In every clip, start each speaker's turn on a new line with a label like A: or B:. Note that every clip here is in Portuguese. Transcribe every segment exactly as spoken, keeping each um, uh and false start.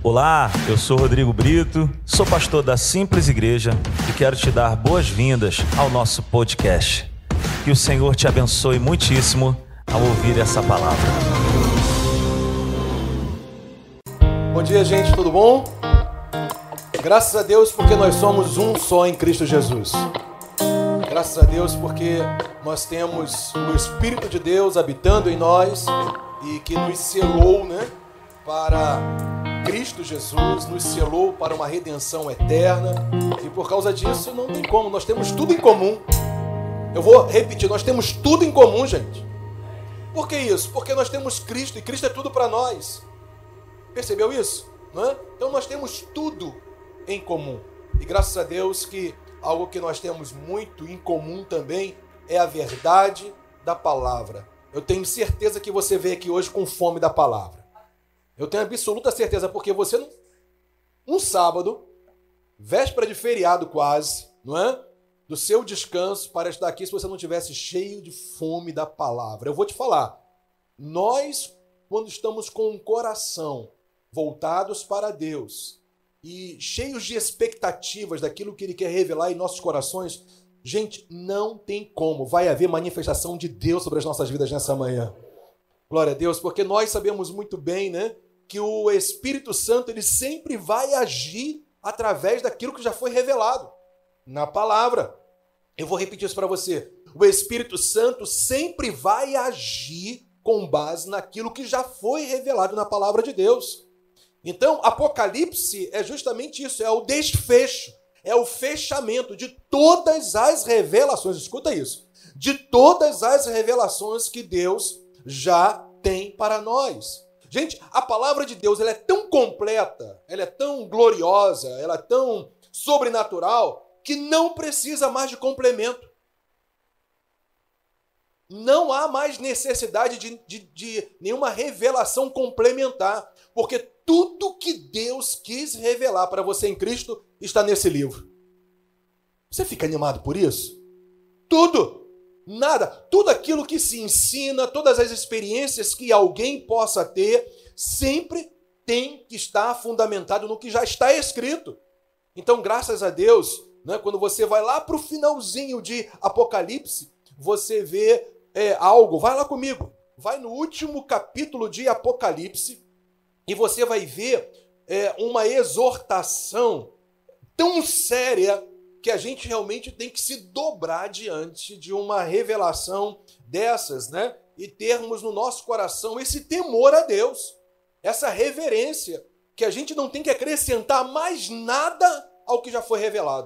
A: Olá, eu sou Rodrigo Brito, sou pastor da Simples Igreja e quero te dar boas-vindas ao nosso podcast. Que o Senhor te abençoe muitíssimo ao ouvir essa palavra.
B: Bom dia, gente, tudo bom? Graças a Deus porque nós somos um só em Cristo Jesus. Graças a Deus porque nós temos o Espírito de Deus habitando em nós e que nos selou, né, para Cristo Jesus, nos selou para uma redenção eterna. E por causa disso não tem como, nós temos tudo em comum. Eu vou repetir, nós temos tudo em comum, gente. Por que isso? Porque nós temos Cristo e Cristo é tudo para nós. Percebeu isso? Não é? Então nós temos tudo em comum. E graças a Deus que algo que nós temos muito em comum também é a verdade da palavra. Eu tenho certeza que você veio aqui hoje com fome da palavra. Eu tenho absoluta certeza, porque você, um sábado, véspera de feriado quase, não é? Do seu descanso para estar aqui, se você não tivesse cheio de fome da palavra. Eu vou te falar, nós, quando estamos com o coração voltados para Deus e cheios de expectativas daquilo que Ele quer revelar em nossos corações, gente, não tem como. Vai haver manifestação de Deus sobre as nossas vidas nessa manhã. Glória a Deus, porque nós sabemos muito bem, né, que o Espírito Santo ele sempre vai agir através daquilo que já foi revelado na palavra. Eu vou repetir isso para você. O Espírito Santo sempre vai agir com base naquilo que já foi revelado na palavra de Deus. Então, Apocalipse é justamente isso, é o desfecho, é o fechamento de todas as revelações, escuta isso, de todas as revelações que Deus já tem para nós. Gente, a palavra de Deus ela é tão completa, ela é tão gloriosa, ela é tão sobrenatural, que não precisa mais de complemento. Não há mais necessidade de, de, de nenhuma revelação complementar, porque tudo que Deus quis revelar para você em Cristo está nesse livro. Você fica animado por isso? Tudo! Nada, tudo aquilo que se ensina, todas as experiências que alguém possa ter, sempre tem que estar fundamentado no que já está escrito. Então, graças a Deus, né, quando você vai lá para o finalzinho de Apocalipse, você vê é, algo, vai lá comigo, vai no último capítulo de Apocalipse e você vai ver é, uma exortação tão séria que a gente realmente tem que se dobrar diante de uma revelação dessas, né? E termos no nosso coração esse temor a Deus, essa reverência, que a gente não tem que acrescentar mais nada ao que já foi revelado.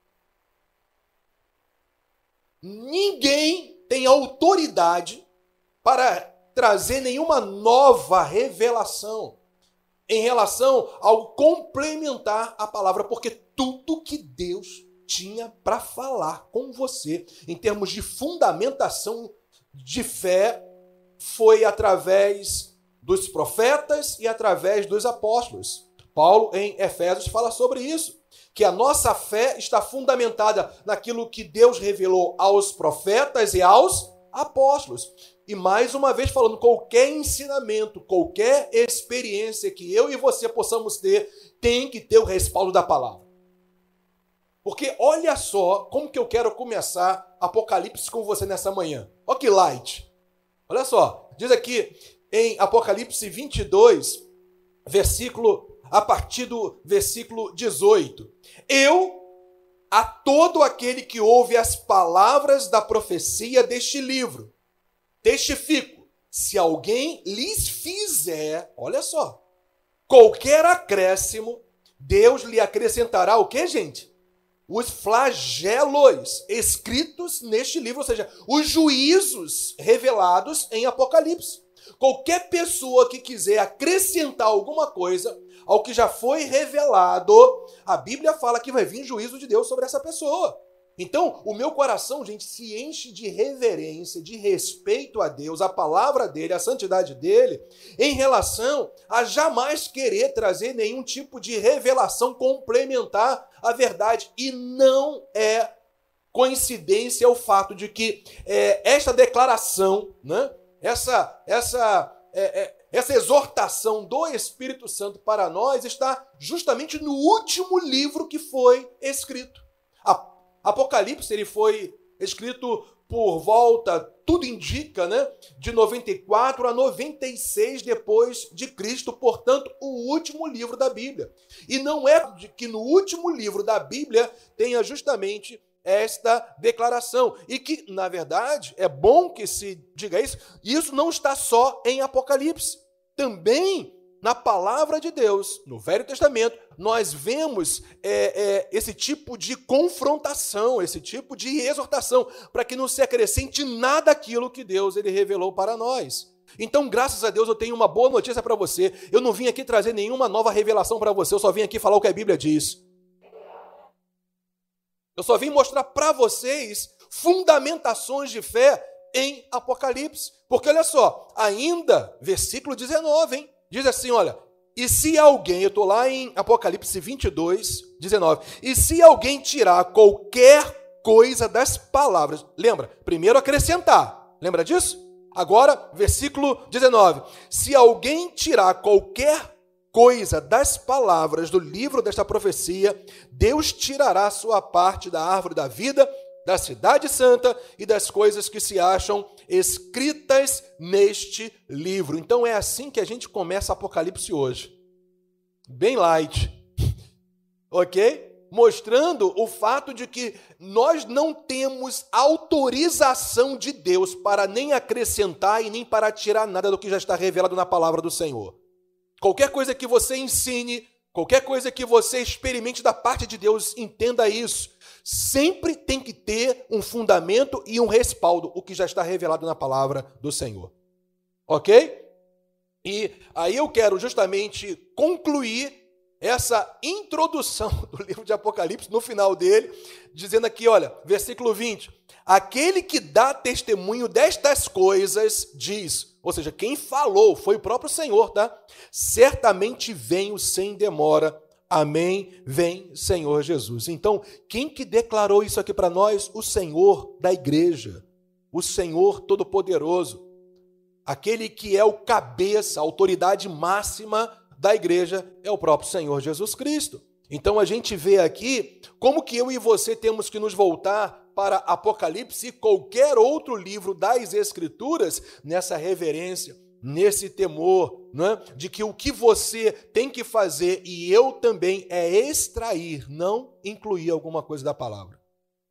B: Ninguém tem autoridade para trazer nenhuma nova revelação em relação ao complementar a palavra, porque tudo que Deus tinha para falar com você, em termos de fundamentação de fé, foi através dos profetas e através dos apóstolos. Paulo, em Efésios, fala sobre isso, que a nossa fé está fundamentada naquilo que Deus revelou aos profetas e aos apóstolos. E mais uma vez falando, qualquer ensinamento, qualquer experiência que eu e você possamos ter, tem que ter o respaldo da palavra. Porque olha só como que eu quero começar Apocalipse com você nessa manhã. Olha que light. Olha só, diz aqui em Apocalipse vinte e dois, versículo, a partir do versículo dezoito. Eu, a todo aquele que ouve as palavras da profecia deste livro, testifico, se alguém lhes fizer, olha só, qualquer acréscimo, Deus lhe acrescentará o que, gente? Os flagelos escritos neste livro, ou seja, os juízos revelados em Apocalipse. Qualquer pessoa que quiser acrescentar alguma coisa ao que já foi revelado, a Bíblia fala que vai vir juízo de Deus sobre essa pessoa. Então, o meu coração, gente, se enche de reverência, de respeito a Deus, a palavra dele, a santidade dele, em relação a jamais querer trazer nenhum tipo de revelação complementar à verdade. E não é coincidência o fato de que é, esta declaração, né, essa, essa, é, é, essa exortação do Espírito Santo para nós está justamente no último livro que foi escrito. Apocalipse ele foi escrito por volta, tudo indica, né, de noventa e quatro a noventa e seis depois de Cristo, portanto, o último livro da Bíblia. E não é de que no último livro da Bíblia tenha justamente esta declaração. E que, na verdade, é bom que se diga isso, e isso não está só em Apocalipse. Também na palavra de Deus, no Velho Testamento, nós vemos é, é, esse tipo de confrontação, esse tipo de exortação, para que não se acrescente nada daquilo que Deus ele revelou para nós. Então, graças a Deus, eu tenho uma boa notícia para você. Eu não vim aqui trazer nenhuma nova revelação para você, eu só vim aqui falar o que a Bíblia diz. Eu só vim mostrar para vocês fundamentações de fé em Apocalipse. Porque, olha só, ainda, versículo dezenove, hein? Diz assim, olha, e se alguém, eu estou lá em Apocalipse vinte e dois, dezenove, e se alguém tirar qualquer coisa das palavras, lembra? Primeiro acrescentar, lembra disso? Agora, versículo dezenove, se alguém tirar qualquer coisa das palavras do livro desta profecia, Deus tirará sua parte da árvore da vida, da cidade santa e das coisas que se acham escritas neste livro. Então é assim que a gente começa Apocalipse hoje. Bem light. Ok? Mostrando o fato de que nós não temos autorização de Deus para nem acrescentar e nem para tirar nada do que já está revelado na palavra do Senhor. Qualquer coisa que você ensine, qualquer coisa que você experimente da parte de Deus, entenda isso. Sempre tem que ter um fundamento e um respaldo, o que já está revelado na palavra do Senhor. Ok? E aí eu quero justamente concluir essa introdução do livro de Apocalipse, no final dele, dizendo aqui, olha, versículo vinte, aquele que dá testemunho destas coisas diz, ou seja, quem falou foi o próprio Senhor, tá? Certamente venho sem demora. Amém, vem Senhor Jesus. Então, quem que declarou isso aqui para nós? O Senhor da igreja, o Senhor Todo-Poderoso, aquele que é o cabeça, a autoridade máxima da igreja, é o próprio Senhor Jesus Cristo. Então, a gente vê aqui como que eu e você temos que nos voltar para Apocalipse e qualquer outro livro das Escrituras nessa reverência, nesse temor, não é? De que o que você tem que fazer, e eu também, é extrair, não incluir alguma coisa da palavra.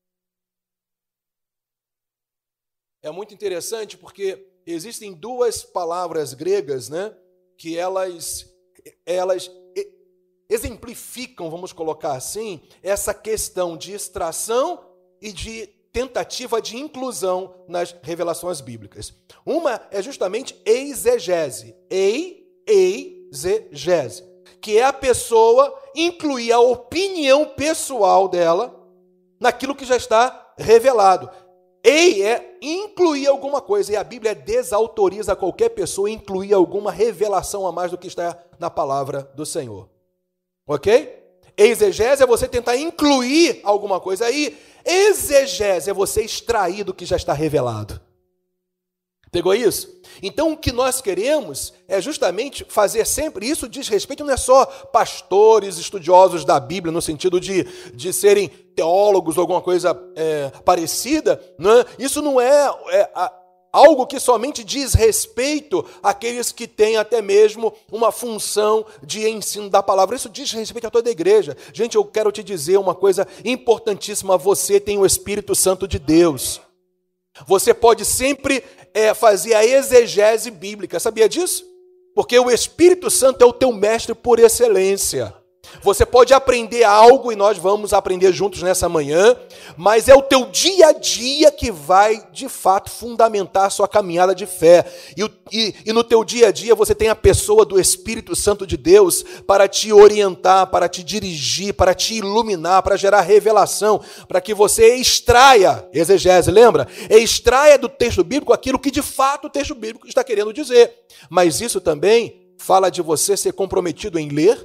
B: É muito interessante porque existem duas palavras gregas, né, que elas, elas exemplificam, vamos colocar assim, essa questão de extração e de tentativa de inclusão nas revelações bíblicas. Uma é justamente exegese, ei, exegese, que é a pessoa incluir a opinião pessoal dela naquilo que já está revelado. Ei é incluir alguma coisa, e a Bíblia desautoriza qualquer pessoa a incluir alguma revelação a mais do que está na palavra do Senhor. Ok? Exegese é você tentar incluir alguma coisa aí. Exegese é você extrair do que já está revelado. Pegou isso? Então, o que nós queremos é justamente fazer sempre, isso diz respeito, não é só pastores, estudiosos da Bíblia, no sentido de, de serem teólogos ou alguma coisa é, parecida, né? Isso não é, é a, algo que somente diz respeito àqueles que têm até mesmo uma função de ensino da palavra. Isso diz respeito a toda a igreja. Gente, eu quero te dizer uma coisa importantíssima. Você tem o Espírito Santo de Deus. Você pode sempre é, fazer a exegese bíblica. Sabia disso? Porque o Espírito Santo é o teu mestre por excelência. Você pode aprender algo, e nós vamos aprender juntos nessa manhã, mas é o teu dia a dia que vai, de fato, fundamentar a sua caminhada de fé. E, e, e no teu dia a dia você tem a pessoa do Espírito Santo de Deus para te orientar, para te dirigir, para te iluminar, para gerar revelação, para que você extraia, exegese, lembra? Extraia do texto bíblico aquilo que de fato o texto bíblico está querendo dizer. Mas isso também fala de você ser comprometido em ler,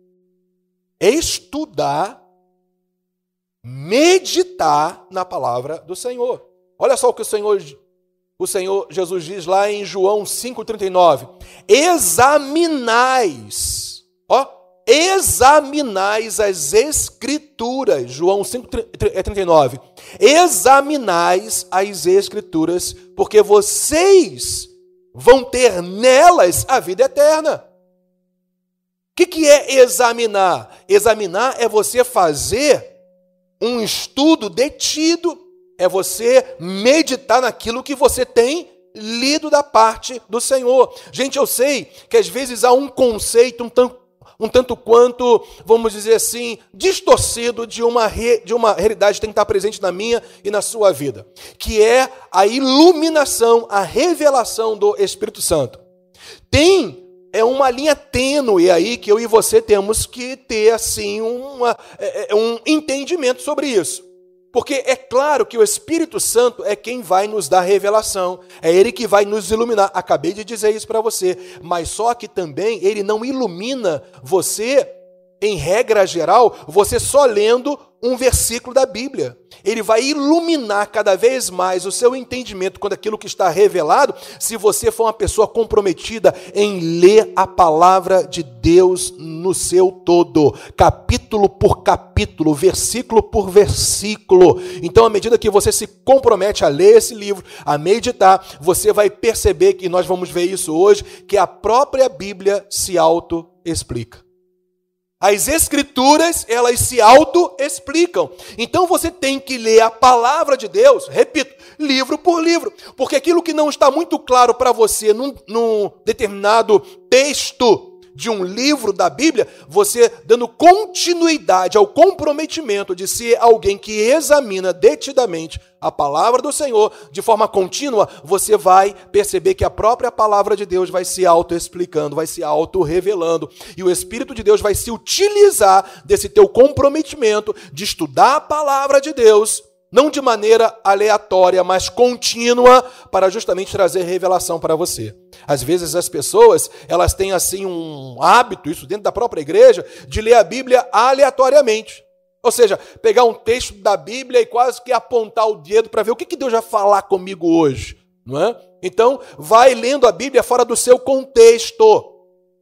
B: estudar, meditar na palavra do Senhor. Olha só o que o Senhor o Senhor Jesus diz lá em João cinco, trinta e nove, examinais, ó, examinais as Escrituras, João cinco, trinta e nove, examinais as Escrituras, porque vocês vão ter nelas a vida eterna. O que, que é examinar? Examinar é você fazer um estudo detido, é você meditar naquilo que você tem lido da parte do Senhor. Gente, eu sei que às vezes há um conceito um tanto, um tanto quanto, vamos dizer assim, distorcido de uma, re, de uma realidade que tem que estar presente na minha e na sua vida, que é a iluminação, a revelação do Espírito Santo. Tem É uma linha tênue aí que eu e você temos que ter assim uma, um entendimento sobre isso. Porque é claro que o Espírito Santo é quem vai nos dar revelação, é Ele que vai nos iluminar. Acabei de dizer isso para você, mas só que também Ele não ilumina você, em regra geral, você só lendo um versículo da Bíblia. Ele vai iluminar cada vez mais o seu entendimento quando aquilo que está revelado, se você for uma pessoa comprometida em ler a palavra de Deus no seu todo, capítulo por capítulo, versículo por versículo. Então, à medida que você se compromete a ler esse livro, a meditar, você vai perceber, que nós vamos ver isso hoje, que a própria Bíblia se auto-explica. As Escrituras, elas se auto-explicam. Então você tem que ler a palavra de Deus, repito, livro por livro. Porque aquilo que não está muito claro para você num, num determinado texto de um livro da Bíblia, você dando continuidade ao comprometimento de ser alguém que examina detidamente a palavra do Senhor de forma contínua, você vai perceber que a própria palavra de Deus vai se auto-explicando, vai se auto-revelando, e o Espírito de Deus vai se utilizar desse teu comprometimento de estudar a palavra de Deus, não de maneira aleatória, mas contínua, para justamente trazer revelação para você. Às vezes as pessoas, elas têm assim um hábito, isso dentro da própria igreja, de ler a Bíblia aleatoriamente. Ou seja, pegar um texto da Bíblia e quase que apontar o dedo para ver o que Deus vai falar comigo hoje, não é? Então, vai lendo a Bíblia fora do seu contexto.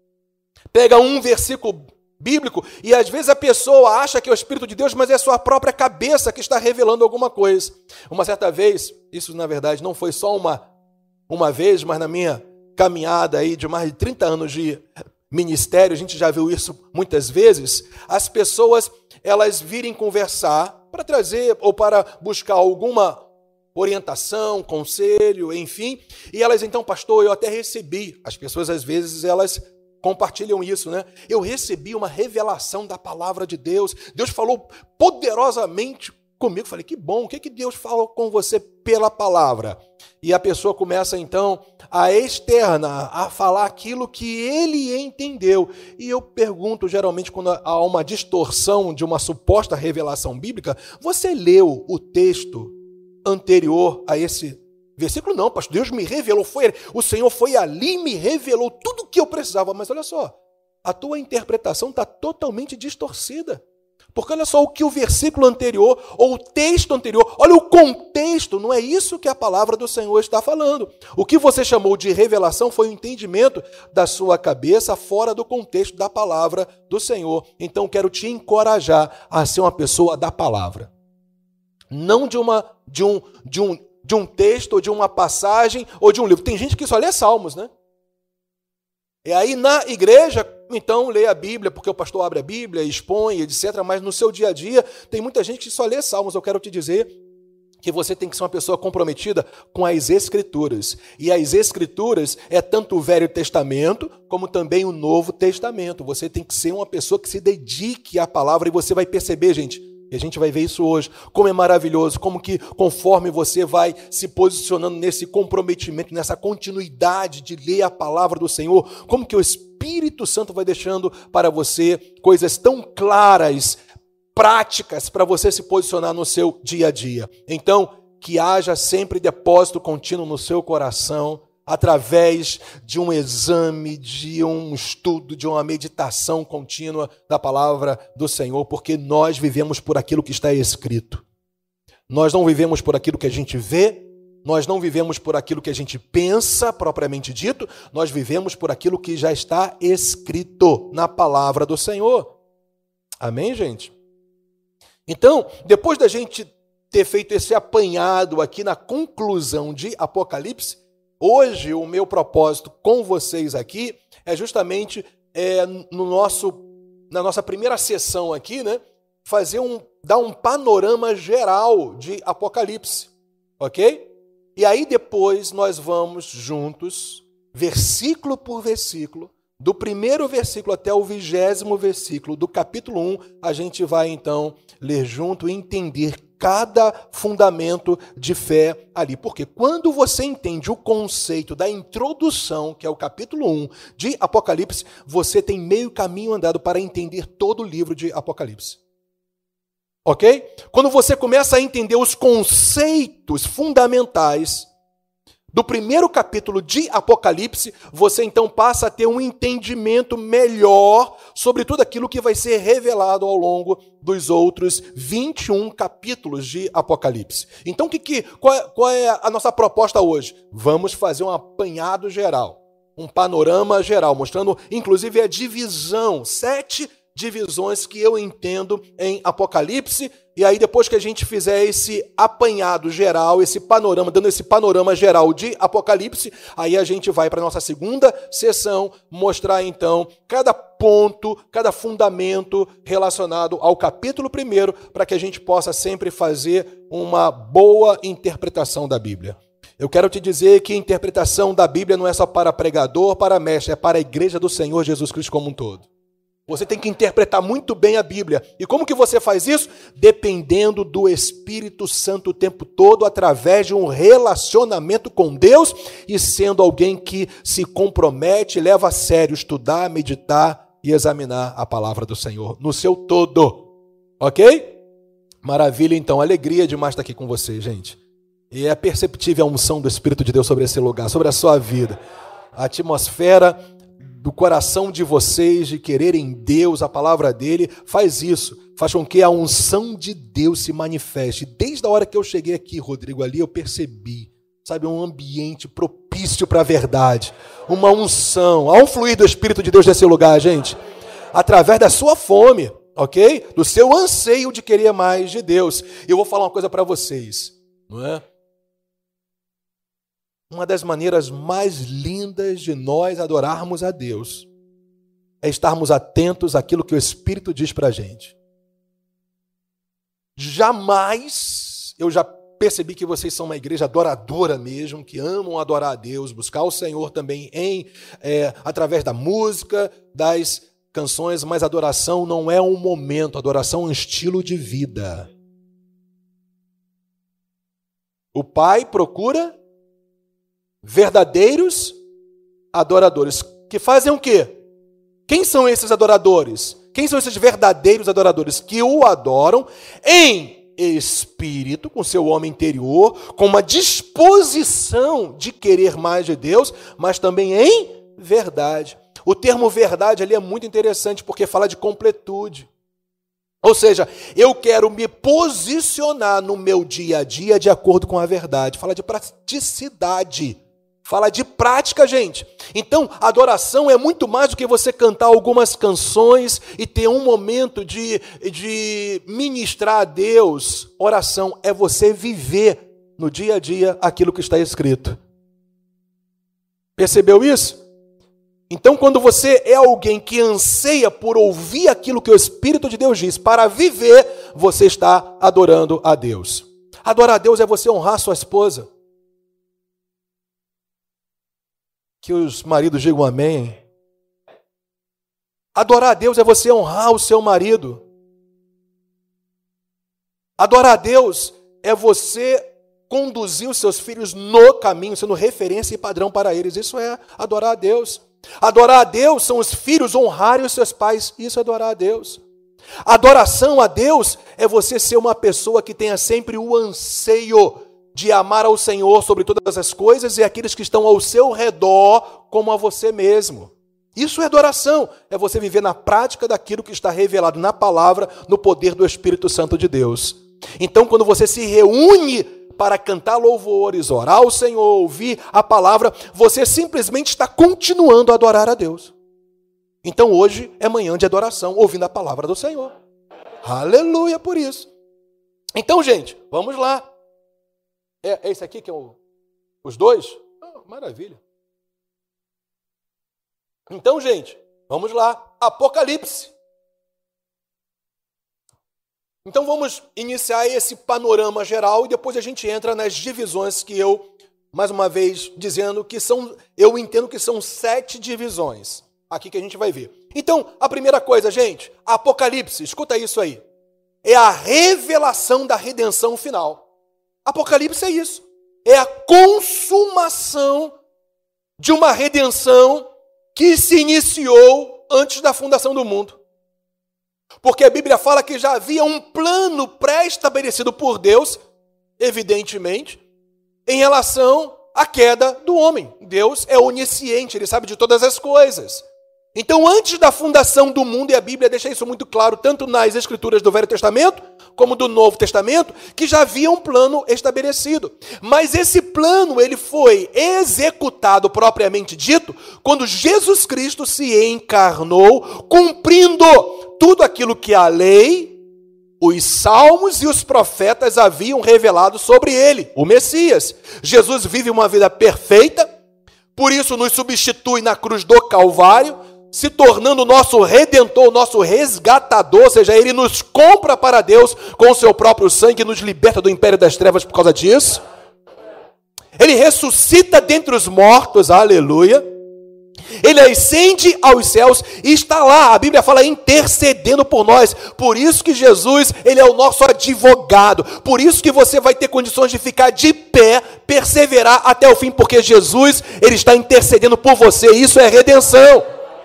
B: Pega um versículo bíblico e às vezes a pessoa acha que é o Espírito de Deus, mas é a sua própria cabeça que está revelando alguma coisa. Uma certa vez, isso na verdade não foi só uma, uma vez, mas na minha caminhada aí de mais de trinta anos de ministério, a gente já viu isso muitas vezes, as pessoas, elas virem conversar para trazer ou para buscar alguma orientação, conselho, enfim, e elas então, pastor, eu até recebi, as pessoas às vezes elas compartilham isso, né? Eu recebi uma revelação da palavra de Deus, Deus falou poderosamente comigo, falei, que bom, o que, que Deus falou com você pela palavra? E a pessoa começa então a externar, a falar aquilo que ele entendeu. E eu pergunto, geralmente, quando há uma distorção de uma suposta revelação bíblica, você leu o texto anterior a esse versículo? Não, pastor, Deus me revelou, foi, o Senhor foi ali e me revelou tudo o que eu precisava. Mas olha só, a tua interpretação está totalmente distorcida. Porque olha só o que o versículo anterior, ou o texto anterior, olha o contexto, não é isso que a palavra do Senhor está falando. O que você chamou de revelação foi o entendimento da sua cabeça fora do contexto da palavra do Senhor. Então quero te encorajar a ser uma pessoa da palavra. Não de, uma, de, um, de, um, de um texto, ou de uma passagem, ou de um livro. Tem gente que só lê salmos, né? E aí na igreja, então lê a Bíblia, porque o pastor abre a Bíblia, expõe, etcétera. Mas no seu dia a dia, tem muita gente que só lê salmos. Eu quero te dizer que você tem que ser uma pessoa comprometida com as Escrituras. E as Escrituras é tanto o Velho Testamento, como também o Novo Testamento. Você tem que ser uma pessoa que se dedique à palavra, e você vai perceber, gente, e a gente vai ver isso hoje, como é maravilhoso, como que conforme você vai se posicionando nesse comprometimento, nessa continuidade de ler a palavra do Senhor, como que o Espírito Santo vai deixando para você coisas tão claras, práticas, para você se posicionar no seu dia a dia. Então, que haja sempre depósito contínuo no seu coração, através de um exame, de um estudo, de uma meditação contínua da palavra do Senhor, porque nós vivemos por aquilo que está escrito. Nós não vivemos por aquilo que a gente vê, nós não vivemos por aquilo que a gente pensa, propriamente dito, nós vivemos por aquilo que já está escrito na palavra do Senhor. Amém, gente? Então, depois da gente ter feito esse apanhado aqui na conclusão de Apocalipse, hoje o meu propósito com vocês aqui é justamente é, no nosso, na nossa primeira sessão aqui, né, fazer um, dar um panorama geral de Apocalipse, ok? E aí depois nós vamos juntos, versículo por versículo, do primeiro versículo até o vigésimo versículo do capítulo um, a gente vai então ler junto e entender cada fundamento de fé ali. Porque quando você entende o conceito da introdução, que é o capítulo um de Apocalipse, você tem meio caminho andado para entender todo o livro de Apocalipse. Ok? Quando você começa a entender os conceitos fundamentais do primeiro capítulo de Apocalipse, você então passa a ter um entendimento melhor sobre tudo aquilo que vai ser revelado ao longo dos outros vinte e um capítulos de Apocalipse. Então, que, que, qual, é, qual é a nossa proposta hoje? Vamos fazer um apanhado geral, um panorama geral, mostrando inclusive a divisão, sete divisões que eu entendo em Apocalipse, e aí depois que a gente fizer esse apanhado geral, esse panorama, dando esse panorama geral de Apocalipse, aí a gente vai para a nossa segunda sessão, mostrar então cada ponto, cada fundamento relacionado ao capítulo primeiro, para que a gente possa sempre fazer uma boa interpretação da Bíblia. Eu quero te dizer que a interpretação da Bíblia não é só para pregador, para mestre, é para a igreja do Senhor Jesus Cristo como um todo. Você tem que interpretar muito bem a Bíblia. E como que você faz isso? Dependendo do Espírito Santo o tempo todo, através de um relacionamento com Deus e sendo alguém que se compromete, leva a sério estudar, meditar e examinar a palavra do Senhor no seu todo. Ok? Maravilha, então. Alegria demais estar aqui com você, gente. E é perceptível a unção do Espírito de Deus sobre esse lugar, sobre a sua vida. A atmosfera do coração de vocês, de quererem Deus, a palavra dele, faz isso, faz com que a unção de Deus se manifeste. Desde a hora que eu cheguei aqui, Rodrigo, ali eu percebi, sabe, um ambiente propício para a verdade, uma unção, há um fluir do Espírito de Deus nesse lugar, gente, através da sua fome, ok? Do seu anseio de querer mais de Deus. Eu vou falar uma coisa para vocês, não é? Uma das maneiras mais lindas de nós adorarmos a Deus é estarmos atentos àquilo que o Espírito diz para a gente. Jamais, eu já percebi que vocês são uma igreja adoradora mesmo, que amam adorar a Deus, buscar o Senhor também em, é, através da música, das canções, mas adoração não é um momento, adoração é um estilo de vida. O Pai procura verdadeiros adoradores. Que fazem o quê? Quem são esses adoradores? Quem são esses verdadeiros adoradores? Que o adoram em espírito, com seu homem interior, com uma disposição de querer mais de Deus, mas também em verdade. O termo verdade ali é muito interessante, porque fala de completude. Ou seja, eu quero me posicionar no meu dia a dia de acordo com a verdade. Fala de praticidade. Fala de prática, gente. Então, adoração é muito mais do que você cantar algumas canções e ter um momento de, de ministrar a Deus. Oração é você viver no dia a dia aquilo que está escrito. Percebeu isso? Então, quando você é alguém que anseia por ouvir aquilo que o Espírito de Deus diz para viver, você está adorando a Deus. Adorar a Deus é você honrar sua esposa. Que os maridos digam amém. Adorar a Deus é você honrar o seu marido. Adorar a Deus é você conduzir os seus filhos no caminho, sendo referência e padrão para eles. Isso é adorar a Deus. Adorar a Deus são os filhos honrarem os seus pais. Isso é adorar a Deus. Adoração a Deus é você ser uma pessoa que tenha sempre o anseio de amar ao Senhor sobre todas as coisas e aqueles que estão ao seu redor como a você mesmo. Isso é adoração, é você viver na prática daquilo que está revelado na palavra, no poder do Espírito Santo de Deus. Então, quando você se reúne para cantar louvores, orar ao Senhor, ouvir a palavra, você simplesmente está continuando a adorar a Deus. Então hoje é manhã de adoração, ouvindo a palavra do Senhor. Aleluia por isso. Então, gente, vamos lá. É, é esse aqui que é o, os dois? Oh, maravilha. Então, gente, vamos lá. Apocalipse. Então vamos iniciar esse panorama geral e depois a gente entra nas divisões que eu, mais uma vez, dizendo que são, eu entendo que são sete divisões. Aqui que a gente vai ver. Então, a primeira coisa, gente, Apocalipse, escuta isso aí. É a revelação da redenção final. Apocalipse é isso. É a consumação de uma redenção que se iniciou antes da fundação do mundo. Porque a Bíblia fala que já havia um plano pré-estabelecido por Deus, evidentemente, em relação à queda do homem. Deus é onisciente, Ele sabe de todas as coisas. Então, antes da fundação do mundo, e a Bíblia deixa isso muito claro, tanto nas Escrituras do Velho Testamento, como do Novo Testamento, que já havia um plano estabelecido. Mas esse plano, ele foi executado, propriamente dito, quando Jesus Cristo se encarnou, cumprindo tudo aquilo que a lei, os salmos e os profetas haviam revelado sobre ele, o Messias. Jesus vive uma vida perfeita, por isso nos substitui na cruz do Calvário, se tornando o nosso redentor, o nosso resgatador, ou seja, ele nos compra para Deus com o seu próprio sangue e nos liberta do império das trevas por causa disso. Ele ressuscita dentre os mortos, aleluia. Ele ascende aos céus e está lá, a Bíblia fala, intercedendo por nós. Por isso que Jesus, ele é o nosso advogado. Por isso que você vai ter condições de ficar de pé, perseverar até o fim, porque Jesus, ele está intercedendo por você. Isso é redenção.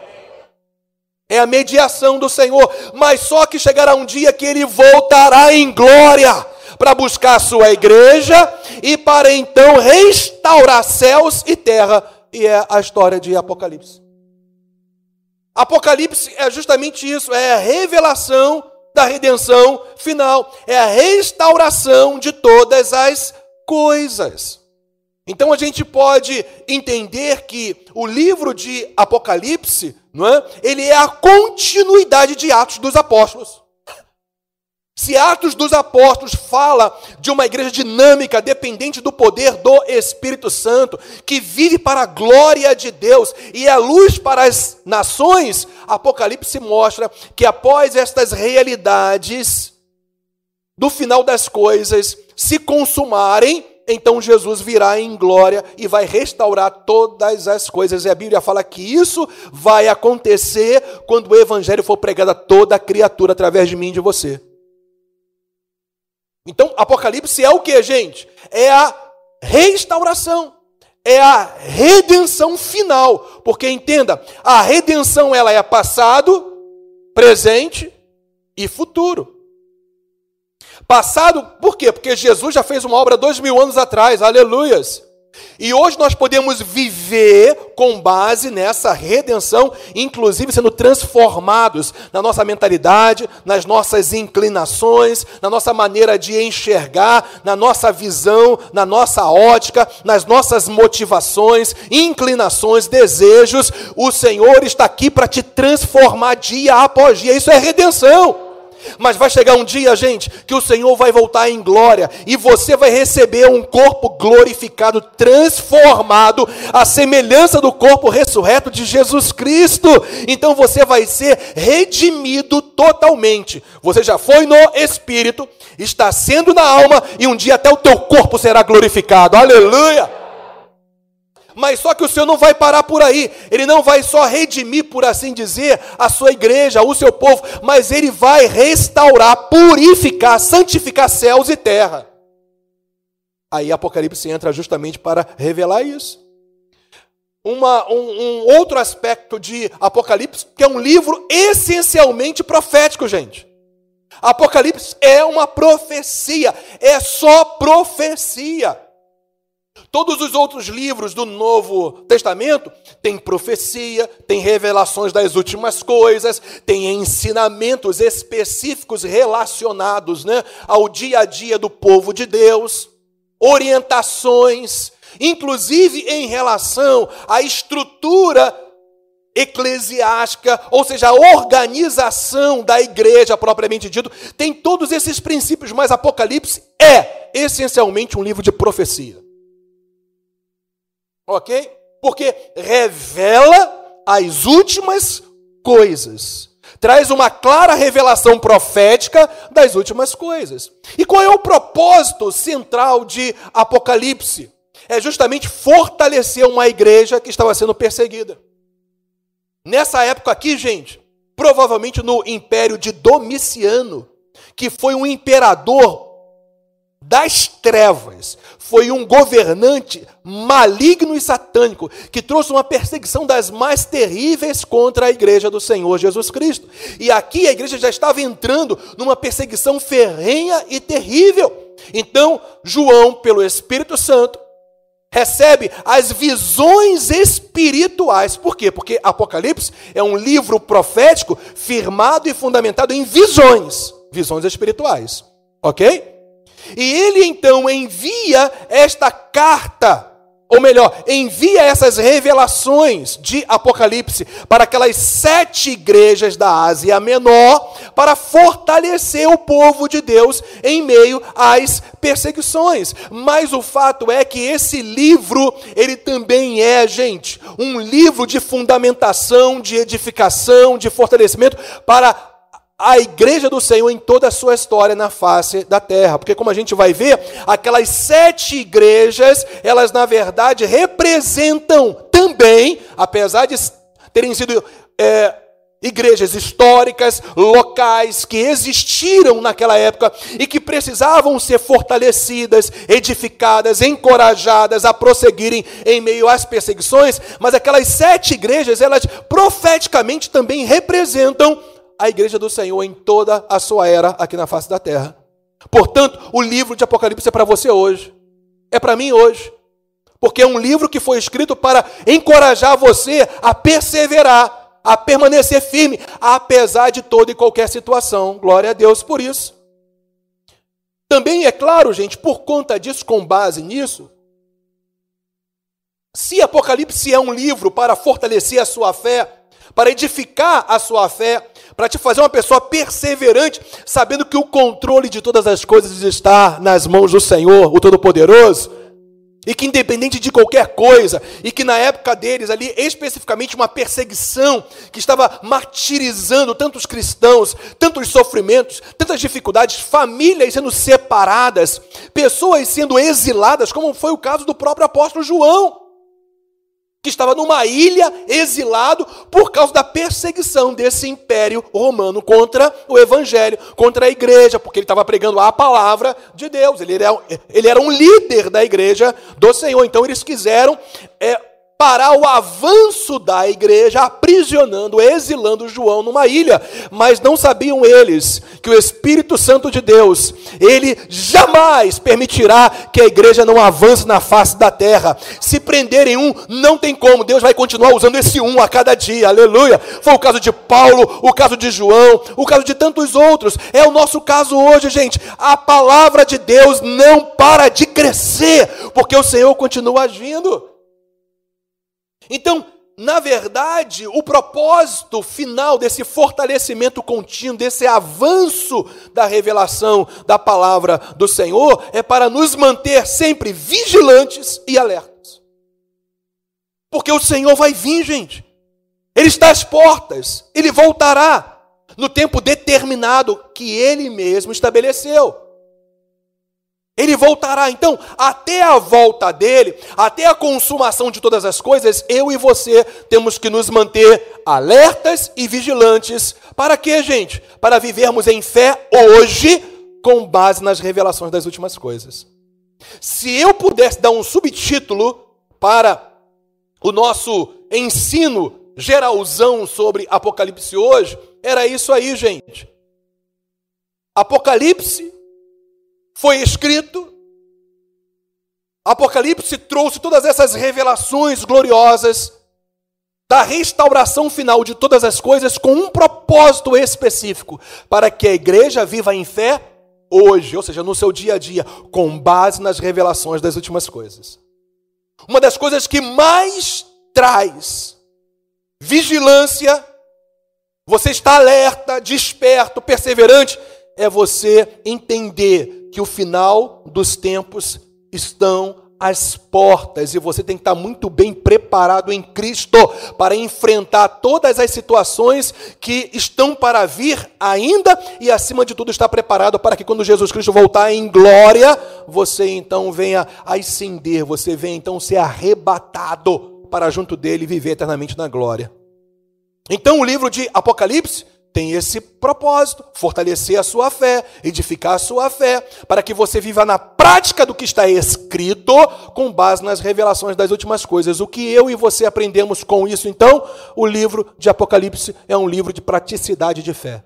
B: É a mediação do Senhor. Mas só que chegará um dia que ele voltará em glória para buscar a sua igreja e para então restaurar céus e terra. E é a história de Apocalipse. Apocalipse é justamente isso, é a revelação da redenção final, é a restauração de todas as coisas. Então a gente pode entender que o livro de Apocalipse, não é? Ele é a continuidade de Atos dos Apóstolos. Se Atos dos Apóstolos fala de uma igreja dinâmica, dependente do poder do Espírito Santo, que vive para a glória de Deus e é luz para as nações, Apocalipse mostra que após estas realidades do final das coisas se consumarem, então Jesus virá em glória e vai restaurar todas as coisas. E a Bíblia fala que isso vai acontecer quando o evangelho for pregado a toda criatura através de mim e de você. Então, Apocalipse é o que, gente? É a restauração, é a redenção final. Porque, entenda, a redenção ela é passado, presente e futuro. Passado, por quê? Porque Jesus já fez uma obra dois mil anos atrás, aleluias. E hoje nós podemos viver com base nessa redenção, inclusive sendo transformados na nossa mentalidade, nas nossas inclinações, na nossa maneira de enxergar, na nossa visão, na nossa ótica, nas nossas motivações, inclinações, desejos. O Senhor está aqui para te transformar dia após dia. Isso é redenção. Mas vai chegar um dia, gente, que o Senhor vai voltar em glória e você vai receber um corpo glorificado, transformado, à semelhança do corpo ressurreto de Jesus Cristo. Então você vai ser redimido totalmente. Você já foi no Espírito, está sendo na alma e um dia até o teu corpo será glorificado. Aleluia! Mas só que o Senhor não vai parar por aí. Ele não vai só redimir, por assim dizer, a sua igreja, o seu povo, mas Ele vai restaurar, purificar, santificar céus e terra. Aí Apocalipse entra justamente para revelar isso. Uma, um, um outro aspecto de Apocalipse, que é um livro essencialmente profético, gente. Apocalipse é uma profecia, é só profecia. Todos os outros livros do Novo Testamento têm profecia, têm revelações das últimas coisas, têm ensinamentos específicos relacionados, né, ao dia a dia do povo de Deus. orientações, inclusive em relação à estrutura eclesiástica, ou seja, a organização da igreja propriamente dito, tem todos esses princípios, mas Apocalipse é essencialmente um livro de profecia. Ok? Porque revela as últimas coisas. Traz uma clara revelação profética das últimas coisas. E qual é o propósito central de Apocalipse? É justamente fortalecer uma igreja que estava sendo perseguida. Nessa época aqui, gente, provavelmente no império de Domiciano, que foi um imperador das trevas, foi um governante maligno e satânico, que trouxe uma perseguição das mais terríveis contra a igreja do Senhor Jesus Cristo. E aqui a igreja já estava entrando numa perseguição ferrenha e terrível. Então, João, pelo Espírito Santo, recebe as visões espirituais. Por quê? Porque Apocalipse é um livro profético firmado e fundamentado em visões, visões espirituais. Ok? E ele então envia esta carta, ou melhor, envia essas revelações de Apocalipse para aquelas sete igrejas da Ásia Menor, para fortalecer o povo de Deus em meio às perseguições. Mas o fato é que esse livro, ele também é, gente, um livro de fundamentação, de edificação, de fortalecimento para a igreja do Senhor em toda a sua história na face da terra. Porque como a gente vai ver, aquelas sete igrejas, elas na verdade representam também, apesar de terem sido é, igrejas históricas, locais, que existiram naquela época e que precisavam ser fortalecidas, edificadas, encorajadas a prosseguirem em meio às perseguições, mas aquelas sete igrejas, elas profeticamente também representam a igreja do Senhor em toda a sua era aqui na face da terra. Portanto, o livro de Apocalipse é para você hoje. É para mim hoje. Porque é um livro que foi escrito para encorajar você a perseverar, a permanecer firme, apesar de toda e qualquer situação. Glória a Deus por isso. Também é claro, gente, por conta disso, com base nisso, se Apocalipse é um livro para fortalecer a sua fé, para edificar a sua fé, para te fazer uma pessoa perseverante, sabendo que o controle de todas as coisas está nas mãos do Senhor, o Todo-Poderoso, e que independente de qualquer coisa, e que na época deles ali, especificamente uma perseguição que estava martirizando tantos cristãos, tantos sofrimentos, tantas dificuldades, famílias sendo separadas, pessoas sendo exiladas, como foi o caso do próprio apóstolo João, que estava numa ilha, exilado, por causa da perseguição desse império romano contra o evangelho, contra a igreja, porque ele estava pregando a palavra de Deus, ele era, ele era um líder da igreja do Senhor, então eles quiseram é, parar o avanço da igreja, aprisionando, exilando João numa ilha, mas não sabiam eles que o Espírito Santo de Deus, ele jamais permitirá que a igreja não avance na face da terra. Se prenderem um, não tem como, Deus vai continuar usando esse um a cada dia, aleluia. Foi o caso de Paulo, o caso de João, o caso de tantos outros, é o nosso caso hoje, gente. A palavra de Deus não para de crescer, porque o Senhor continua agindo. Então, na verdade, o propósito final desse fortalecimento contínuo, desse avanço da revelação da palavra do Senhor, é para nos manter sempre vigilantes e alertas. Porque o Senhor vai vir, gente. Ele está às portas, ele voltará no tempo determinado que ele mesmo estabeleceu. Ele voltará, então, até a volta dele, até a consumação de todas as coisas, eu e você temos que nos manter alertas e vigilantes. Para quê, gente? Para vivermos em fé hoje, com base nas revelações das últimas coisas. Se eu pudesse dar um subtítulo para o nosso ensino geralzão sobre Apocalipse hoje, era isso aí, gente. Apocalipse foi escrito, Apocalipse trouxe todas essas revelações gloriosas da restauração final de todas as coisas com um propósito específico, para que a igreja viva em fé hoje, ou seja, no seu dia a dia, com base nas revelações das últimas coisas. Uma das coisas que mais traz vigilância, você está alerta, desperto, perseverante, é você entender que o final dos tempos estão às portas e você tem que estar muito bem preparado em Cristo para enfrentar todas as situações que estão para vir ainda e, acima de tudo, estar preparado para que quando Jesus Cristo voltar em glória, você então venha ascender, você venha então ser arrebatado para junto dele viver eternamente na glória. Então o livro de Apocalipse tem esse propósito, fortalecer a sua fé, edificar a sua fé, para que você viva na prática do que está escrito, com base nas revelações das últimas coisas. O que eu e você aprendemos com isso, então? O livro de Apocalipse é um livro de praticidade de fé.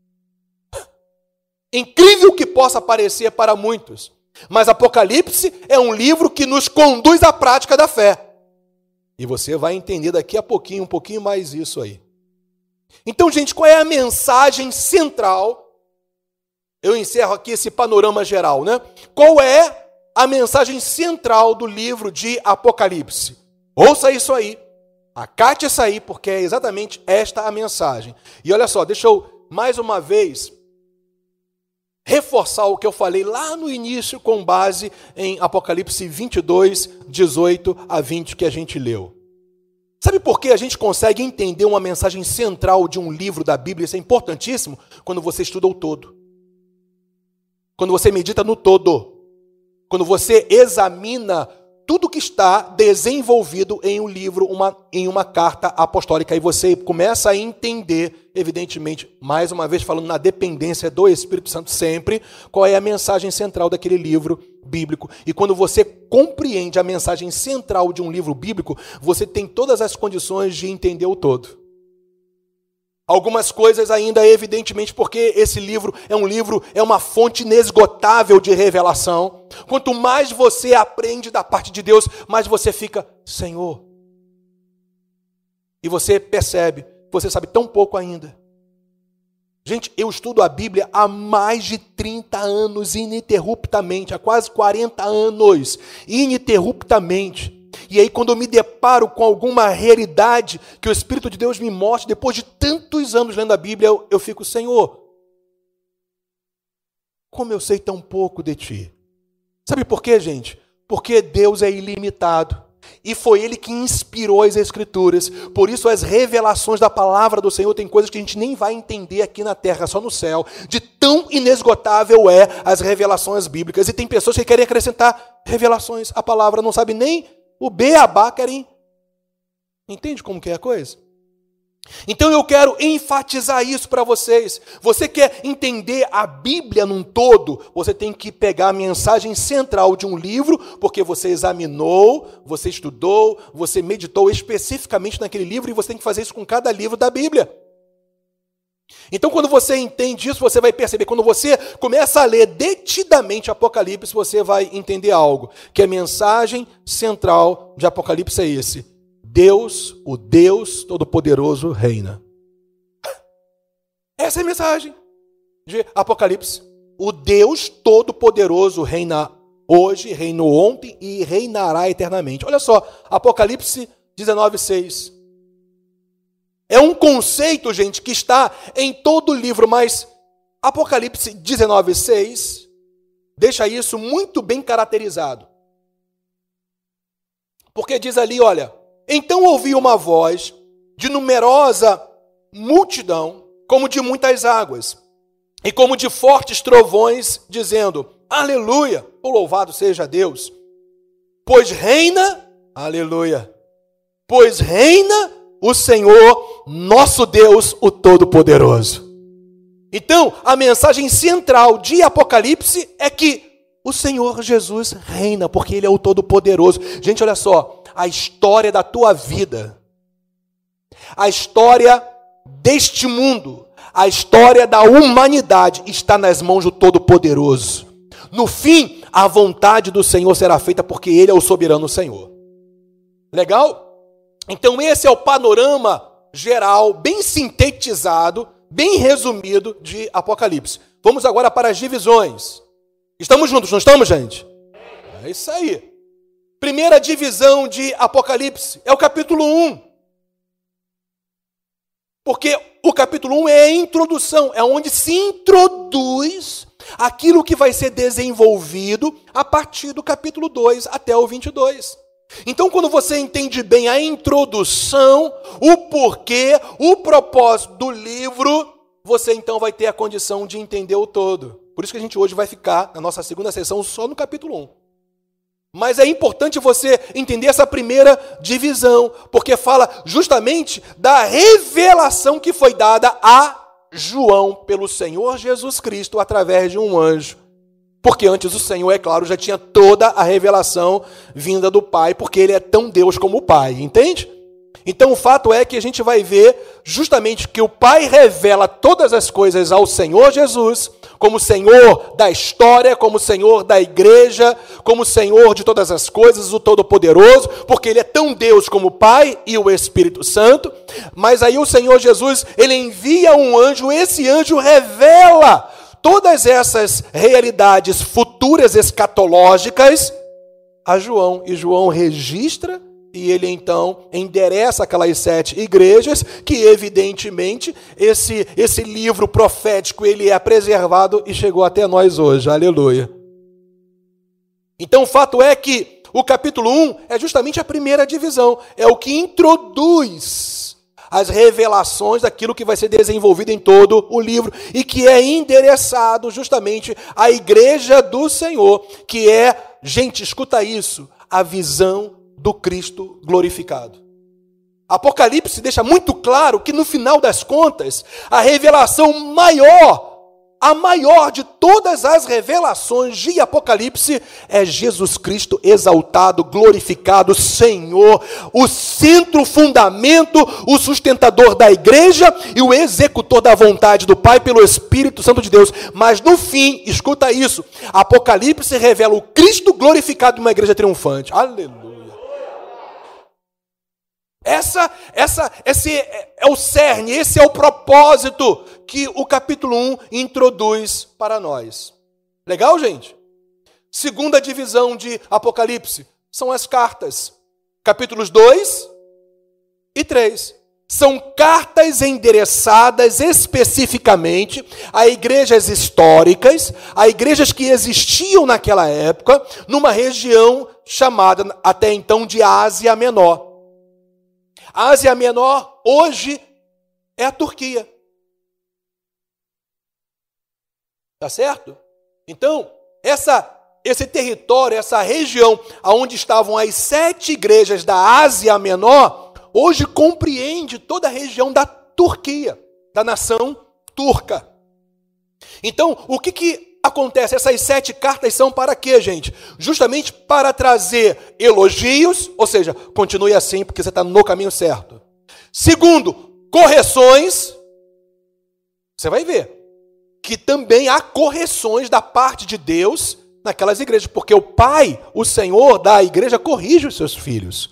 B: Incrível que possa parecer para muitos, mas Apocalipse é um livro que nos conduz à prática da fé. E você vai entender daqui a pouquinho, um pouquinho mais isso aí. Então, gente, qual é a mensagem central? Eu encerro aqui esse panorama geral, né? Qual é a mensagem central do livro de Apocalipse? Ouça isso aí, acate isso aí, porque é exatamente esta a mensagem. E olha só, deixa eu mais uma vez reforçar o que eu falei lá no início com base em Apocalipse vinte e dois, dezoito a vinte que a gente leu. Sabe por que a gente consegue entender uma mensagem central de um livro da Bíblia? Isso é importantíssimo quando você estuda o todo. Quando você medita no todo. Quando você examina tudo que está desenvolvido em um livro, uma, em uma carta apostólica. E você começa a entender, evidentemente, mais uma vez falando na dependência do Espírito Santo sempre, qual é a mensagem central daquele livro bíblico. E quando você compreende a mensagem central de um livro bíblico, você tem todas as condições de entender o todo. Algumas coisas ainda, evidentemente, porque esse livro é um livro, é uma fonte inesgotável de revelação. Quanto mais você aprende da parte de Deus, mais você fica, Senhor. E você percebe, você sabe tão pouco ainda. Gente, eu estudo a Bíblia há mais de trinta anos, ininterruptamente, há quase quarenta anos, ininterruptamente. E aí, quando eu me deparo com alguma realidade que o Espírito de Deus me mostra, depois de tantos anos lendo a Bíblia, eu, eu fico, Senhor, como eu sei tão pouco de Ti? Sabe por quê, gente? Porque Deus é ilimitado. E foi Ele que inspirou as Escrituras. Por isso, as revelações da palavra do Senhor tem coisas que a gente nem vai entender aqui na terra, só no céu. De tão inesgotável é as revelações bíblicas. E tem pessoas que querem acrescentar revelações. A palavra não sabe nem o beabá, querem. Entende como que é a coisa? Então eu quero enfatizar isso para vocês. Você quer entender a Bíblia num todo? Você tem que pegar a mensagem central de um livro, porque você examinou, você estudou, você meditou especificamente naquele livro, e você tem que fazer isso com cada livro da Bíblia. Então, quando você entende isso, você vai perceber, quando você começa a ler detidamente Apocalipse, você vai entender algo, que a mensagem central de Apocalipse é esse: Deus, o Deus Todo-Poderoso, reina. Essa é a mensagem de Apocalipse. O Deus Todo-Poderoso reina hoje, reinou ontem e reinará eternamente. Olha só, Apocalipse dezenove, seis. É um conceito, gente, que está em todo o livro, mas Apocalipse dezenove, seis deixa isso muito bem caracterizado. Porque diz ali, olha, então ouvi uma voz de numerosa multidão, como de muitas águas, e como de fortes trovões, dizendo, aleluia, ou louvado seja Deus, pois reina, aleluia, pois reina o Senhor, nosso Deus, o Todo-Poderoso. Então, a mensagem central de Apocalipse é que o Senhor Jesus reina, porque Ele é o Todo-Poderoso. Gente, olha só, a história da tua vida, a história deste mundo, a história da humanidade está nas mãos do Todo-Poderoso. No fim, a vontade do Senhor será feita, porque Ele é o soberano Senhor. Legal? Então esse é o panorama geral, bem sintetizado, bem resumido de Apocalipse. Vamos agora para as divisões. Estamos juntos, não estamos, gente? É isso aí. Primeira divisão de Apocalipse é o capítulo um. Porque o capítulo um é a introdução, é onde se introduz aquilo que vai ser desenvolvido a partir do capítulo dois até o vinte e dois. Então, quando você entende bem a introdução, o porquê, o propósito do livro, você então vai ter a condição de entender o todo. Por isso que a gente hoje vai ficar, na nossa segunda sessão, só no capítulo um. Mas é importante você entender essa primeira divisão, porque fala justamente da revelação que foi dada a João pelo Senhor Jesus Cristo através de um anjo. Porque antes o Senhor, é claro, já tinha toda a revelação vinda do Pai, porque Ele é tão Deus como o Pai, entende? Então o fato é que a gente vai ver justamente que o Pai revela todas as coisas ao Senhor Jesus, como Senhor da história, como Senhor da igreja, como Senhor de todas as coisas, o Todo-Poderoso, porque Ele é tão Deus como o Pai e o Espírito Santo. Mas aí o Senhor Jesus, Ele envia um anjo, esse anjo revela todas essas realidades futuras escatológicas a João, e João registra, e ele então endereça aquelas sete igrejas, que evidentemente esse, esse livro profético ele é preservado e chegou até nós hoje, aleluia. Então o fato é que o capítulo um é justamente a primeira divisão, é o que introduz as revelações daquilo que vai ser desenvolvido em todo o livro e que é endereçado justamente à igreja do Senhor, que é, gente, escuta isso, a visão do Cristo glorificado. Apocalipse deixa muito claro que no final das contas, a revelação maior, a maior de todas as revelações de Apocalipse é Jesus Cristo exaltado, glorificado, Senhor, o centro, fundamento, o sustentador da igreja e o executor da vontade do Pai pelo Espírito Santo de Deus. Mas no fim, escuta isso, Apocalipse revela o Cristo glorificado numa igreja triunfante. Aleluia. Essa, essa, esse é o cerne, esse é o propósito que o capítulo um introduz para nós. Legal, gente? Segunda divisão de Apocalipse são as cartas. Capítulos dois e três. São cartas endereçadas especificamente a igrejas históricas, a igrejas que existiam naquela época, numa região chamada até então de Ásia Menor. A Ásia Menor hoje é a Turquia. Tá certo? Então, essa, esse território, essa região onde estavam as sete igrejas da Ásia Menor, hoje compreende toda a região da Turquia, da nação turca. Então, o que, que acontece? Essas sete cartas são para quê, gente? Justamente para trazer elogios, ou seja, continue assim porque você está no caminho certo. Segundo, correções. Você vai ver que também há correções da parte de Deus naquelas igrejas, porque o Pai, o Senhor da igreja, corrige os seus filhos.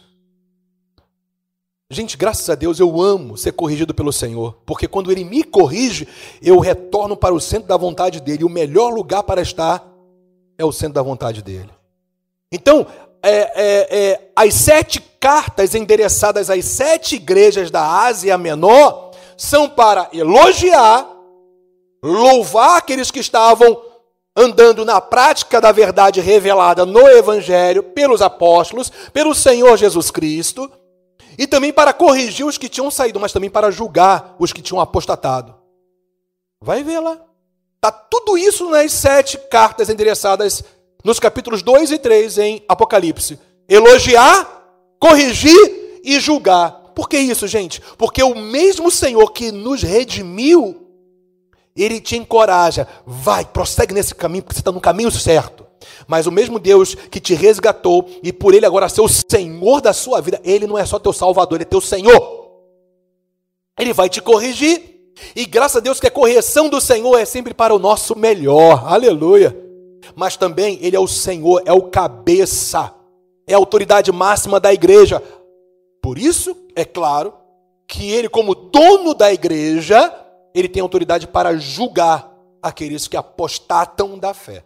B: Gente, graças a Deus, eu amo ser corrigido pelo Senhor, porque quando Ele me corrige, eu retorno para o centro da vontade dEle, e o melhor lugar para estar é o centro da vontade dEle. Então, é, é, é, as sete cartas endereçadas às sete igrejas da Ásia Menor são para elogiar, louvar aqueles que estavam andando na prática da verdade revelada no Evangelho, pelos apóstolos, pelo Senhor Jesus Cristo, e também para corrigir os que tinham saído, mas também para julgar os que tinham apostatado. Vai ver lá. Está tudo isso nas sete cartas endereçadas nos capítulos dois e três em Apocalipse. Elogiar, corrigir e julgar. Por que isso, gente? Porque o mesmo Senhor que nos redimiu, Ele te encoraja. Vai, prossegue nesse caminho, porque você está no caminho certo. Mas o mesmo Deus que te resgatou e por Ele agora ser o Senhor da sua vida, Ele não é só teu Salvador, Ele é teu Senhor. Ele vai te corrigir. E graças a Deus que a correção do Senhor é sempre para o nosso melhor. Aleluia. Mas também Ele é o Senhor, é o cabeça, é a autoridade máxima da igreja. Por isso, é claro, que Ele como dono da igreja, Ele tem autoridade para julgar aqueles que apostatam da fé.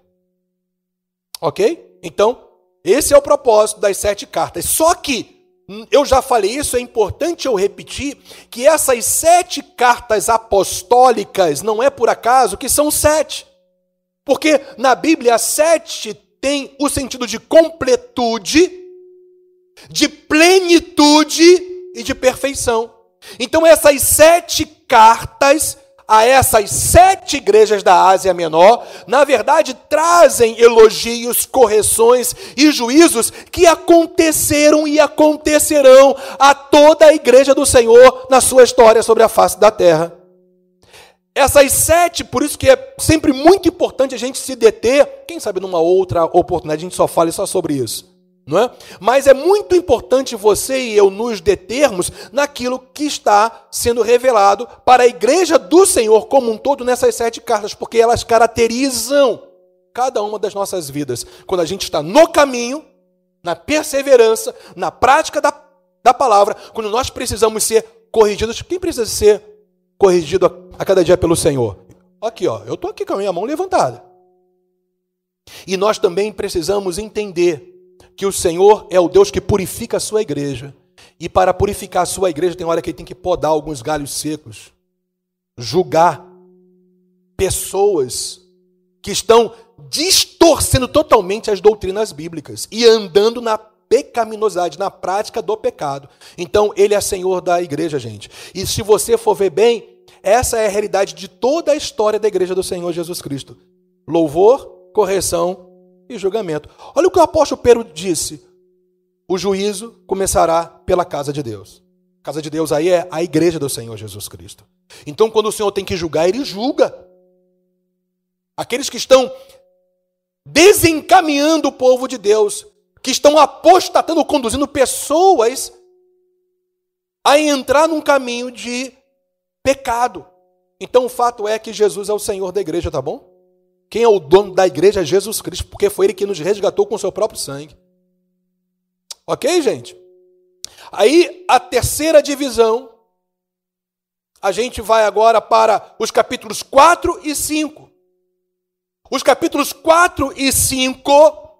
B: Ok? Então, esse é o propósito das sete cartas. Só que, eu já falei isso, é importante eu repetir, que essas sete cartas apostólicas, não é por acaso que são sete. Porque na Bíblia, sete tem o sentido de completude, de plenitude e de perfeição. Então essas sete cartas a essas sete igrejas da Ásia Menor, na verdade, trazem elogios, correções e juízos que aconteceram e acontecerão a toda a igreja do Senhor na sua história sobre a face da terra. Essas sete, por isso que é sempre muito importante a gente se deter, quem sabe numa outra oportunidade a gente só fale só sobre isso. Não é? Mas é muito importante você e eu nos determos naquilo que está sendo revelado para a igreja do Senhor como um todo nessas sete cartas, porque elas caracterizam cada uma das nossas vidas. Quando a gente está no caminho, na perseverança, na prática da, da palavra, quando nós precisamos ser corrigidos. Quem precisa ser corrigido a, a cada dia pelo Senhor? Aqui, ó, eu estou aqui com a minha mão levantada. E nós também precisamos entender que o Senhor é o Deus que purifica a sua igreja. E para purificar a sua igreja, tem hora que ele tem que podar alguns galhos secos. Julgar pessoas que estão distorcendo totalmente as doutrinas bíblicas e andando na pecaminosidade, na prática do pecado. Então, ele é Senhor da igreja, gente. E se você for ver bem, essa é a realidade de toda a história da igreja do Senhor Jesus Cristo. Louvor, correção e julgamento. Olha o que o apóstolo Pedro disse. O juízo começará pela casa de Deus. A casa de Deus aí é a igreja do Senhor Jesus Cristo. Então, quando o Senhor tem que julgar, ele julga. Aqueles que estão desencaminhando o povo de Deus, que estão apostatando, conduzindo pessoas a entrar num caminho de pecado. Então, o fato é que Jesus é o Senhor da igreja, tá bom? Quem é o dono da igreja é Jesus Cristo, porque foi ele que nos resgatou com o seu próprio sangue. Ok, gente? Aí, a terceira divisão, a gente vai agora para os capítulos quatro e cinco. Os capítulos quatro e cinco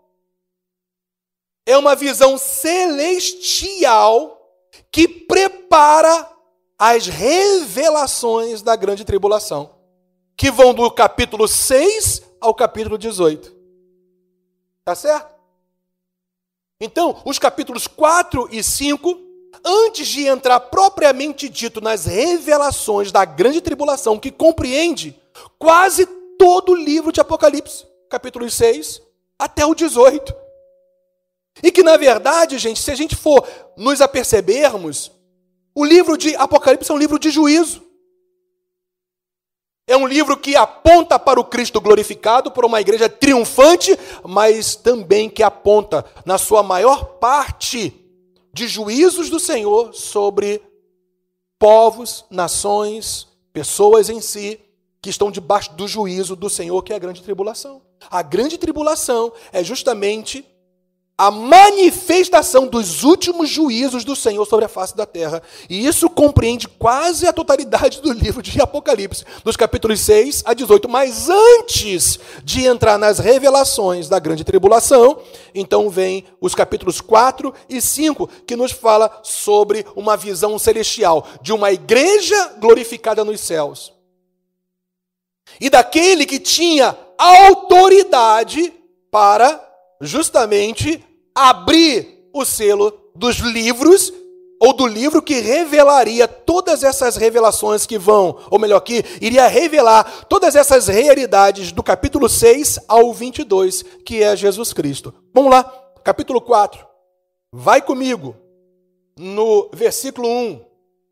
B: é uma visão celestial que prepara as revelações da grande tribulação, que vão do capítulo seis ao capítulo dezoito. Tá certo? Então, os capítulos quatro e cinco, antes de entrar propriamente dito nas revelações da grande tribulação, que compreende quase todo o livro de Apocalipse, capítulos seis até o dezoito. E que, na verdade, gente, se a gente for nos apercebermos, o livro de Apocalipse é um livro de juízo. É um livro que aponta para o Cristo glorificado, para uma igreja triunfante, mas também que aponta, na sua maior parte, de juízos do Senhor sobre povos, nações, pessoas em si, que estão debaixo do juízo do Senhor, que é a grande tribulação. A grande tribulação é justamente a manifestação dos últimos juízos do Senhor sobre a face da terra. E isso compreende quase a totalidade do livro de Apocalipse, dos capítulos seis a dezoito. Mas antes de entrar nas revelações da grande tribulação, então vem os capítulos quatro e cinco, que nos fala sobre uma visão celestial de uma igreja glorificada nos céus. E daquele que tinha autoridade para justamente abrir o selo dos livros, ou do livro que revelaria todas essas revelações que vão, ou melhor, que iria revelar todas essas realidades do capítulo seis ao vinte e dois, que é Jesus Cristo. Vamos lá, capítulo quatro. Vai comigo no versículo um.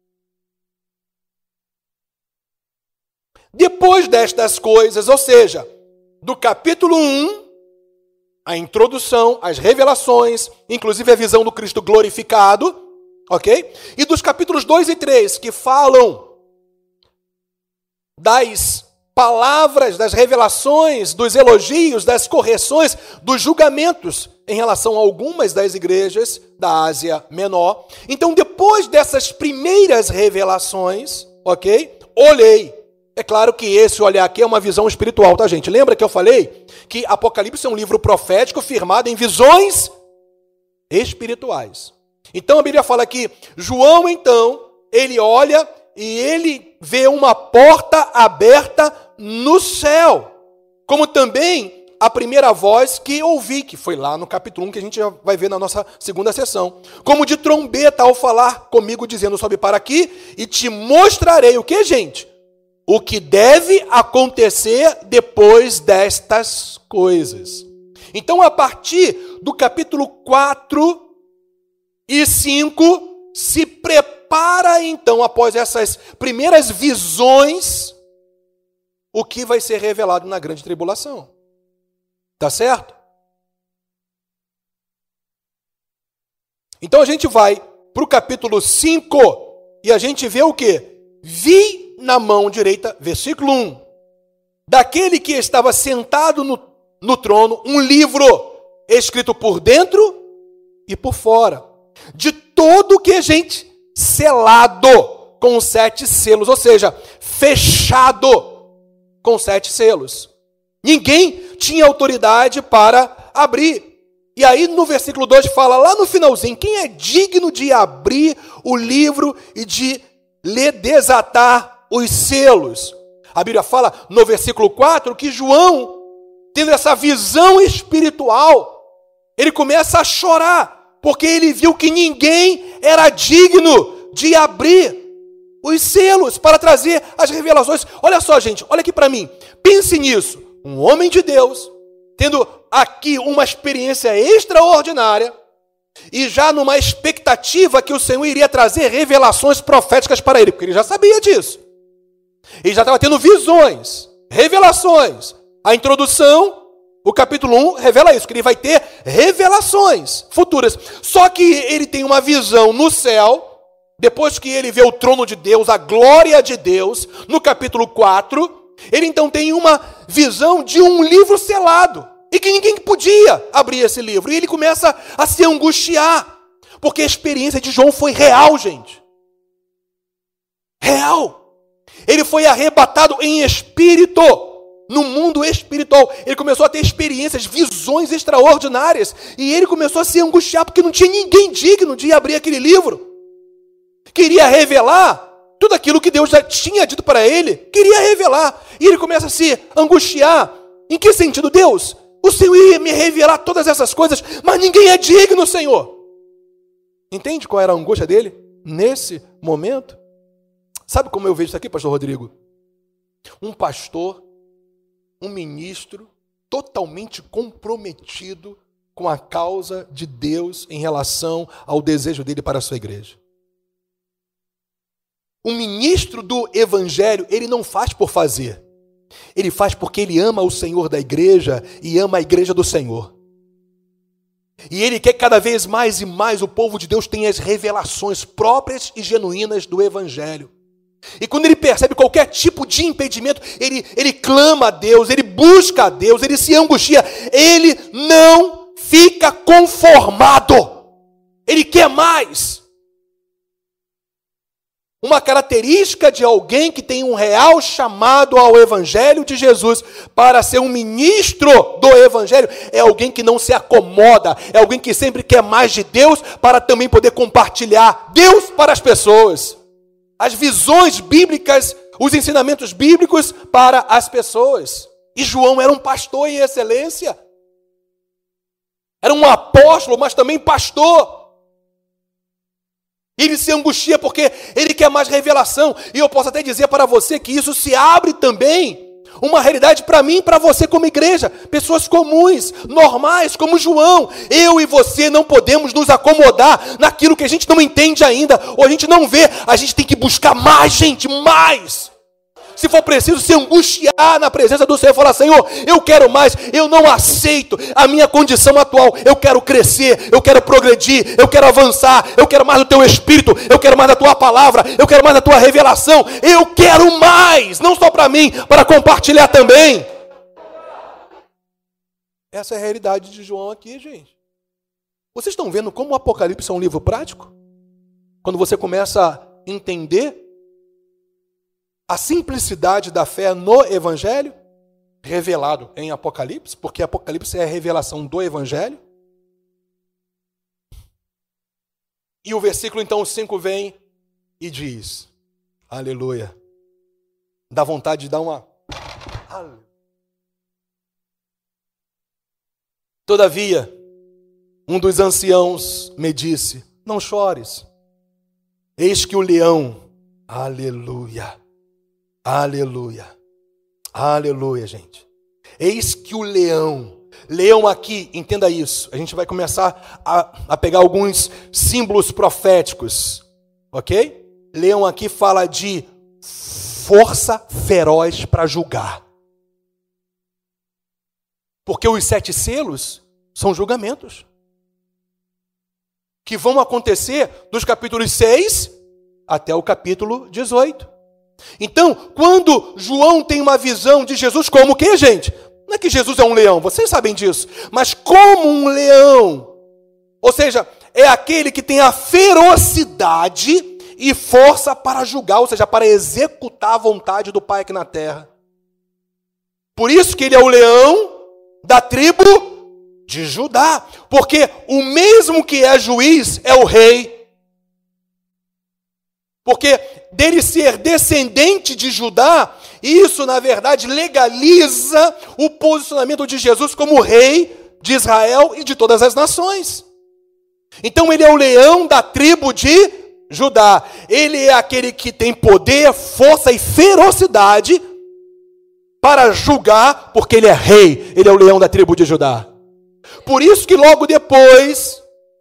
B: Depois destas coisas, ou seja, do capítulo um, a introdução, as revelações, inclusive a visão do Cristo glorificado, ok? E dos capítulos dois e três, que falam das palavras, das revelações, dos elogios, das correções, dos julgamentos em relação a algumas das igrejas da Ásia Menor. Então, depois dessas primeiras revelações, ok? Olhei. É claro que esse olhar aqui é uma visão espiritual, tá, gente? Lembra que eu falei que Apocalipse é um livro profético firmado em visões espirituais. Então a Bíblia fala que João, então, ele olha e ele vê uma porta aberta no céu. Como também a primeira voz que ouvi, que foi lá no capítulo um, que a gente já vai ver na nossa segunda sessão. Como de trombeta ao falar comigo, dizendo, sobe para aqui e te mostrarei o que, gente? O que deve acontecer depois destas coisas. Então, a partir do capítulo quatro e cinco, se prepara, então, após essas primeiras visões, o que vai ser revelado na grande tribulação. Tá certo? Então, a gente vai para o capítulo cinco e a gente vê o quê? Vi na mão direita, versículo um, daquele que estava sentado no, no trono, um livro escrito por dentro e por fora, de todo que a gente selado com sete selos, ou seja, fechado com sete selos. Ninguém tinha autoridade para abrir. E aí no versículo dois fala lá no finalzinho, quem é digno de abrir o livro e de lhe desatar os selos? A Bíblia fala no versículo quatro que João, tendo essa visão espiritual, ele começa a chorar, porque ele viu que ninguém era digno de abrir os selos para trazer as revelações. Olha só, gente, olha aqui para mim, pense nisso, um homem de Deus, tendo aqui uma experiência extraordinária, e já numa expectativa que o Senhor iria trazer revelações proféticas para ele, porque ele já sabia disso. Ele já estava tendo visões, revelações. A introdução, o capítulo um, revela isso, que ele vai ter revelações futuras. Só que ele tem uma visão no céu, depois que ele vê o trono de Deus, a glória de Deus, no capítulo quatro, ele então tem uma visão de um livro selado, e que ninguém podia abrir esse livro. E ele começa a se angustiar, porque a experiência de João foi real, gente. Real. Ele foi arrebatado em espírito, no mundo espiritual. Ele começou a ter experiências, visões extraordinárias. E ele começou a se angustiar, porque não tinha ninguém digno de abrir aquele livro. Queria revelar tudo aquilo que Deus já tinha dito para ele. Queria revelar. E ele começa a se angustiar. Em que sentido? Deus, o Senhor ia me revelar todas essas coisas, mas ninguém é digno, Senhor. Entende qual era a angústia dele nesse momento? Sabe como eu vejo isso aqui, pastor Rodrigo? Um pastor, um ministro, totalmente comprometido com a causa de Deus em relação ao desejo dele para a sua igreja. Um ministro do evangelho, ele não faz por fazer. Ele faz porque ele ama o Senhor da igreja e ama a igreja do Senhor. E ele quer cada vez mais e mais o povo de Deus tenha as revelações próprias e genuínas do evangelho. E quando ele percebe qualquer tipo de impedimento, ele, ele clama a Deus, ele busca a Deus, ele se angustia. Ele não fica conformado. Ele quer mais. Uma característica de alguém que tem um real chamado ao Evangelho de Jesus para ser um ministro do Evangelho é alguém que não se acomoda, é alguém que sempre quer mais de Deus para também poder compartilhar Deus para as pessoas. As visões bíblicas, os ensinamentos bíblicos para as pessoas. E João era um pastor em excelência. Era um apóstolo, mas também pastor. Ele se angustia porque ele quer mais revelação. E eu posso até dizer para você que isso se abre também uma realidade para mim e para você como igreja. Pessoas comuns, normais, como João. Eu e você não podemos nos acomodar naquilo que a gente não entende ainda, ou a gente não vê. A gente tem que buscar mais, gente, mais. Se for preciso se angustiar na presença do Senhor e falar, Senhor, eu quero mais, eu não aceito a minha condição atual, eu quero crescer, eu quero progredir, eu quero avançar, eu quero mais do teu Espírito, eu quero mais da tua palavra, eu quero mais da tua revelação, eu quero mais, não só para mim, para compartilhar também. Essa é a realidade de João aqui, gente. Vocês estão vendo como o Apocalipse é um livro prático? Quando você começa a entender a simplicidade da fé no Evangelho, revelado em Apocalipse, porque Apocalipse é a revelação do Evangelho. E o versículo então cinco vem e diz, aleluia, dá vontade de dar uma... Todavia, um dos anciãos me disse, não chores, eis que o leão, aleluia, aleluia, aleluia, gente, eis que o leão, leão aqui, entenda isso, a gente vai começar a, a pegar alguns símbolos proféticos, ok? Leão aqui fala de força feroz para julgar. Porque os sete selos são julgamentos que vão acontecer dos capítulos seis até o capítulo dezoito. Então, quando João tem uma visão de Jesus como o quê, gente? Não é que Jesus é um leão, vocês sabem disso, mas como um leão. Ou seja, é aquele que tem a ferocidade e força para julgar, ou seja, para executar a vontade do Pai aqui na terra. Por isso que ele é o leão da tribo de Judá, porque o mesmo que é juiz é o rei. Porque dele ser descendente de Judá, isso na verdade legaliza o posicionamento de Jesus como rei de Israel e de todas as nações. Então ele é o leão da tribo de Judá. Ele é aquele que tem poder, força e ferocidade para julgar, porque ele é rei, ele é o leão da tribo de Judá. Por isso que logo depois,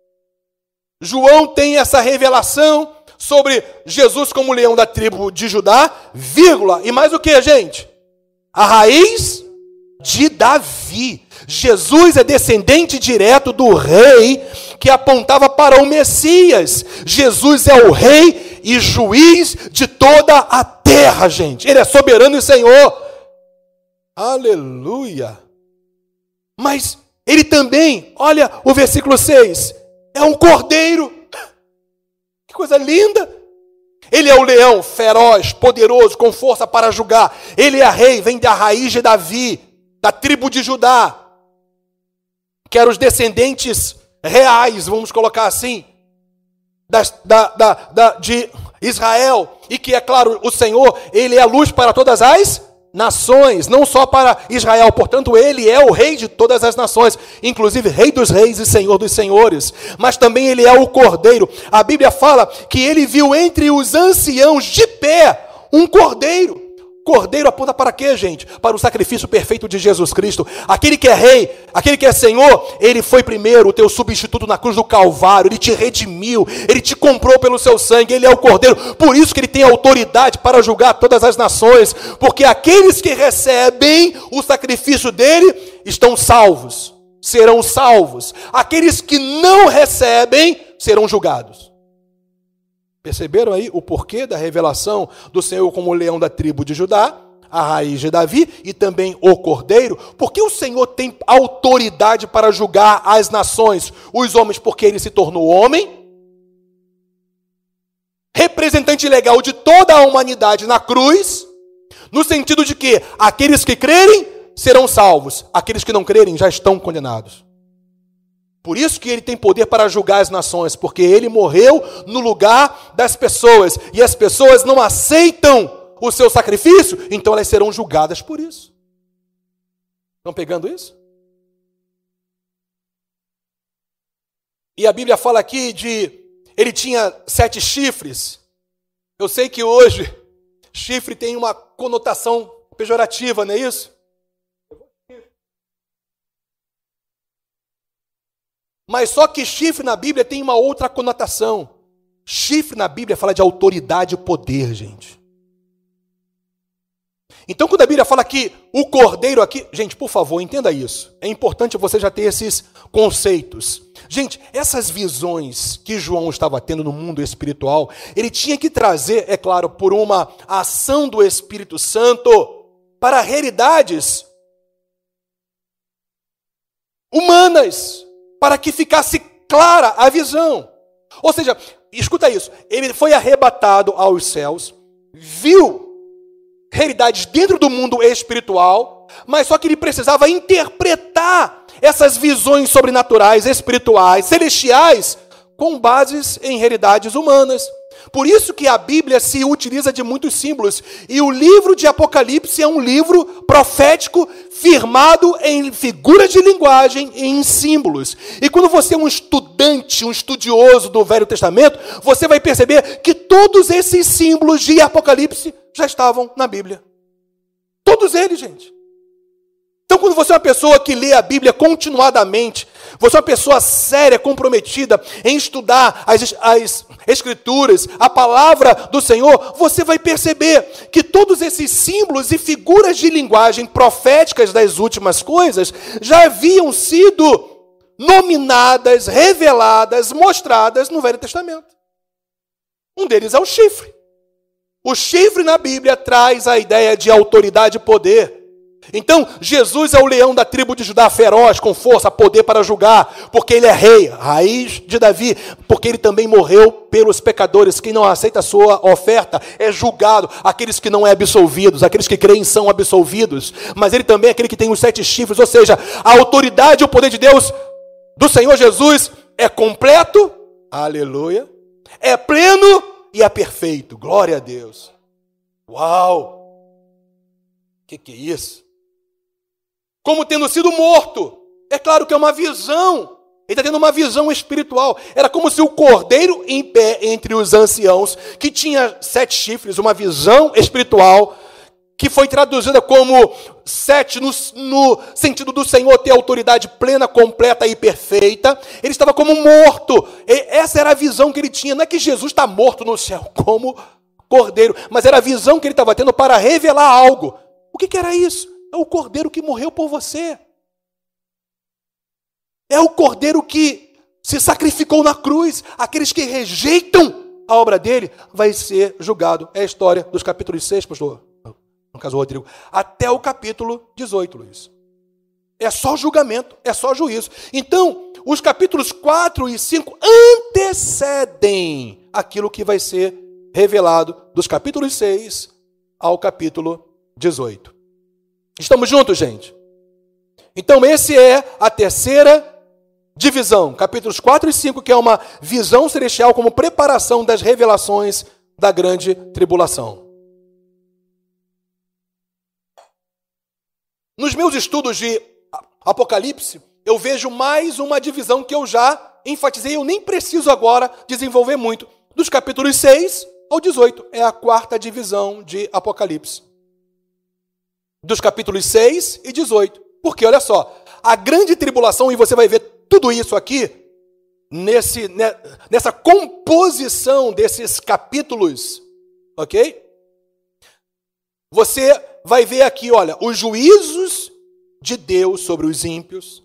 B: João tem essa revelação sobre Jesus como leão da tribo de Judá, vírgula, e mais o que, gente? A raiz de Davi. Jesus é descendente direto do rei que apontava para o Messias. Jesus é o rei e juiz de toda a terra, gente. Ele é soberano e Senhor. Aleluia! Mas ele também, olha o versículo seis, é um cordeiro. Que coisa linda! Ele é o leão feroz, poderoso, com força para julgar. Ele é rei, vem da raiz de Davi, da tribo de Judá, que eram os descendentes reais, vamos colocar assim, da, da, da, da, de Israel. E que é claro, o Senhor, ele é a luz para todas as nações, não só para Israel, portanto ele é o rei de todas as nações, inclusive rei dos reis e senhor dos senhores, mas também ele é o cordeiro. A Bíblia fala que ele viu entre os anciãos de pé um cordeiro. Cordeiro aponta para quê, gente? Para o sacrifício perfeito de Jesus Cristo. Aquele que é rei, aquele que é Senhor, ele foi primeiro o teu substituto na cruz do Calvário, ele te redimiu, ele te comprou pelo seu sangue, ele é o cordeiro. Por isso que ele tem autoridade para julgar todas as nações, porque aqueles que recebem o sacrifício dele estão salvos, serão salvos. Aqueles que não recebem serão julgados. Perceberam aí o porquê da revelação do Senhor como o leão da tribo de Judá, a raiz de Davi e também o cordeiro? Porque o Senhor tem autoridade para julgar as nações, os homens, porque ele se tornou homem, representante legal de toda a humanidade na cruz, no sentido de que aqueles que crerem serão salvos, aqueles que não crerem já estão condenados. Por isso que ele tem poder para julgar as nações, porque ele morreu no lugar das pessoas, e as pessoas não aceitam o seu sacrifício, então elas serão julgadas por isso. Estão pegando isso? E a Bíblia fala aqui de, ele tinha sete chifres. Eu sei que hoje, chifre tem uma conotação pejorativa, não é isso? Mas só que chifre na Bíblia tem uma outra conotação. Chifre na Bíblia fala de autoridade e poder, gente. Então, quando a Bíblia fala que o cordeiro aqui... Gente, por favor, entenda isso. É importante você já ter esses conceitos. Gente, essas visões que João estava tendo no mundo espiritual, ele tinha que trazer, é claro, por uma ação do Espírito Santo, para realidades humanas, para que ficasse clara a visão. Ou seja, escuta isso, ele foi arrebatado aos céus, viu realidades dentro do mundo espiritual, mas só que ele precisava interpretar essas visões sobrenaturais, espirituais, celestiais, com bases em realidades humanas. Por isso que a Bíblia se utiliza de muitos símbolos. E o livro de Apocalipse é um livro profético firmado em figuras de linguagem e em símbolos. E quando você é um estudante, um estudioso do Velho Testamento, você vai perceber que todos esses símbolos de Apocalipse já estavam na Bíblia. Todos eles, gente. Então, quando você é uma pessoa que lê a Bíblia continuadamente, você é uma pessoa séria, comprometida em estudar as, as Escrituras, a palavra do Senhor, você vai perceber que todos esses símbolos e figuras de linguagem proféticas das últimas coisas já haviam sido nominadas, reveladas, mostradas no Velho Testamento. Um deles é o chifre. O chifre na Bíblia traz a ideia de autoridade e poder. Então, Jesus é o leão da tribo de Judá, feroz, com força, poder para julgar, porque ele é rei, raiz de Davi, porque ele também morreu pelos pecadores. Quem não aceita a sua oferta é julgado. Aqueles que não é absolvidos, aqueles que creem são absolvidos. Mas ele também é aquele que tem os sete chifres, ou seja, a autoridade e o poder de Deus, do Senhor Jesus, é completo, aleluia, é pleno e é perfeito, glória a Deus. Uau! O que, que é isso? Como tendo sido morto. É claro que é uma visão. Ele está tendo uma visão espiritual. Era como se o cordeiro em pé entre os anciãos, que tinha sete chifres, uma visão espiritual, que foi traduzida como sete, no, no sentido do Senhor ter autoridade plena, completa e perfeita. Ele estava como morto. E essa era a visão que ele tinha. Não é que Jesus está morto no céu como cordeiro, mas era a visão que ele estava tendo para revelar algo. O que, que era isso? É o cordeiro que morreu por você. É o cordeiro que se sacrificou na cruz. Aqueles que rejeitam a obra dele vai ser julgado. É a história dos capítulos seis, pastor, no caso o Rodrigo, até o capítulo dezoito, Luiz. É só julgamento, é só juízo. Então, os capítulos quatro e cinco antecedem aquilo que vai ser revelado dos capítulos seis ao capítulo dezoito. Estamos juntos, gente? Então, esse é a terceira divisão, capítulos quatro e cinco, que é uma visão celestial como preparação das revelações da grande tribulação. Nos meus estudos de Apocalipse, eu vejo mais uma divisão que eu já enfatizei, eu nem preciso agora desenvolver muito. Dos capítulos seis ao dezoito, é a quarta divisão de Apocalipse. Dos capítulos seis e dezoito. Porque, olha só, a grande tribulação, e você vai ver tudo isso aqui, nesse, nessa composição desses capítulos, ok? Você vai ver aqui, olha, os juízos de Deus sobre os ímpios,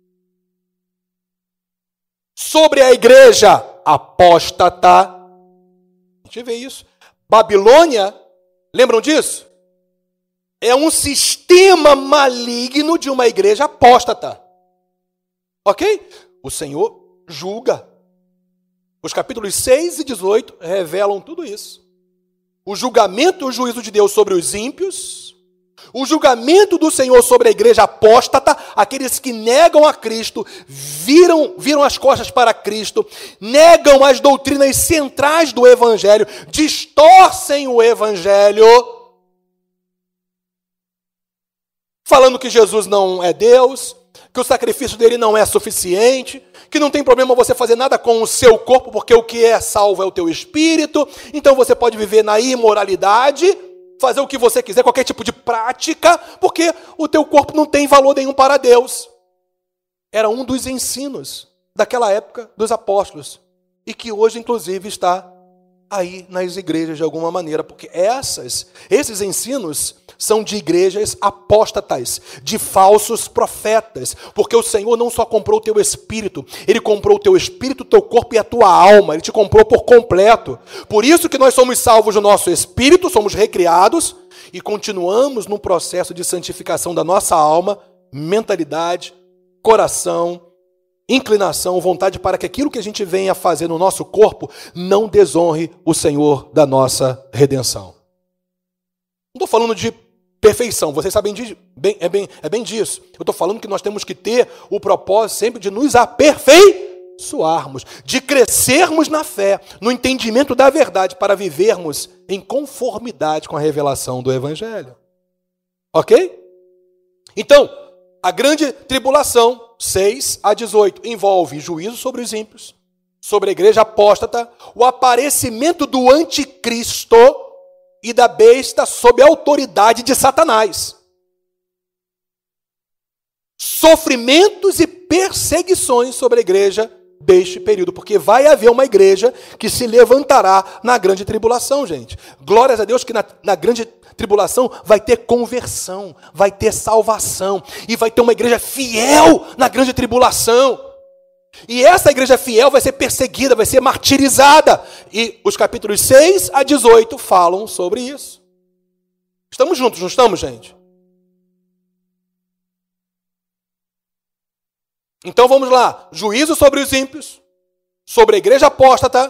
B: sobre a igreja apóstata. A gente vê isso. Babilônia, lembram disso? É um sistema maligno de uma igreja apóstata. Ok? O Senhor julga. Os capítulos seis e dezoito revelam tudo isso. O julgamento e o juízo de Deus sobre os ímpios. O julgamento do Senhor sobre a igreja apóstata. Aqueles que negam a Cristo, viram, viram as costas para Cristo, negam as doutrinas centrais do Evangelho, distorcem o Evangelho, falando que Jesus não é Deus, que o sacrifício dele não é suficiente, que não tem problema você fazer nada com o seu corpo, porque o que é salvo é o teu espírito, então você pode viver na imoralidade, fazer o que você quiser, qualquer tipo de prática, porque o teu corpo não tem valor nenhum para Deus. Era um dos ensinos daquela época dos apóstolos, e que hoje, inclusive, está aí nas igrejas de alguma maneira, porque essas, esses ensinos são de igrejas apóstatas, de falsos profetas, porque o Senhor não só comprou o teu espírito, Ele comprou o teu espírito, o teu corpo e a tua alma, Ele te comprou por completo. Por isso que nós somos salvos do nosso espírito, somos recriados e continuamos no processo de santificação da nossa alma, mentalidade, coração, inclinação, vontade, para que aquilo que a gente venha fazer no nosso corpo não desonre o Senhor da nossa redenção. Não estou falando de perfeição, vocês sabem de, bem, é, bem, é bem disso. Eu estou falando que nós temos que ter o propósito sempre de nos aperfeiçoarmos, de crescermos na fé, no entendimento da verdade, para vivermos em conformidade com a revelação do Evangelho. Ok? Então, a grande tribulação, seis a dezoito, envolve juízo sobre os ímpios, sobre a igreja apóstata, o aparecimento do anticristo e da besta sob a autoridade de Satanás. Sofrimentos e perseguições sobre a igreja deste período, porque vai haver uma igreja que se levantará na grande tribulação, gente. Glórias a Deus que na, na grande tribulação vai ter conversão, vai ter salvação, e vai ter uma igreja fiel na grande tribulação. E essa igreja fiel vai ser perseguida, vai ser martirizada. E os capítulos seis a dezoito falam sobre isso. Estamos juntos, não estamos, gente? Então vamos lá. Juízo sobre os ímpios, sobre a igreja apóstata,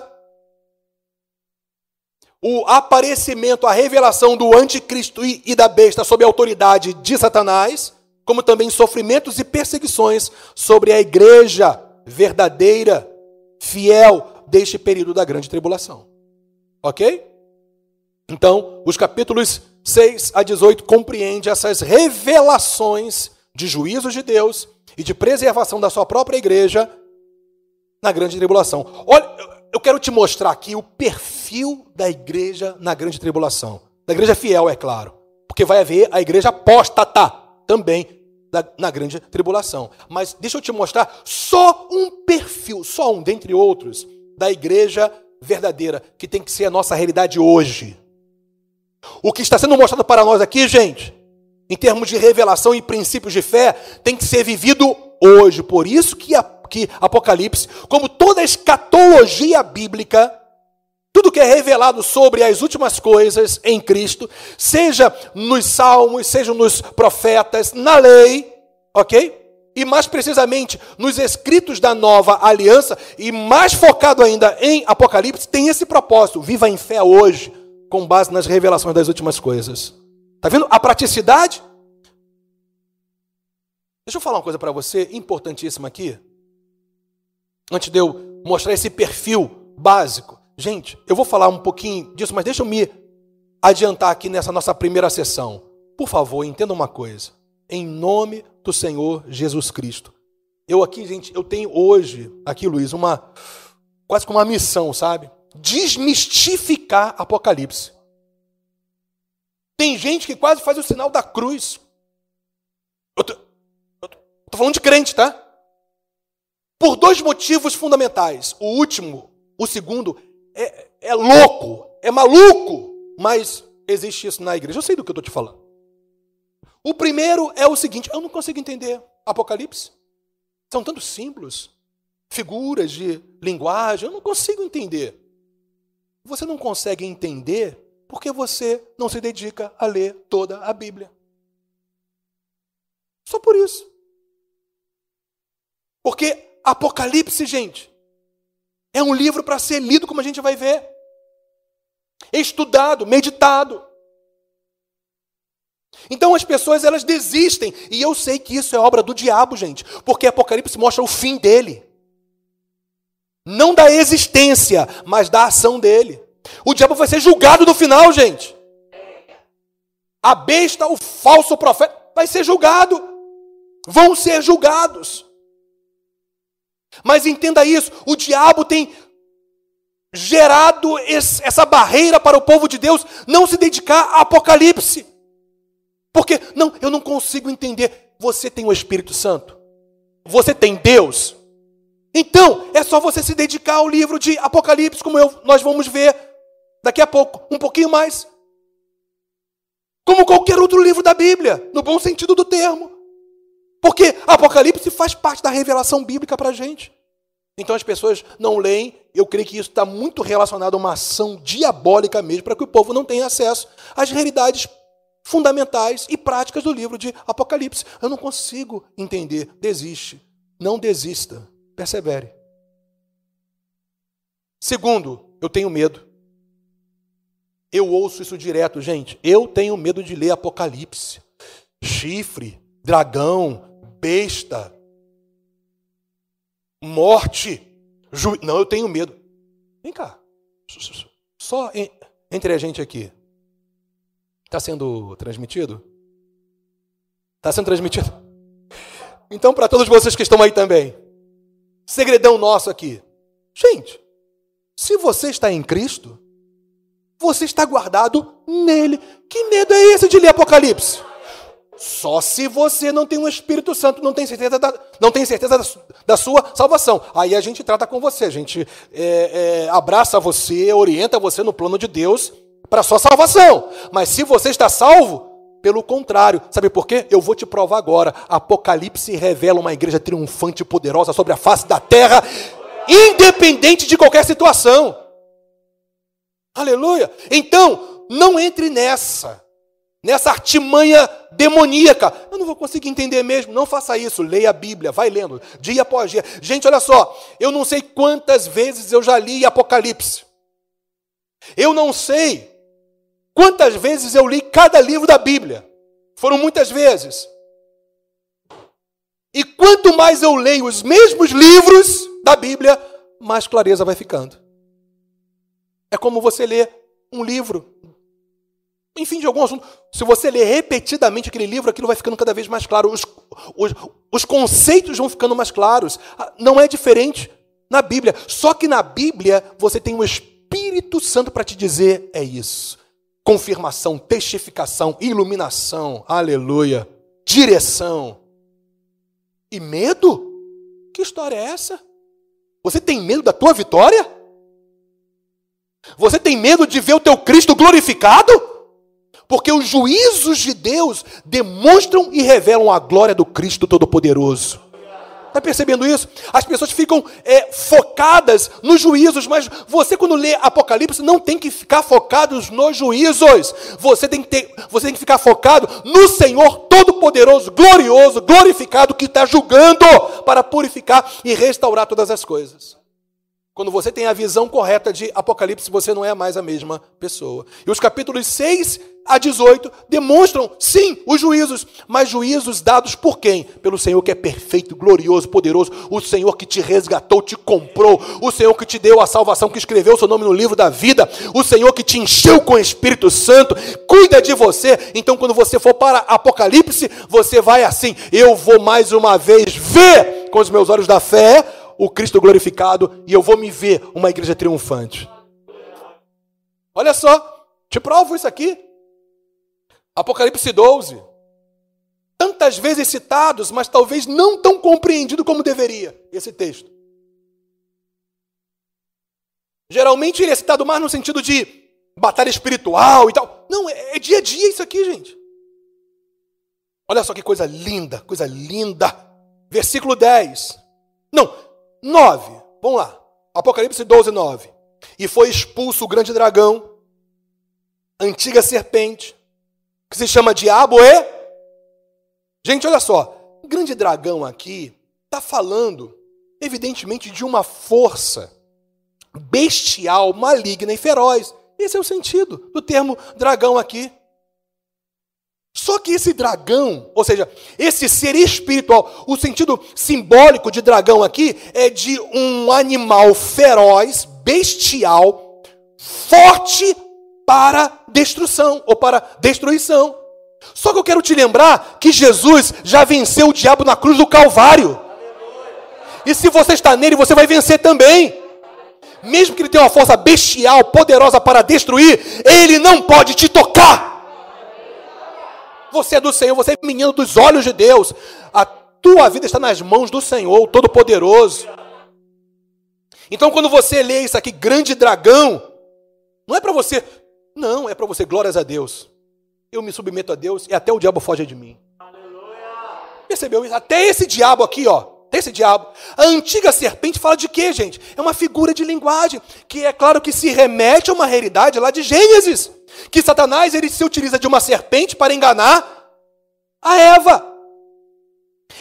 B: o aparecimento, a revelação do anticristo e da besta sob a autoridade de Satanás, como também sofrimentos e perseguições sobre a igreja verdadeira, fiel, deste período da grande tribulação. Ok? Então, os capítulos seis a dezoito compreendem essas revelações de juízos de Deus e de preservação da sua própria igreja na grande tribulação. Olha, eu quero te mostrar aqui o perfil da igreja na grande tribulação. Da igreja fiel, é claro. Porque vai haver a igreja apóstata também na grande tribulação. Mas deixa eu te mostrar só um perfil, só um dentre outros, da igreja verdadeira, que tem que ser a nossa realidade hoje. O que está sendo mostrado para nós aqui, gente, em termos de revelação e princípios de fé, tem que ser vivido hoje. Por isso que, a, que Apocalipse, como toda a escatologia bíblica, tudo que é revelado sobre as últimas coisas em Cristo, seja nos salmos, seja nos profetas, na lei, ok? E mais precisamente nos escritos da nova aliança, e mais focado ainda em Apocalipse, tem esse propósito: viva em fé hoje, com base nas revelações das últimas coisas. Está vendo a praticidade? Deixa eu falar uma coisa para você, importantíssima aqui, antes de eu mostrar esse perfil básico. Gente, eu vou falar um pouquinho disso, mas deixa eu me adiantar aqui nessa nossa primeira sessão. Por favor, entenda uma coisa. Em nome do Senhor Jesus Cristo. Eu aqui, gente, eu tenho hoje, aqui, Luiz, uma quase como uma missão, sabe? Desmistificar Apocalipse. Tem gente que quase faz o sinal da cruz. Eu tô, eu tô falando de crente, tá? Por dois motivos fundamentais. O último, o segundo, é, é louco, é maluco, mas existe isso na igreja. Eu sei do que eu estou te falando. O primeiro é o seguinte: eu não consigo entender Apocalipse. São tantos símbolos, figuras de linguagem, eu não consigo entender. Você não consegue entender porque você não se dedica a ler toda a Bíblia. Só por isso. Porque Apocalipse, gente, é um livro para ser lido, como a gente vai ver. Estudado, meditado. Então as pessoas, elas desistem. E eu sei que isso é obra do diabo, gente. Porque Apocalipse mostra o fim dele. Não da existência, mas da ação dele. O diabo vai ser julgado no final, gente. A besta, o falso profeta, vai ser julgado. Vão ser julgados. Mas entenda isso, o diabo tem gerado esse, essa barreira para o povo de Deus não se dedicar a Apocalipse. Porque, não, eu não consigo entender. Você tem o Espírito Santo? Você tem Deus? Então, é só você se dedicar ao livro de Apocalipse, como eu, nós vamos ver daqui a pouco, um pouquinho mais. Como qualquer outro livro da Bíblia, no bom sentido do termo. Porque Apocalipse faz parte da revelação bíblica para a gente. Então as pessoas não leem. Eu creio que isso está muito relacionado a uma ação diabólica mesmo, para que o povo não tenha acesso às realidades fundamentais e práticas do livro de Apocalipse. Eu não consigo entender. Desiste. Não desista. Persevere. Segundo, eu tenho medo. Eu ouço isso direto, gente. Eu tenho medo de ler Apocalipse. Chifre, dragão, besta, morte. Ju... Não, eu tenho medo. Vem cá. Só entre a gente aqui. Está sendo transmitido? Está sendo transmitido? Então, para todos vocês que estão aí também, segredão nosso aqui. Gente, se você está em Cristo, você está guardado nele. Que medo é esse de ler Apocalipse? Só se você não tem um Espírito Santo, não tem certeza da, não tem certeza da, da sua salvação. Aí a gente trata com você, a gente é, é, abraça você, orienta você no plano de Deus para a sua salvação. Mas se você está salvo, pelo contrário, sabe por quê? Eu vou te provar agora. Apocalipse revela uma igreja triunfante e poderosa sobre a face da terra, independente de qualquer situação. Aleluia! Então, não entre nessa. Nessa artimanha demoníaca. Eu não vou conseguir entender mesmo. Não faça isso. Leia a Bíblia. Vai lendo. Dia após dia. Gente, olha só. Eu não sei quantas vezes eu já li Apocalipse. Eu não sei quantas vezes eu li cada livro da Bíblia. Foram muitas vezes. E quanto mais eu leio os mesmos livros da Bíblia, mais clareza vai ficando. É como você ler um livro, enfim, de algum assunto. Se você ler repetidamente aquele livro, aquilo vai ficando cada vez mais claro. Os, os, os conceitos vão ficando mais claros. Não é diferente na Bíblia. Só que na Bíblia você tem o Espírito Santo para te dizer, é isso. Confirmação, testificação, iluminação, aleluia, direção. E medo? Que história é essa? Você tem medo da tua vitória? Você tem medo de ver o teu Cristo glorificado? Porque os juízos de Deus demonstram e revelam a glória do Cristo Todo-Poderoso. Está percebendo isso? As pessoas ficam é, focadas nos juízos, mas você, quando lê Apocalipse, não tem que ficar focado nos juízos. Você tem que, ter, você tem que ficar focado no Senhor Todo-Poderoso, glorioso, glorificado, que está julgando para purificar e restaurar todas as coisas. Quando você tem a visão correta de Apocalipse, você não é mais a mesma pessoa. E os capítulos seis a dezoito demonstram, sim, os juízos, mas juízos dados por quem? Pelo Senhor que é perfeito, glorioso, poderoso, o Senhor que te resgatou, te comprou, o Senhor que te deu a salvação, que escreveu o seu nome no livro da vida, o Senhor que te encheu com o Espírito Santo, cuida de você. Então, quando você for para Apocalipse, você vai assim, eu vou mais uma vez ver com os meus olhos da fé o Cristo glorificado, e eu vou me ver uma igreja triunfante. Olha só, te provo isso aqui. Apocalipse doze. Tantas vezes citados, mas talvez não tão compreendido como deveria, esse texto. Geralmente ele é citado mais no sentido de batalha espiritual e tal. Não, é, é dia a dia isso aqui, gente. Olha só que coisa linda, coisa linda. Versículo dez. Não, nove, vamos lá, Apocalipse doze, nove. E foi expulso o grande dragão, antiga serpente, que se chama Diabo e... Gente, olha só, o grande dragão aqui está falando, evidentemente, de uma força bestial, maligna e feroz. Esse é o sentido do termo dragão aqui. Só que esse dragão, ou seja, esse ser espiritual, o sentido simbólico de dragão aqui é de um animal feroz, bestial, forte para destruição ou para destruição. Só que eu quero te lembrar que Jesus já venceu o diabo na cruz do Calvário. E se você está nele, você vai vencer também. Mesmo que ele tenha uma força bestial, poderosa para destruir, ele não pode te tocar. Você é do Senhor, você é menino dos olhos de Deus. A tua vida está nas mãos do Senhor, o Todo-Poderoso. Então, quando você lê isso aqui, grande dragão, não é para você, não, é para você, glórias a Deus. Eu me submeto a Deus e até o diabo foge de mim. Aleluia. Percebeu isso? Até esse diabo aqui, ó, esse diabo. A antiga serpente fala de quê, gente? É uma figura de linguagem, que é claro que se remete a uma realidade lá de Gênesis. Que Satanás, ele se utiliza de uma serpente para enganar a Eva.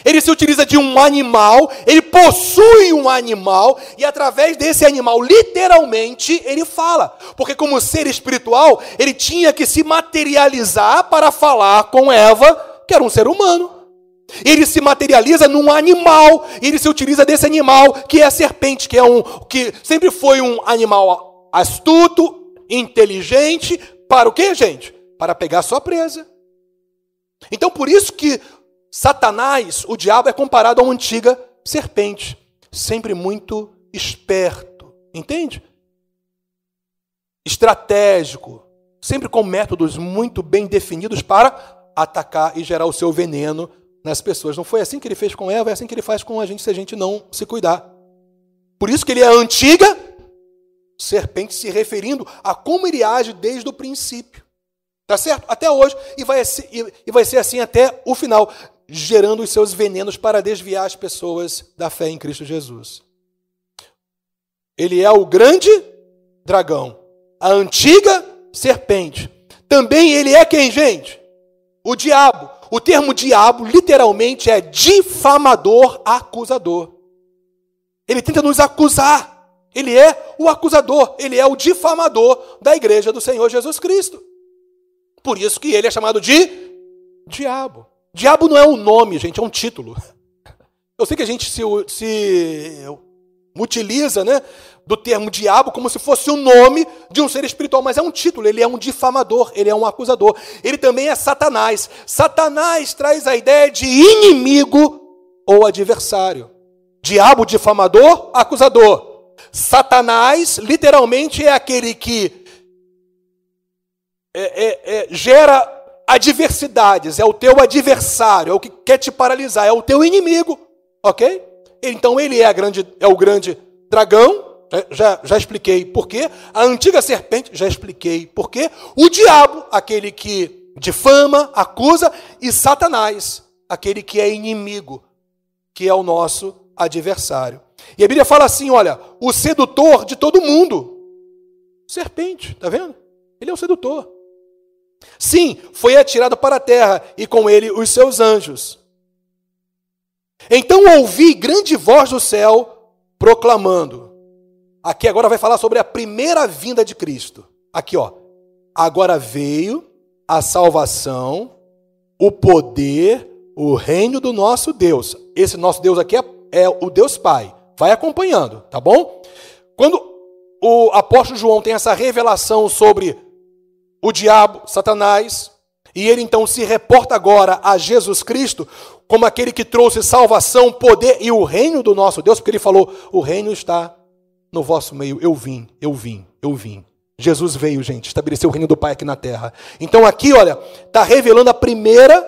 B: Ele se utiliza de um animal, ele possui um animal, e através desse animal, literalmente, ele fala. Porque como ser espiritual, ele tinha que se materializar para falar com Eva, que era um ser humano. Ele se materializa num animal, ele se utiliza desse animal, que é a serpente, que, é um, que sempre foi um animal astuto, inteligente, para o quê, gente? Para pegar sua presa. Então, por isso que Satanás, o diabo, é comparado a uma antiga serpente, sempre muito esperto, entende? Estratégico, sempre com métodos muito bem definidos para atacar e gerar o seu veneno nas pessoas. Não foi assim que ele fez com Eva, é assim que ele faz com a gente se a gente não se cuidar. Por isso que ele é a antiga serpente, se referindo a como ele age desde o princípio. Tá certo? Até hoje, e vai, ser, e vai ser assim até o final, gerando os seus venenos para desviar as pessoas da fé em Cristo Jesus. Ele é o grande dragão, a antiga serpente. Também ele é quem, gente? O diabo. O termo diabo, literalmente, é difamador, acusador. Ele tenta nos acusar. Ele é o acusador, ele é o difamador da igreja do Senhor Jesus Cristo. Por isso que ele é chamado de diabo. Diabo não é um nome, gente, é um título. Eu sei que a gente se, se utiliza, né, do termo diabo como se fosse o nome de um ser espiritual, mas é um título, ele é um difamador, ele é um acusador. Ele também é Satanás. Satanás traz a ideia de inimigo ou adversário. Diabo, difamador, acusador. Satanás, literalmente, é aquele que É, é, é, gera adversidades, é o teu adversário, é o que quer te paralisar, é o teu inimigo, ok? Então ele é, a grande, é o grande dragão, já, já expliquei por quê. A antiga serpente, já expliquei por quê. O diabo, aquele que difama, acusa, e Satanás, aquele que é inimigo, que é o nosso adversário. E a Bíblia fala assim, olha, o sedutor de todo mundo. Serpente, tá vendo? Ele é o sedutor. Sim, foi atirado para a terra, e com ele os seus anjos. Então ouvi grande voz do céu, proclamando. Aqui agora vai falar sobre a primeira vinda de Cristo. Aqui, ó. Agora veio a salvação, o poder, o reino do nosso Deus. Esse nosso Deus aqui é, é o Deus Pai. Vai acompanhando, tá bom? Quando o apóstolo João tem essa revelação sobre o diabo, Satanás, e ele então se reporta agora a Jesus Cristo como aquele que trouxe salvação, poder e o reino do nosso Deus, porque ele falou, o reino está no vosso meio, eu vim, eu vim, eu vim. Jesus veio, gente, estabeleceu o reino do Pai aqui na terra. Então aqui, olha, está revelando a primeira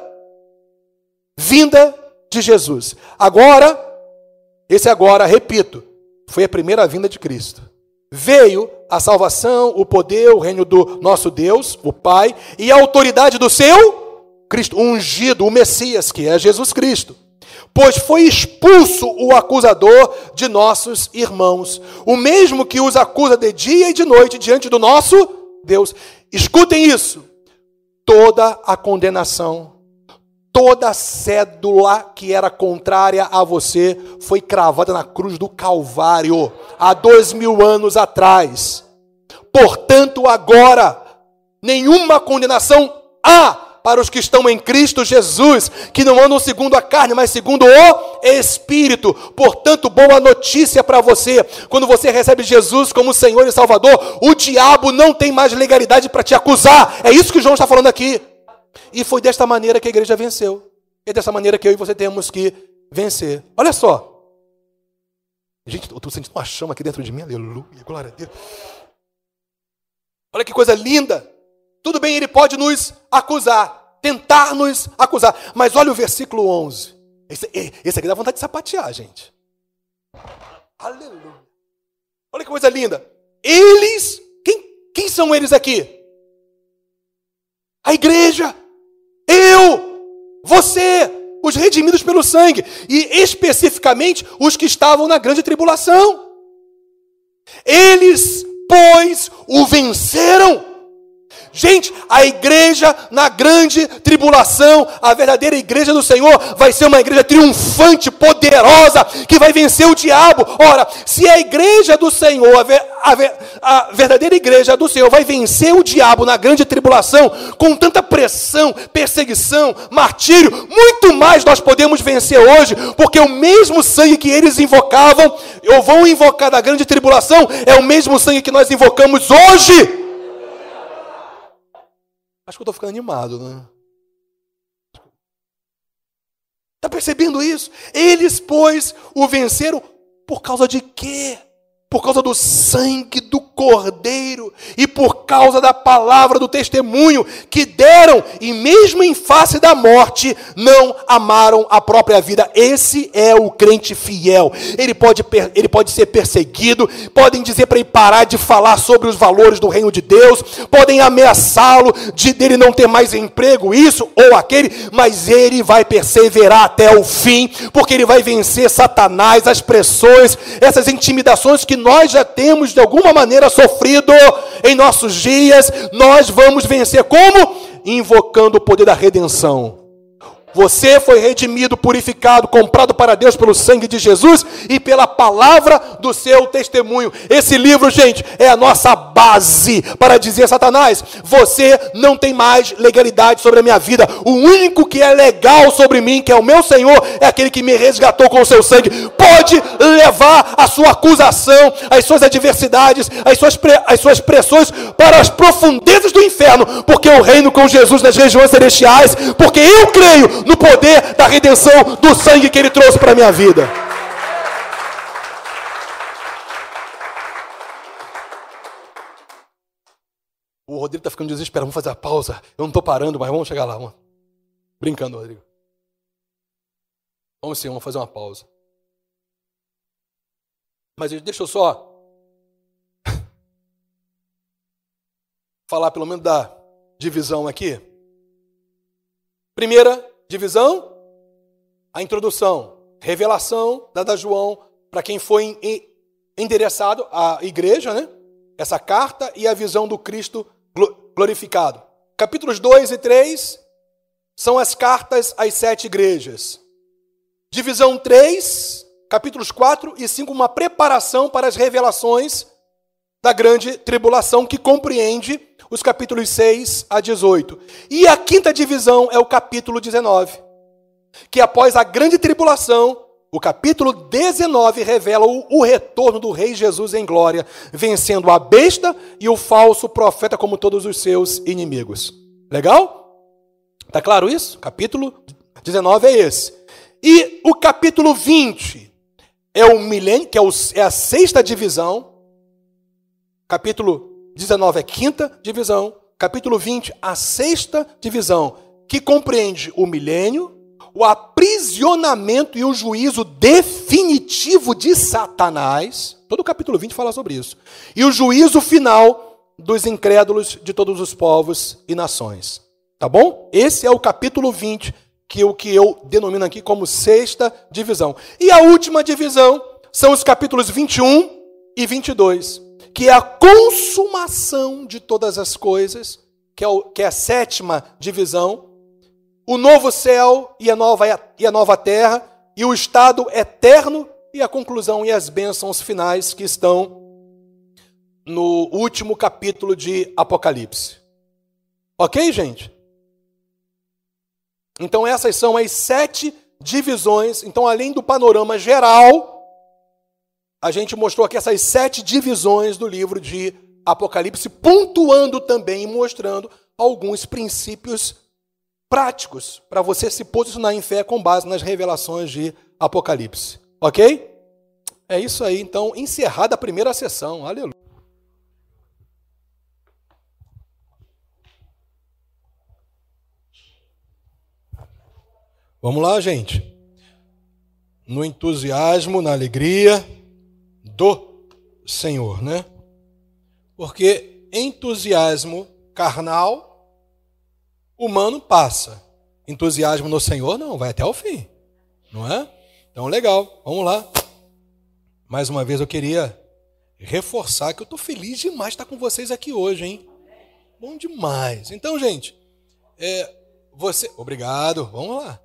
B: vinda de Jesus. Agora, esse agora, repito, foi a primeira vinda de Cristo. Veio a salvação, o poder, o reino do nosso Deus, o Pai, e a autoridade do seu Cristo, o ungido, o Messias, que é Jesus Cristo. Pois foi expulso o acusador de nossos irmãos, o mesmo que os acusa de dia e de noite diante do nosso Deus. Escutem isso, toda a condenação, toda a cédula que era contrária a você foi cravada na cruz do Calvário, há dois mil anos atrás. Portanto, agora, nenhuma condenação há para os que estão em Cristo Jesus, que não andam segundo a carne, mas segundo o Espírito. Portanto, boa notícia para você. Quando você recebe Jesus como Senhor e Salvador, o diabo não tem mais legalidade para te acusar. É isso que João está falando aqui. E foi desta maneira que a igreja venceu. É dessa maneira que eu e você temos que vencer. Olha só. Gente, eu estou sentindo uma chama aqui dentro de mim. Aleluia, glória a Deus. Olha que coisa linda. Tudo bem, ele pode nos acusar, tentar nos acusar. Mas olha o versículo onze. Esse, esse aqui dá vontade de sapatear, gente. Aleluia. Olha que coisa linda. Eles, quem, quem são eles aqui? A igreja. Eu, você, os redimidos pelo sangue. E especificamente os que estavam na grande tribulação. Eles, pois, o venceram. Gente, a igreja na grande tribulação, a verdadeira igreja do Senhor, vai ser uma igreja triunfante, poderosa, que vai vencer o diabo. Ora, se a igreja do Senhor, a, ver, a, ver, a verdadeira igreja do Senhor vai vencer o diabo na grande tribulação, com tanta pressão, perseguição, martírio, muito mais nós podemos vencer hoje, porque o mesmo sangue que eles invocavam, ou vão invocar da grande tribulação, é o mesmo sangue que nós invocamos hoje. Acho que eu estou ficando animado, né? Está percebendo isso? Eles, pois, o venceram por causa de quê? Por causa do sangue do Cordeiro e por causa da palavra do testemunho que deram, e mesmo em face da morte, não amaram a própria vida. Esse é o crente fiel. Ele pode, ele pode ser perseguido, podem dizer para ele parar de falar sobre os valores do reino de Deus, podem ameaçá-lo de dele não ter mais emprego, isso ou aquele, mas ele vai perseverar até o fim, porque ele vai vencer Satanás, as pressões, essas intimidações que nós já temos de alguma maneira sofrido em nossos dias. Nós vamos vencer como? Invocando o poder da redenção. Você foi redimido, purificado, comprado para Deus pelo sangue de Jesus e pela palavra do seu testemunho. Esse livro, gente, é a nossa base para dizer: Satanás, você não tem mais legalidade sobre a minha vida. O único que é legal sobre mim, que é o meu Senhor, é aquele que me resgatou com o seu sangue. Pode levar a sua acusação, as suas adversidades, as suas, pre- as suas pressões para as profundezas do inferno, porque eu reino com Jesus nas regiões celestiais, porque eu creio no poder da redenção do sangue que ele trouxe para a minha vida. O Rodrigo está ficando desesperado. Vamos fazer a pausa. Eu não estou parando, mas vamos chegar lá. Vamos. Brincando, Rodrigo. Vamos sim, vamos fazer uma pausa. Mas deixa eu só falar pelo menos da divisão aqui. Primeira divisão, a introdução, revelação dada a João para quem foi endereçado à igreja, né? Essa carta e a visão do Cristo glorificado. Capítulos dois e três são as cartas às sete igrejas. Divisão três, capítulos quatro e cinco, uma preparação para as revelações da grande tribulação, que compreende os capítulos seis a dezoito. E a quinta divisão é o capítulo dezenove, que após a grande tribulação, o capítulo dezenove revela o, o retorno do Rei Jesus em glória, vencendo a besta e o falso profeta como todos os seus inimigos. Legal? Tá claro isso? Capítulo dezenove é esse. E o capítulo vinte é o milênio, que é, o, é a sexta divisão. Capítulo dezenove é a quinta divisão. Capítulo vinte, a sexta divisão, que compreende o milênio, o aprisionamento e o juízo definitivo de Satanás. Todo o capítulo vinte fala sobre isso. E o juízo final dos incrédulos de todos os povos e nações. Tá bom? Esse é o capítulo vinte, que é o que eu denomino aqui como sexta divisão. E a última divisão são os capítulos vinte e um e vinte e dois, que é a consumação de todas as coisas, que é, o, que é a sétima divisão, o novo céu e a, nova, e a nova terra, e o estado eterno, e a conclusão e as bênçãos finais que estão no último capítulo de Apocalipse. Ok, gente? Então essas são as sete divisões. Então, além do panorama geral, a gente mostrou aqui essas sete divisões do livro de Apocalipse, pontuando também e mostrando alguns princípios práticos para você se posicionar em fé com base nas revelações de Apocalipse. Ok? É isso aí. Então, encerrada a primeira sessão. Aleluia. Vamos lá, gente. No entusiasmo, na alegria do Senhor, né? Porque entusiasmo carnal, humano, passa. Entusiasmo no Senhor, não, vai até o fim. Não é? Então, legal. Vamos lá. Mais uma vez eu queria reforçar que eu estou feliz demais de estar com vocês aqui hoje, hein? Bom demais. Então, gente, é, você... Obrigado, vamos lá.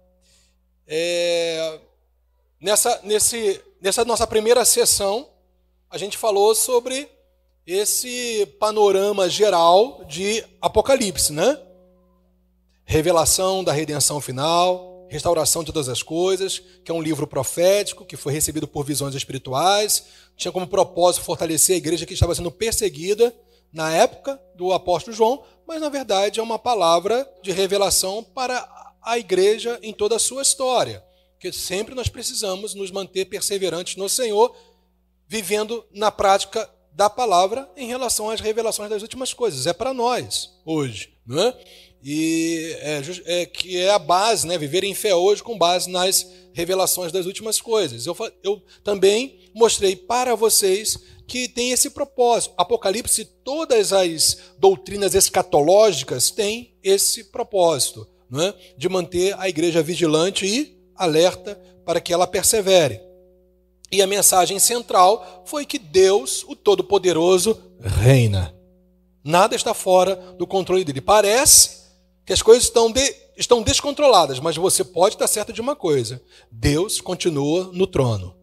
B: É, nessa, nesse, nessa nossa primeira sessão, a gente falou sobre esse panorama geral de Apocalipse, né? Revelação da redenção final, restauração de todas as coisas, que é um livro profético, que foi recebido por visões espirituais, tinha como propósito fortalecer a igreja que estava sendo perseguida na época do apóstolo João, mas na verdade é uma palavra de revelação para a igreja em toda a sua história, porque sempre nós precisamos nos manter perseverantes no Senhor, vivendo na prática da palavra em relação às revelações das últimas coisas. É para nós hoje, não é? E é, é, que é a base, né? Viver em fé hoje com base nas revelações das últimas coisas. Eu, eu também mostrei para vocês que tem esse propósito. Apocalipse, todas as doutrinas escatológicas têm esse propósito, não é? De manter a igreja vigilante e alerta para que ela persevere. E a mensagem central foi que Deus, o Todo-Poderoso, reina. Nada está fora do controle dele. Parece que as coisas estão, de, estão descontroladas, mas você pode estar certo de uma coisa: Deus continua no trono.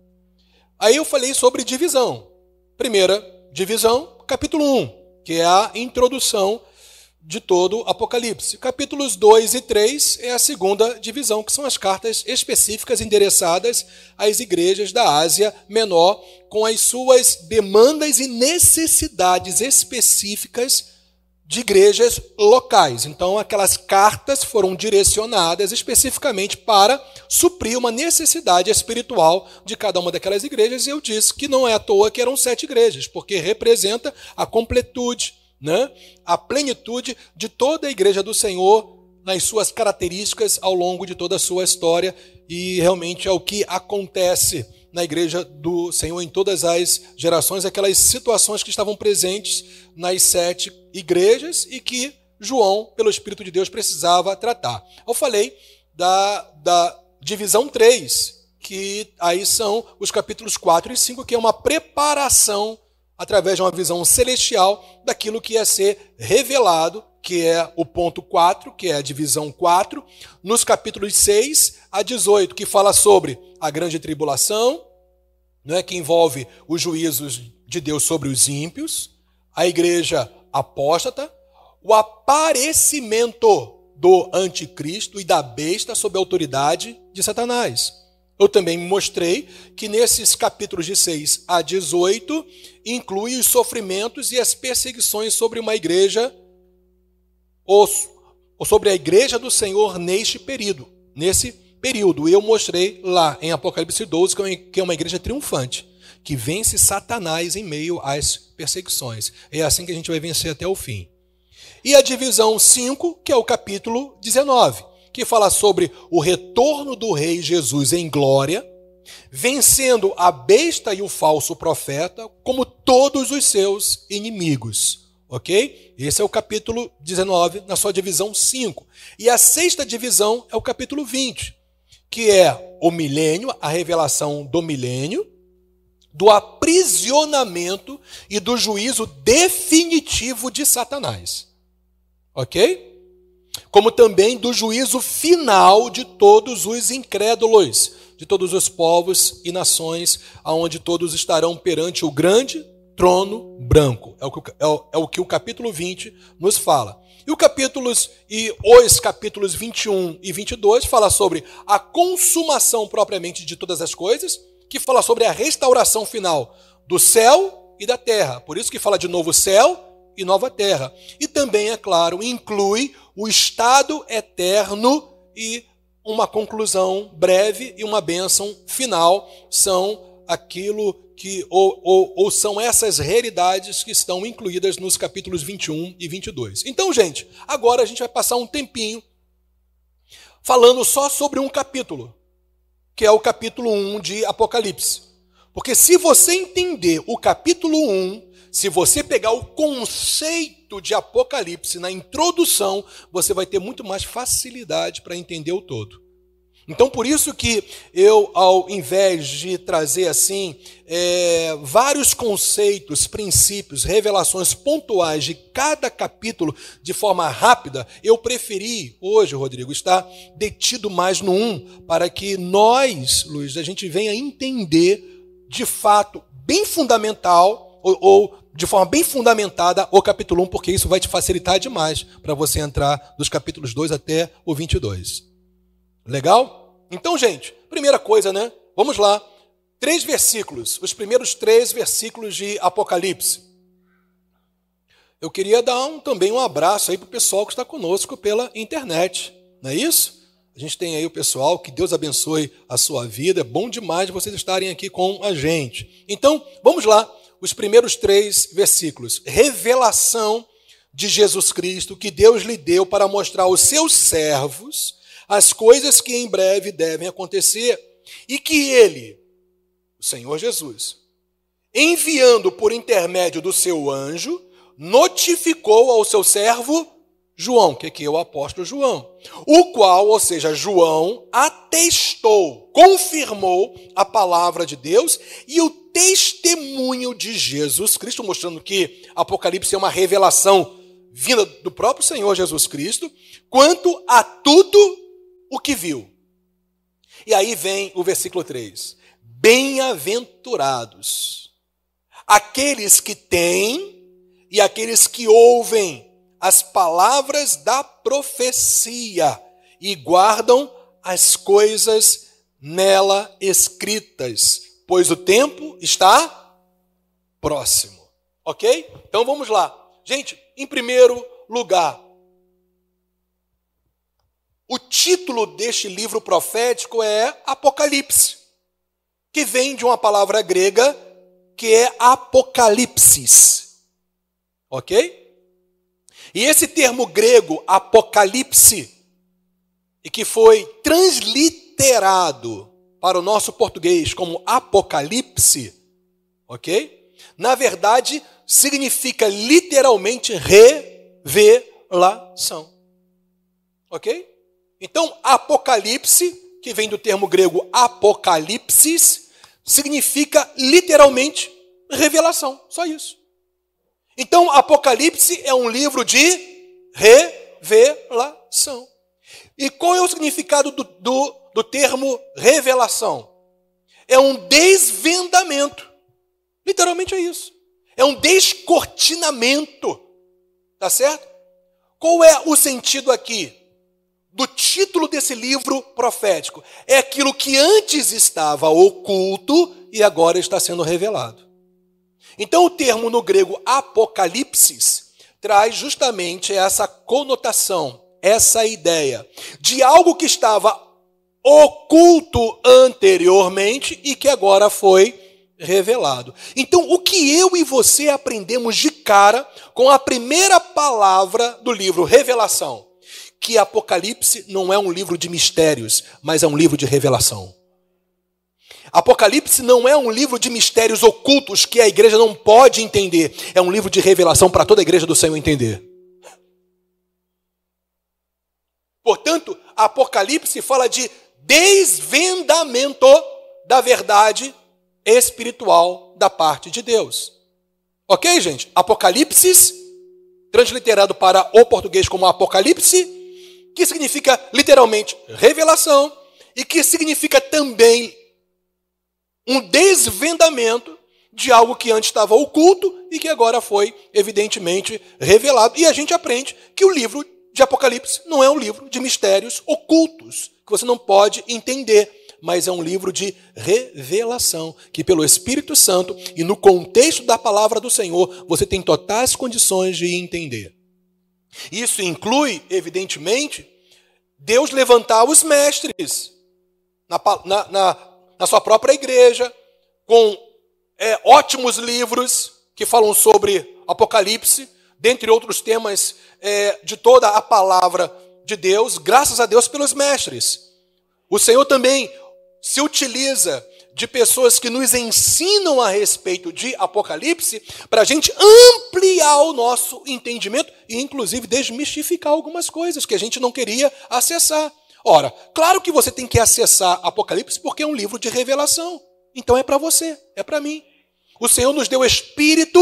B: Aí eu falei sobre divisão. Primeira divisão, capítulo um, que é a introdução de todo o Apocalipse. Capítulos dois e três é a segunda divisão, que são as cartas específicas endereçadas às igrejas da Ásia Menor, com as suas demandas e necessidades específicas de igrejas locais. Então, aquelas cartas foram direcionadas especificamente para suprir uma necessidade espiritual de cada uma daquelas igrejas, e eu disse que não é à toa que eram sete igrejas, porque representa a completude, né? A plenitude de toda a igreja do Senhor nas suas características ao longo de toda a sua história, e realmente é o que acontece na igreja do Senhor em todas as gerações, aquelas situações que estavam presentes nas sete igrejas e que João, pelo Espírito de Deus, precisava tratar. Eu falei da, da divisão três, que aí são os capítulos quatro e cinco, que é uma preparação através de uma visão celestial daquilo que ia ser revelado, que é o ponto quatro, que é a divisão quatro, nos capítulos seis a dezoito, que fala sobre a grande tribulação, não é, que envolve os juízos de Deus sobre os ímpios, a igreja apóstata, o aparecimento do anticristo e da besta sob a autoridade de Satanás. Eu também mostrei que nesses capítulos de seis a dezoito inclui os sofrimentos e as perseguições sobre uma igreja, ou, ou sobre a igreja do Senhor neste período. Nesse período, eu mostrei lá em Apocalipse doze que é uma igreja triunfante, que vence Satanás em meio às perseguições. É assim que a gente vai vencer até o fim. E a divisão cinco, que é o capítulo dezenove, que fala sobre o retorno do Rei Jesus em glória, vencendo a besta e o falso profeta, como todos os seus inimigos. Ok? Esse é o capítulo dezenove, na sua divisão cinco. E a sexta divisão é o capítulo vinte, que é o milênio, a revelação do milênio, do aprisionamento e do juízo definitivo de Satanás. Ok? Como também do juízo final de todos os incrédulos, de todos os povos e nações, aonde todos estarão perante o grande trono branco. É o que, é o, é o, que o capítulo vinte nos fala. E, o capítulos, e os capítulos vinte e um e vinte e dois fala sobre a consumação propriamente de todas as coisas, que fala sobre a restauração final do céu e da terra. Por isso que fala de novo céu e nova terra. E também, é claro, inclui o estado eterno e uma conclusão breve e uma bênção final. São aquilo que, ou, ou, ou são essas realidades que estão incluídas nos capítulos vinte e um e vinte e dois. Então, gente, agora a gente vai passar um tempinho falando só sobre um capítulo, que é o capítulo um de Apocalipse. Porque se você entender o capítulo um, se você pegar o conceito de Apocalipse na introdução, você vai ter muito mais facilidade para entender o todo. Então, por isso que eu, ao invés de trazer assim é, vários conceitos, princípios, revelações pontuais de cada capítulo de forma rápida, eu preferi hoje, Rodrigo, estar detido mais no um, para que nós, Luiz, a gente venha entender de fato, bem fundamental, ou, ou de forma bem fundamentada, o capítulo um, porque isso vai te facilitar demais para você entrar dos capítulos dois até o vinte e dois. Legal? Então, gente, primeira coisa, né? Vamos lá. Três versículos, os primeiros três versículos de Apocalipse. Eu queria dar um, também um abraço aí para o pessoal que está conosco pela internet, não é isso? A gente tem aí o pessoal, que Deus abençoe a sua vida, é bom demais vocês estarem aqui com a gente. Então, vamos lá, os primeiros três versículos. Revelação de Jesus Cristo, que Deus lhe deu para mostrar aos seus servos as coisas que em breve devem acontecer, e que ele, o Senhor Jesus, enviando por intermédio do seu anjo, notificou ao seu servo João, que aqui é o apóstolo João, o qual, ou seja, João, atestou, confirmou a palavra de Deus e o testemunho de Jesus Cristo, mostrando que Apocalipse é uma revelação vinda do próprio Senhor Jesus Cristo, quanto a tudo o que viu. E aí vem o versículo três. Bem-aventurados aqueles que têm e aqueles que ouvem as palavras da profecia e guardam as coisas nela escritas, pois o tempo está próximo. Ok? Então vamos lá. Gente, em primeiro lugar, o título deste livro profético é Apocalipse, que vem de uma palavra grega que é apocalipsis. Ok? E esse termo grego, apocalipse, e que foi transliterado para o nosso português como apocalipse, ok? Na verdade, significa literalmente revelação. Ok? Então, apocalipse, que vem do termo grego apocalipsis, significa literalmente revelação, só isso. Então, Apocalipse é um livro de revelação. E qual é o significado do, do, do termo revelação? É um desvendamento. Literalmente é isso. É um descortinamento. Tá certo? Qual é o sentido aqui do título desse livro profético? É aquilo que antes estava oculto e agora está sendo revelado. Então o termo no grego apocalipsis traz justamente essa conotação, essa ideia de algo que estava oculto anteriormente e que agora foi revelado. Então o que eu e você aprendemos de cara com a primeira palavra do livro Revelação? Que Apocalipse não é um livro de mistérios, mas é um livro de revelação. Apocalipse não é um livro de mistérios ocultos que a igreja não pode entender. É um livro de revelação para toda a igreja do Senhor entender. Portanto, Apocalipse fala de desvendamento da verdade espiritual da parte de Deus. Ok, gente? Apocalipse, transliterado para o português como Apocalipse, que significa literalmente revelação e que significa também um desvendamento de algo que antes estava oculto e que agora foi evidentemente revelado. E a gente aprende que o livro de Apocalipse não é um livro de mistérios ocultos, que você não pode entender, mas é um livro de revelação, que pelo Espírito Santo e no contexto da palavra do Senhor, você tem totais condições de entender. Isso inclui, evidentemente, Deus levantar os mestres na, na, na, na sua própria igreja, com é, ótimos livros que falam sobre Apocalipse, dentre outros temas é, de toda a palavra de Deus, graças a Deus pelos mestres. O Senhor também se utiliza de pessoas que nos ensinam a respeito de Apocalipse para a gente ampliar o nosso entendimento e, inclusive, desmistificar algumas coisas que a gente não queria acessar. Ora, claro que você tem que acessar Apocalipse porque é um livro de revelação. Então é para você, é para mim. O Senhor nos deu espírito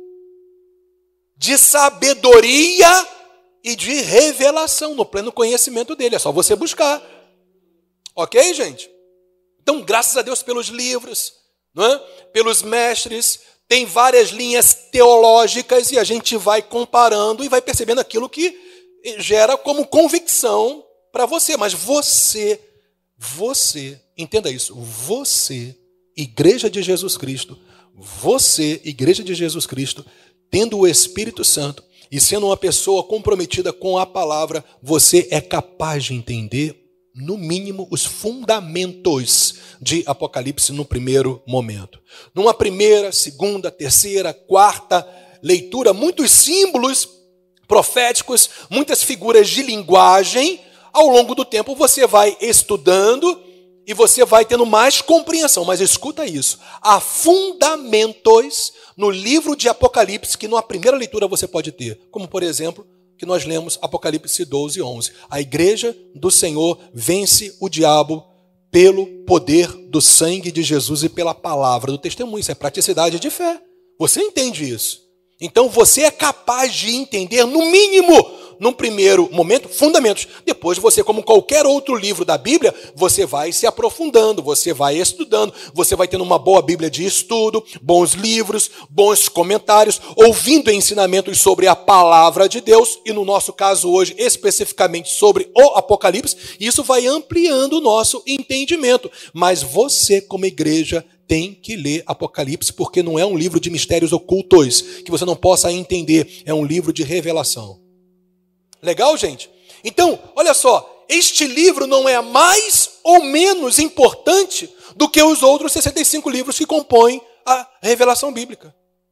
B: de sabedoria e de revelação no pleno conhecimento dele. É só você buscar. Ok, gente? Então, graças a Deus pelos livros, não é? Pelos mestres, tem várias linhas teológicas e a gente vai comparando e vai percebendo aquilo que gera como convicção para você. Mas você, você, entenda isso, você, Igreja de Jesus Cristo, você, Igreja de Jesus Cristo, tendo o Espírito Santo e sendo uma pessoa comprometida com a palavra, você é capaz de entender, no mínimo, os fundamentos de Apocalipse no primeiro momento. Numa primeira, segunda, terceira, quarta leitura, muitos símbolos proféticos, muitas figuras de linguagem. Ao longo do tempo você vai estudando e você vai tendo mais compreensão. Mas escuta isso, há fundamentos no livro de Apocalipse que numa primeira leitura você pode ter. Como, por exemplo, que nós lemos Apocalipse doze, onze. A igreja do Senhor vence o diabo pelo poder do sangue de Jesus e pela palavra do testemunho. Isso é praticidade de fé. Você entende isso? Então você é capaz de entender, no mínimo, num primeiro momento, fundamentos. Depois você, como qualquer outro livro da Bíblia, você vai se aprofundando, você vai estudando, você vai tendo uma boa Bíblia de estudo, bons livros, bons comentários, ouvindo ensinamentos sobre a palavra de Deus, e no nosso caso hoje, especificamente sobre o Apocalipse. Isso vai ampliando o nosso entendimento. Mas você, como igreja, tem que ler Apocalipse, porque não é um livro de mistérios ocultos, que você não possa entender, é um livro de revelação. Legal, gente? Então, olha só, este livro não é mais ou menos importante do que os outros sessenta e cinco livros que compõem a revelação bíblica.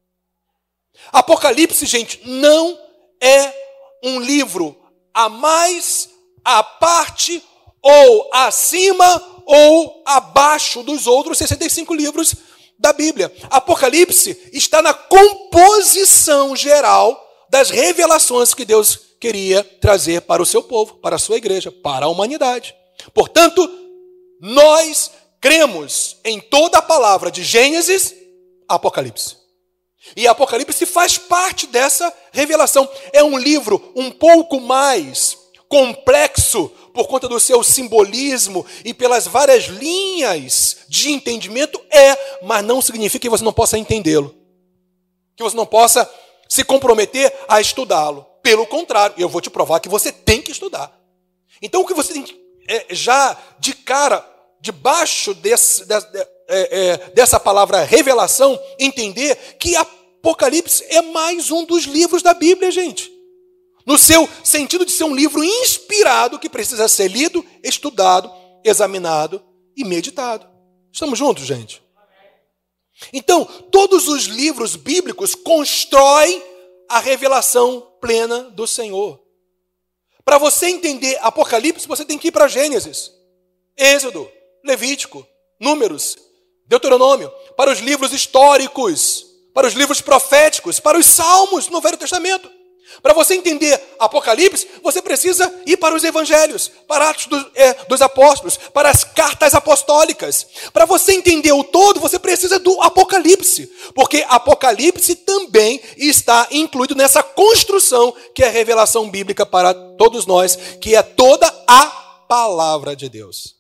B: Apocalipse, gente, não é um livro a mais, à parte, ou acima, ou abaixo dos outros sessenta e cinco livros da Bíblia. Apocalipse está na composição geral das revelações que Deus queria trazer para o seu povo, para a sua igreja, para a humanidade. Portanto, nós cremos em toda a palavra de Gênesis a Apocalipse. E Apocalipse faz parte dessa revelação. É um livro um pouco mais complexo por conta do seu simbolismo e pelas várias linhas de entendimento, é, mas não significa que você não possa entendê-lo, que você não possa se comprometer a estudá-lo. Pelo contrário, eu vou te provar que você tem que estudar. Então, o que você tem que, é, já de cara, debaixo desse, de, de, é, é, dessa palavra revelação, entender que Apocalipse é mais um dos livros da Bíblia, gente. No seu sentido de ser um livro inspirado que precisa ser lido, estudado, examinado e meditado. Estamos juntos, gente? Então, todos os livros bíblicos constroem a revelação plena do Senhor. Para você entender Apocalipse, você tem que ir para Gênesis, Êxodo, Levítico, Números, Deuteronômio, para os livros históricos, para os livros proféticos, para os Salmos no Velho Testamento. Para você entender Apocalipse, você precisa ir para os evangelhos, para Atos dos, é, dos Apóstolos, para as cartas apostólicas. Para você entender o todo, você precisa do Apocalipse, porque Apocalipse também está incluído nessa construção que é a revelação bíblica para todos nós, que é toda a palavra de Deus.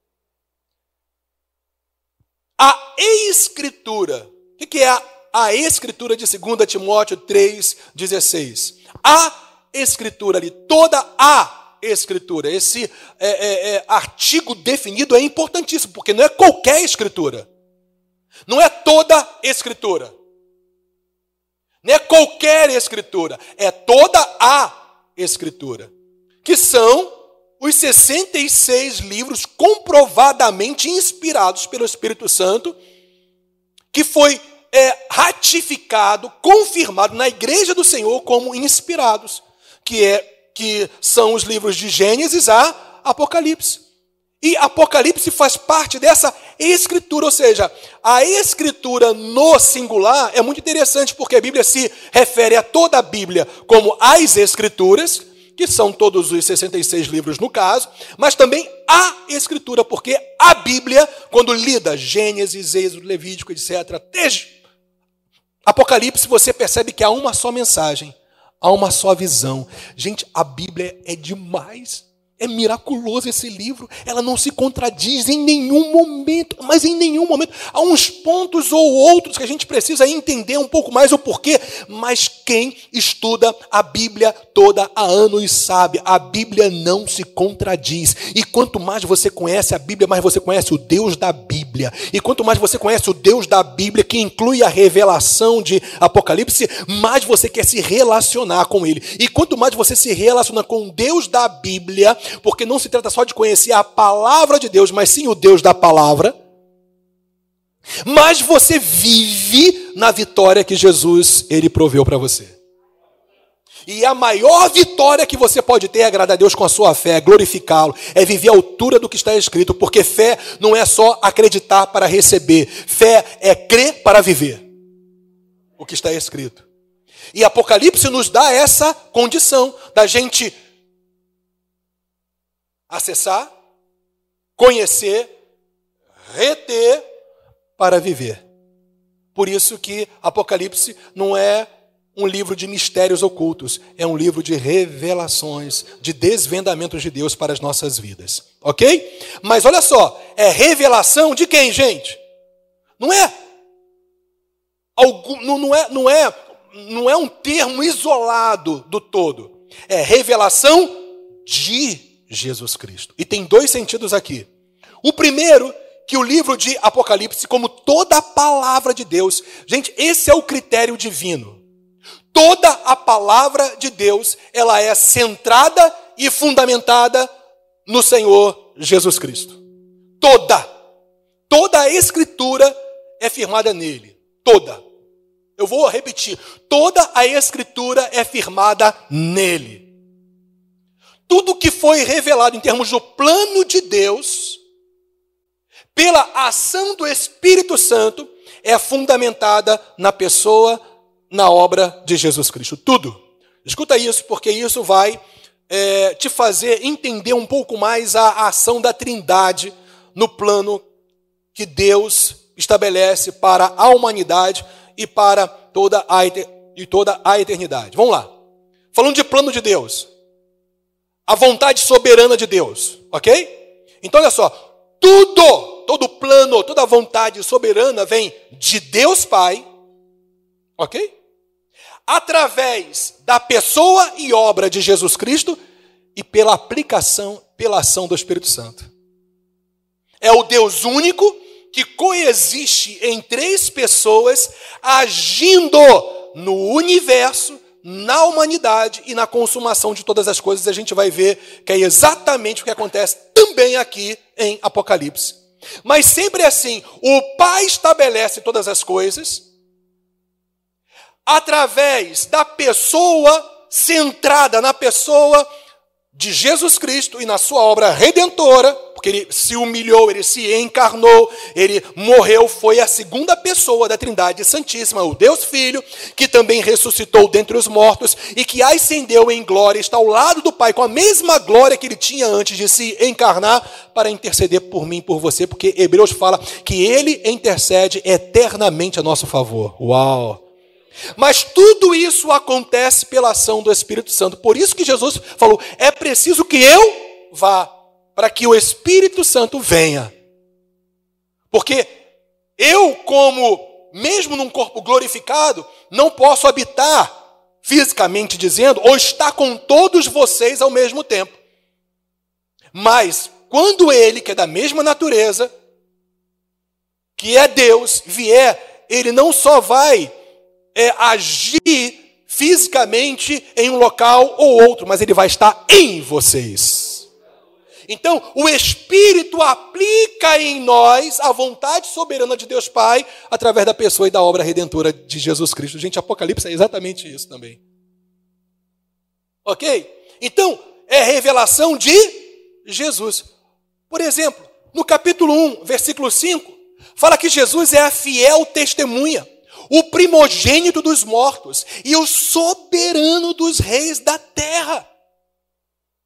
B: A Escritura, o que é a, a Escritura de dois Timóteo três, dezesseis? A Escritura ali, toda a Escritura, esse é, é, é, artigo definido é importantíssimo, porque não é qualquer Escritura, não é toda Escritura, não é qualquer Escritura, é toda a Escritura, que são os sessenta e seis livros comprovadamente inspirados pelo Espírito Santo, que foi é, ratificado, confirmado na Igreja do Senhor como inspirados, que, é, que são os livros de Gênesis a Apocalipse. E Apocalipse faz parte dessa Escritura, ou seja, a Escritura no singular é muito interessante, porque a Bíblia se refere a toda a Bíblia como as Escrituras, que são todos os sessenta e seis livros no caso, mas também a Escritura, porque a Bíblia, quando lida Gênesis, Êxodo, Levítico, etcétera, desde Apocalipse, você percebe que há uma só mensagem, há uma só visão. Gente, a Bíblia é demais. É miraculoso esse livro. Ela não se contradiz em nenhum momento, mas em nenhum momento. Há uns pontos ou outros que a gente precisa entender um pouco mais o porquê, mas quem estuda a Bíblia toda há anos sabe, a Bíblia não se contradiz. E quanto mais você conhece a Bíblia, mais você conhece o Deus da Bíblia. E quanto mais você conhece o Deus da Bíblia, que inclui a revelação de Apocalipse, mais você quer se relacionar com Ele. E quanto mais você se relaciona com o Deus da Bíblia, porque não se trata só de conhecer a palavra de Deus, mas sim o Deus da palavra, mas você vive na vitória que Jesus ele proveu para você. E a maior vitória que você pode ter é agradar a Deus com a sua fé, é glorificá-lo, é viver à altura do que está escrito, porque fé não é só acreditar para receber, fé é crer para viver o que está escrito. E Apocalipse nos dá essa condição da gente acessar, conhecer, reter para viver. Por isso que Apocalipse não é um livro de mistérios ocultos, é um livro de revelações, de desvendamentos de Deus para as nossas vidas. Ok? Mas olha só, é revelação de quem, gente? Não é algum, não, não é, não é, não é um termo isolado do todo. É revelação de Jesus Cristo. E tem dois sentidos aqui. O primeiro, que o livro de Apocalipse, como toda a palavra de Deus, gente, esse é o critério divino. Toda a palavra de Deus, ela é centrada e fundamentada no Senhor Jesus Cristo. Toda. Toda a Escritura é firmada nele. Toda. Eu vou repetir. Toda a Escritura é firmada nele. Tudo que foi revelado em termos do plano de Deus, pela ação do Espírito Santo, é fundamentada na pessoa, na obra de Jesus Cristo. Tudo. Escuta isso, porque isso vai é, te fazer entender um pouco mais a, a ação da Trindade no plano que Deus estabelece para a humanidade e para toda a, e toda a eternidade. Vamos lá. Falando de plano de Deus. A vontade soberana de Deus, ok? Então olha só, tudo, todo plano, toda vontade soberana vem de Deus Pai, ok? Através da pessoa e obra de Jesus Cristo e pela aplicação, pela ação do Espírito Santo. É o Deus único que coexiste em três pessoas, agindo no universo, na humanidade e na consumação de todas as coisas. A gente vai ver que é exatamente o que acontece também aqui em Apocalipse. Mas sempre é assim, o Pai estabelece todas as coisas através da pessoa centrada na pessoa de Jesus Cristo e na sua obra redentora, porque ele se humilhou, ele se encarnou, ele morreu, foi a segunda pessoa da Trindade Santíssima, o Deus Filho, que também ressuscitou dentre os mortos e que ascendeu em glória, está ao lado do Pai, com a mesma glória que ele tinha antes de se encarnar, para interceder por mim e por você, porque Hebreus fala que ele intercede eternamente a nosso favor. Uau! Mas tudo isso acontece pela ação do Espírito Santo. Por isso que Jesus falou, é preciso que eu vá, para que o Espírito Santo venha. Porque eu, como, mesmo num corpo glorificado, não posso habitar, fisicamente dizendo, ou estar com todos vocês ao mesmo tempo. Mas, quando ele, que é da mesma natureza, que é Deus, vier, ele não só vai É agir fisicamente em um local ou outro, mas ele vai estar em vocês. Então, o Espírito aplica em nós a vontade soberana de Deus Pai através da pessoa e da obra redentora de Jesus Cristo. Gente, Apocalipse é exatamente isso também. Ok? Então, é revelação de Jesus. Por exemplo, no capítulo um, versículo cinco, fala que Jesus é a fiel testemunha, o primogênito dos mortos e o soberano dos reis da terra.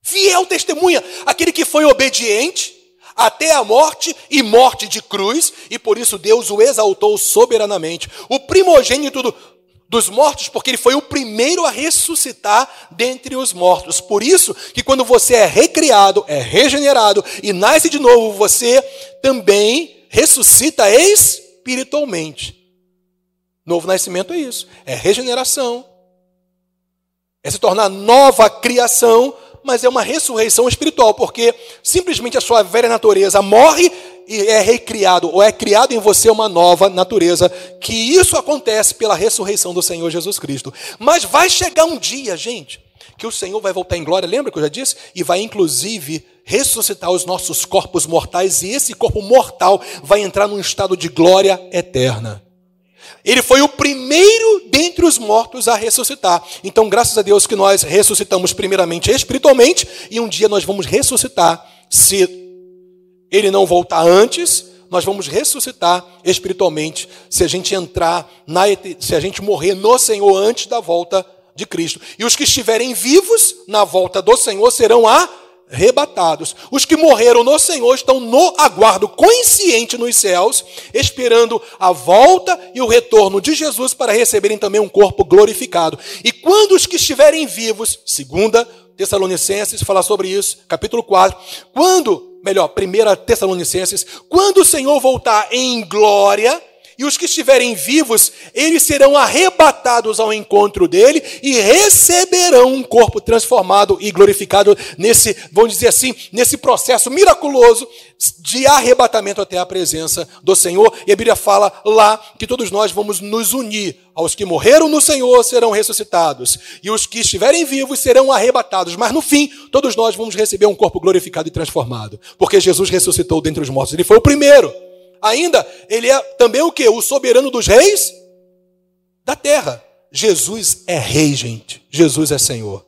B: Fiel testemunha, aquele que foi obediente até a morte e morte de cruz, e por isso Deus o exaltou soberanamente. O primogênito do, dos mortos, porque ele foi o primeiro a ressuscitar dentre os mortos. Por isso que quando você é recriado, é regenerado e nasce de novo, você também ressuscita espiritualmente. Novo nascimento é isso, é regeneração, é se tornar nova criação, mas é uma ressurreição espiritual, porque simplesmente a sua velha natureza morre e é recriado, ou é criado em você uma nova natureza, que isso acontece pela ressurreição do Senhor Jesus Cristo. Mas vai chegar um dia, gente, que o Senhor vai voltar em glória, lembra que eu já disse? E vai inclusive ressuscitar os nossos corpos mortais, e esse corpo mortal vai entrar num estado de glória eterna. Ele foi o primeiro dentre os mortos a ressuscitar. Então, graças a Deus que nós ressuscitamos primeiramente espiritualmente, e um dia nós vamos ressuscitar, se ele não voltar antes, nós vamos ressuscitar espiritualmente, se a gente entrar, na, se a gente morrer no Senhor antes da volta de Cristo. E os que estiverem vivos na volta do Senhor serão arrebatados. Os que morreram no Senhor estão no aguardo consciente nos céus, esperando a volta e o retorno de Jesus para receberem também um corpo glorificado. E quando os que estiverem vivos, segunda Tessalonicenses fala sobre isso, capítulo quatro, quando, melhor, primeira Tessalonicenses, quando o Senhor voltar em glória, e os que estiverem vivos, eles serão arrebatados ao encontro dele e receberão um corpo transformado e glorificado nesse, vamos dizer assim, nesse processo miraculoso de arrebatamento até a presença do Senhor. E a Bíblia fala lá que todos nós vamos nos unir. Aos que morreram no Senhor serão ressuscitados, e os que estiverem vivos serão arrebatados. Mas no fim, todos nós vamos receber um corpo glorificado e transformado, porque Jesus ressuscitou dentre os mortos. Ele foi o primeiro. Ainda, ele é também o quê? O soberano dos reis da terra. Jesus é rei, gente. Jesus é Senhor.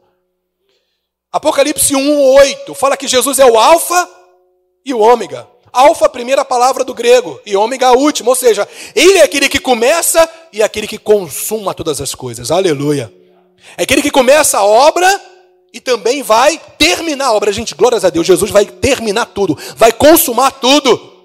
B: Apocalipse um, oito fala que Jesus é o alfa e o ômega. Alfa, a primeira palavra do grego, e ômega, a última. Ou seja, ele é aquele que começa e aquele que consuma todas as coisas. Aleluia. É aquele que começa a obra e também vai terminar a obra. Gente, glórias a Deus. Jesus vai terminar tudo. Vai consumar tudo.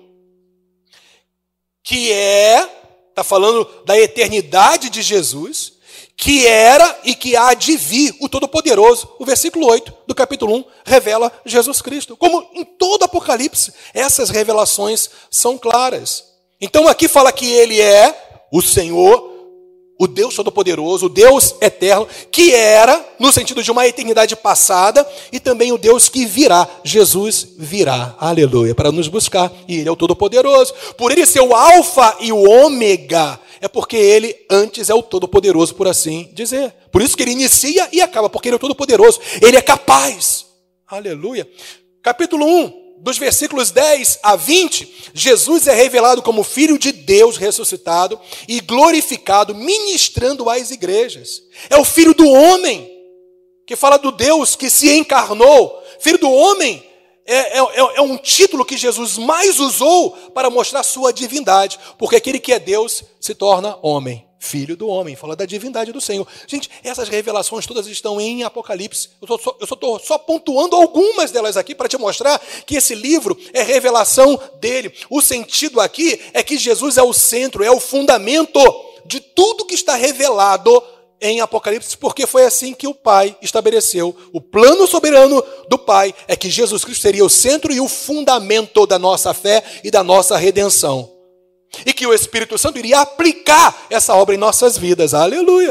B: Que é, está falando da eternidade de Jesus, que era e que há de vir o Todo-Poderoso. O versículo oito do capítulo um revela Jesus Cristo. Como em todo Apocalipse, essas revelações são claras. Então aqui fala que ele é o Senhor, o Deus Todo-Poderoso, o Deus eterno, que era, no sentido de uma eternidade passada, e também o Deus que virá. Jesus virá, aleluia, para nos buscar, e ele é o Todo-Poderoso. Por ele ser o alfa e o ômega, é porque ele antes é o Todo-Poderoso, por assim dizer. Por isso que ele inicia e acaba, porque ele é o Todo-Poderoso. Ele é capaz, aleluia. Capítulo um. Dos versículos dez a vinte, Jesus é revelado como Filho de Deus ressuscitado e glorificado, ministrando às igrejas. É o Filho do homem, que fala do Deus que se encarnou. Filho do homem é, é, é um título que Jesus mais usou para mostrar sua divindade, porque aquele que é Deus se torna homem. Filho do homem, fala da divindade do Senhor. Gente, essas revelações todas estão em Apocalipse. Eu estou só, só pontuando algumas delas aqui para te mostrar que esse livro é revelação dele. O sentido aqui é que Jesus é o centro, é o fundamento de tudo que está revelado em Apocalipse, porque foi assim que o Pai estabeleceu. O plano soberano do Pai é que Jesus Cristo seria o centro e o fundamento da nossa fé e da nossa redenção. E que o Espírito Santo iria aplicar essa obra em nossas vidas. Aleluia!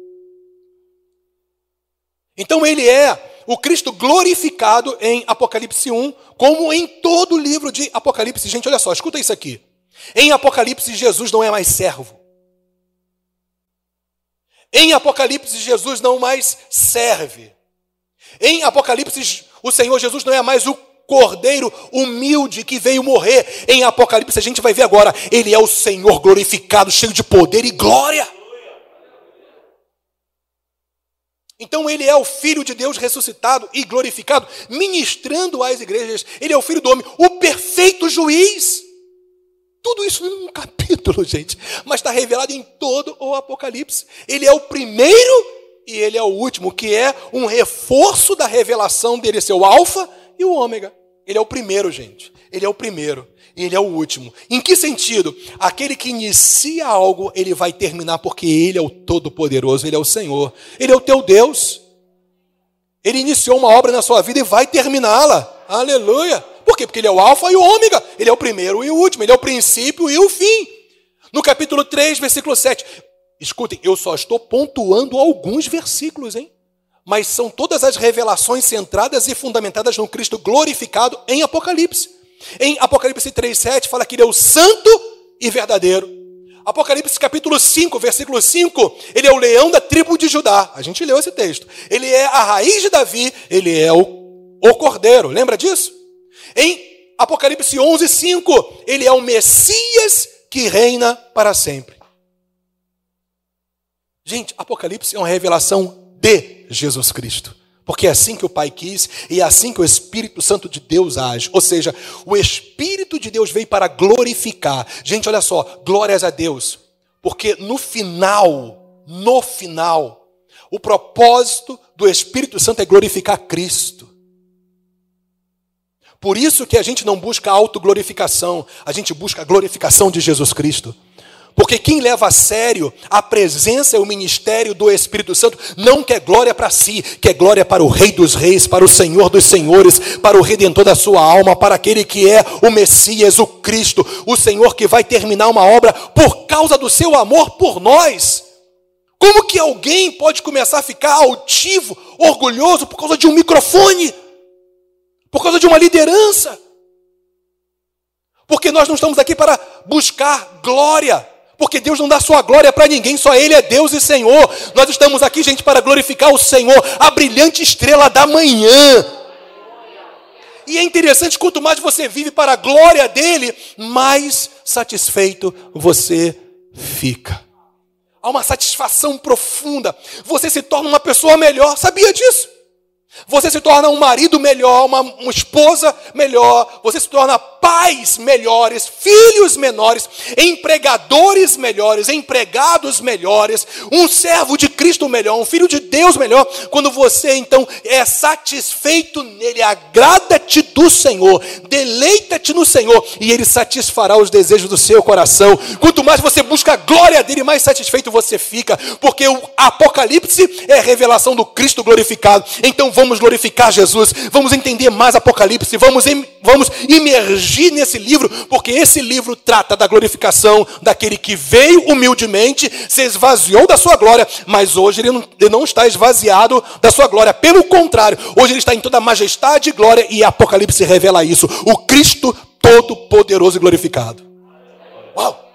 B: Então ele é o Cristo glorificado em Apocalipse um, como em todo o livro de Apocalipse. Gente, olha só, escuta isso aqui. Em Apocalipse, Jesus não é mais servo. Em Apocalipse, Jesus não mais serve. Em Apocalipse, o Senhor Jesus não é mais o Cordeiro humilde que veio morrer. Em Apocalipse a gente vai ver agora, ele é o Senhor glorificado, cheio de poder e glória. Então ele é o Filho de Deus ressuscitado e glorificado, ministrando às igrejas. Ele é o Filho do homem, o perfeito juiz. Tudo isso num capítulo, gente, mas está revelado em todo o Apocalipse. Ele é o primeiro e ele é o último, que é um reforço da revelação dele ser o alfa e o ômega. Ele é o primeiro, gente. Ele é o primeiro e ele é o último. Em que sentido? Aquele que inicia algo, ele vai terminar, porque ele é o Todo-Poderoso, ele é o Senhor. Ele é o teu Deus. Ele iniciou uma obra na sua vida e vai terminá-la. Aleluia. Por quê? Porque ele é o alfa e o ômega. Ele é o primeiro e o último. Ele é o princípio e o fim. No capítulo três, versículo sete. Escutem, eu só estou pontuando alguns versículos, hein? Mas são todas as revelações centradas e fundamentadas no Cristo glorificado em Apocalipse. Em Apocalipse três, sete, fala que ele é o santo e verdadeiro. Apocalipse capítulo cinco, versículo cinco, ele é o leão da tribo de Judá. A gente leu esse texto. Ele é a raiz de Davi, ele é o, o cordeiro. Lembra disso? Em Apocalipse onze, cinco, ele é o Messias que reina para sempre. Gente, Apocalipse é uma revelação de Jesus Cristo. Porque é assim que o Pai quis e é assim que o Espírito Santo de Deus age. Ou seja, o Espírito de Deus veio para glorificar. Gente, olha só, glórias a Deus. Porque no final, no final, o propósito do Espírito Santo é glorificar Cristo. Por isso que a gente não busca autoglorificação, a gente busca a glorificação de Jesus Cristo. Porque quem leva a sério a presença e o ministério do Espírito Santo não quer glória para si, quer glória para o Rei dos Reis, para o Senhor dos Senhores, para o Redentor da sua alma, para aquele que é o Messias, o Cristo, o Senhor que vai terminar uma obra por causa do seu amor por nós. Como que alguém pode começar a ficar altivo, orgulhoso por causa de um microfone? Por causa de uma liderança? Porque nós não estamos aqui para buscar glória. Porque Deus não dá sua glória para ninguém, só Ele é Deus e Senhor. Nós estamos aqui, gente, para glorificar o Senhor, a brilhante estrela da manhã. E é interessante, quanto mais você vive para a glória dEle, mais satisfeito você fica. Há uma satisfação profunda. Você se torna uma pessoa melhor, sabia disso? Você se torna um marido melhor, uma, uma esposa melhor, você se torna pais melhores, filhos menores, empregadores melhores, empregados melhores, um servo de Cristo melhor, um filho de Deus melhor. Quando você então é satisfeito nele, agrada-te do Senhor, deleita-te no Senhor e Ele satisfará os desejos do seu coração. Quanto mais você busca a glória dele, mais satisfeito você fica, porque o Apocalipse é a revelação do Cristo glorificado. Então vamos glorificar Jesus, vamos entender mais Apocalipse, vamos, vamos imergir nesse livro, porque esse livro trata da glorificação daquele que veio humildemente, se esvaziou da sua glória, mas hoje ele não, ele não está esvaziado da sua glória, pelo contrário, hoje ele está em toda a majestade e glória, e Apocalipse revela isso, o Cristo todo-poderoso e glorificado. Uau!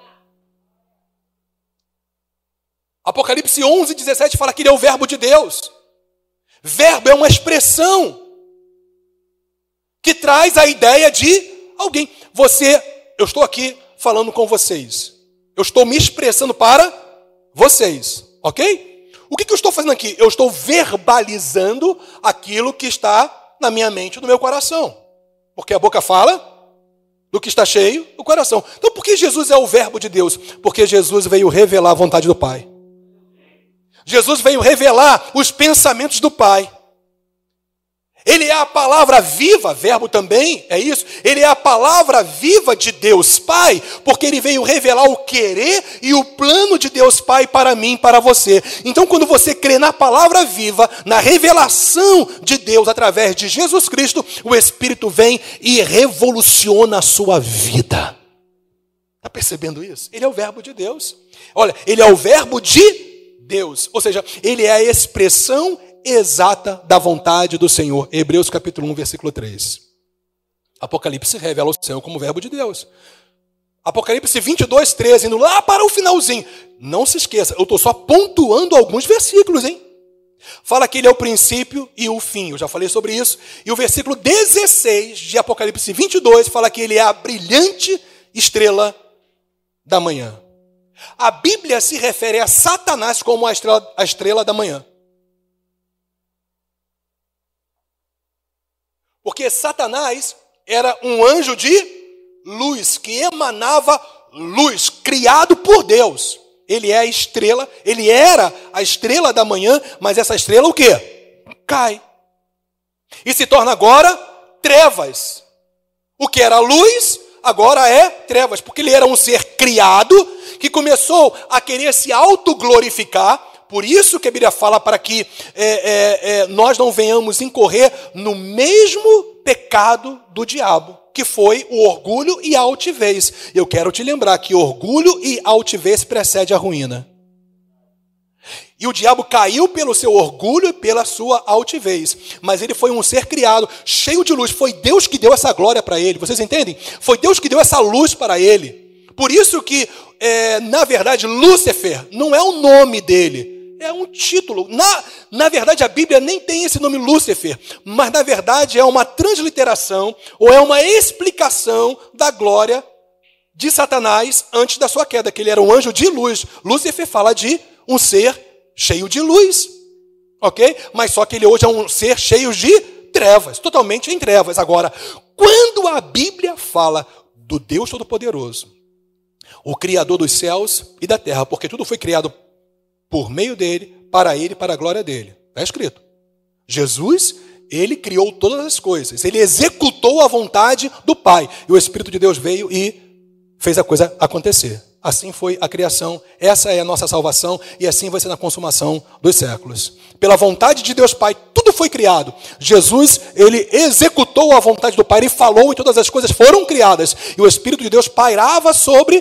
B: Apocalipse onze, dezessete fala que ele é o verbo de Deus. Verbo é uma expressão que traz a ideia de alguém. Você, eu estou aqui falando com vocês. Eu estou me expressando para vocês, ok? O que, que eu estou fazendo aqui? Eu estou verbalizando aquilo que está na minha mente e no meu coração. Porque a boca fala do que está cheio o coração. Então por que Jesus é o verbo de Deus? Porque Jesus veio revelar a vontade do Pai. Jesus veio revelar os pensamentos do Pai. Ele é a palavra viva, verbo também, é isso? Ele é a palavra viva de Deus Pai, porque ele veio revelar o querer e o plano de Deus Pai para mim e para você. Então, quando você crê na palavra viva, na revelação de Deus através de Jesus Cristo, o Espírito vem e revoluciona a sua vida. Está percebendo isso? Ele é o verbo de Deus. Olha, ele é o verbo de Deus, ou seja, ele é a expressão exata da vontade do Senhor. Hebreus capítulo um, versículo três. Apocalipse revela o Senhor como verbo de Deus. Apocalipse vinte e dois, treze, indo lá para o finalzinho. Não se esqueça, eu estou só pontuando alguns versículos, hein? Fala que ele é o princípio e o fim, eu já falei sobre isso. E o versículo dezesseis de Apocalipse vinte e dois fala que ele é a brilhante estrela da manhã. A Bíblia se refere a Satanás como a estrela, a estrela da manhã. Porque Satanás era um anjo de luz, que emanava luz, criado por Deus. ele é a estrela, ele era a estrela da manhã, mas essa estrela o quê? Cai. E se torna agora trevas. O que era luz, agora é trevas, porque ele era um ser criado que começou a querer se autoglorificar. Por isso que a Bíblia fala para que é, é, é, nós não venhamos incorrer no mesmo pecado do diabo, que foi o orgulho e a altivez. Eu quero te lembrar que orgulho e altivez precede a ruína. E o diabo caiu pelo seu orgulho e pela sua altivez. Mas ele foi um ser criado, cheio de luz. Foi Deus que deu essa glória para ele. Vocês entendem? Foi Deus que deu essa luz para ele. Por isso que, é, na verdade, Lúcifer não é o nome dele. É um título. Na, na verdade, a Bíblia nem tem esse nome Lúcifer. Mas, na verdade, é uma transliteração ou é uma explicação da glória de Satanás antes da sua queda. Que ele era um anjo de luz. Lúcifer fala de um ser cheio de luz, ok? Mas só que ele hoje é um ser cheio de trevas, totalmente em trevas. Agora, quando a Bíblia fala do Deus Todo-Poderoso, o Criador dos céus e da terra, porque tudo foi criado por meio dele, para ele e para a glória dele. Está escrito. Jesus, ele criou todas as coisas, ele executou a vontade do Pai, e o Espírito de Deus veio e fez a coisa acontecer. Assim foi a criação, essa é a nossa salvação, e assim vai ser na consumação dos séculos. Pela vontade de Deus Pai, tudo foi criado. Jesus, ele executou a vontade do Pai, ele falou e todas as coisas foram criadas. E o Espírito de Deus pairava sobre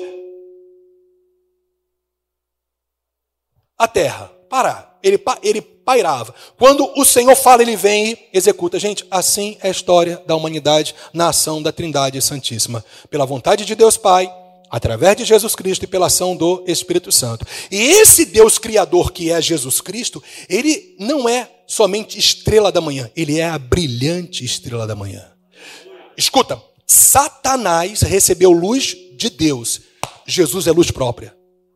B: a terra. Parar. Ele, ele pairava. Quando o Senhor fala, ele vem e executa. Gente, assim é a história da humanidade na ação da Trindade Santíssima. Pela vontade de Deus Pai, através de Jesus Cristo e pela ação do Espírito Santo. E esse Deus Criador que é Jesus Cristo, ele não é somente estrela da manhã, ele é a brilhante estrela da manhã. Escuta, Satanás recebeu luz de Deus, Jesus é luz própria.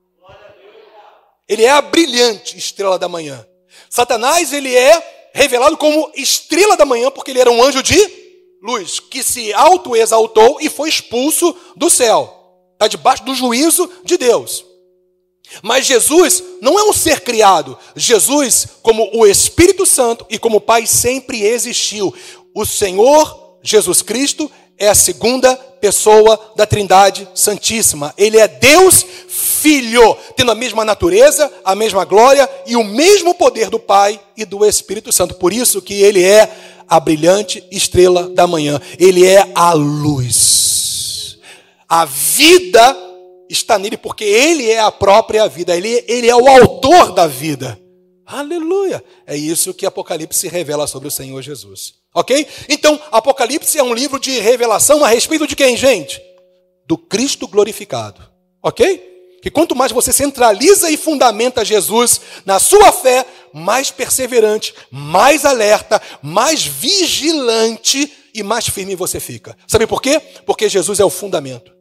B: Ele é a brilhante estrela da manhã. Satanás, ele é revelado como estrela da manhã porque ele era um anjo de luz, que se autoexaltou e foi expulso do céu. Está debaixo do juízo de Deus. Mas Jesus não é um ser criado. Jesus, como o Espírito Santo e como o Pai, sempre existiu. O Senhor Jesus Cristo é a segunda pessoa da Trindade Santíssima. Ele é Deus Filho, tendo a mesma natureza, a mesma glória e o mesmo poder do Pai e do Espírito Santo. Por isso que ele é a brilhante estrela da manhã. Ele é a luz. A vida está nele porque ele é a própria vida. Ele, ele é o autor da vida. Aleluia! É isso que Apocalipse revela sobre o Senhor Jesus. Ok? Então, Apocalipse é um livro de revelação a respeito de quem, gente? Do Cristo glorificado. Ok? Que quanto mais você centraliza e fundamenta Jesus na sua fé, mais perseverante, mais alerta, mais vigilante e mais firme você fica. Sabe por quê? Porque Jesus é o fundamento.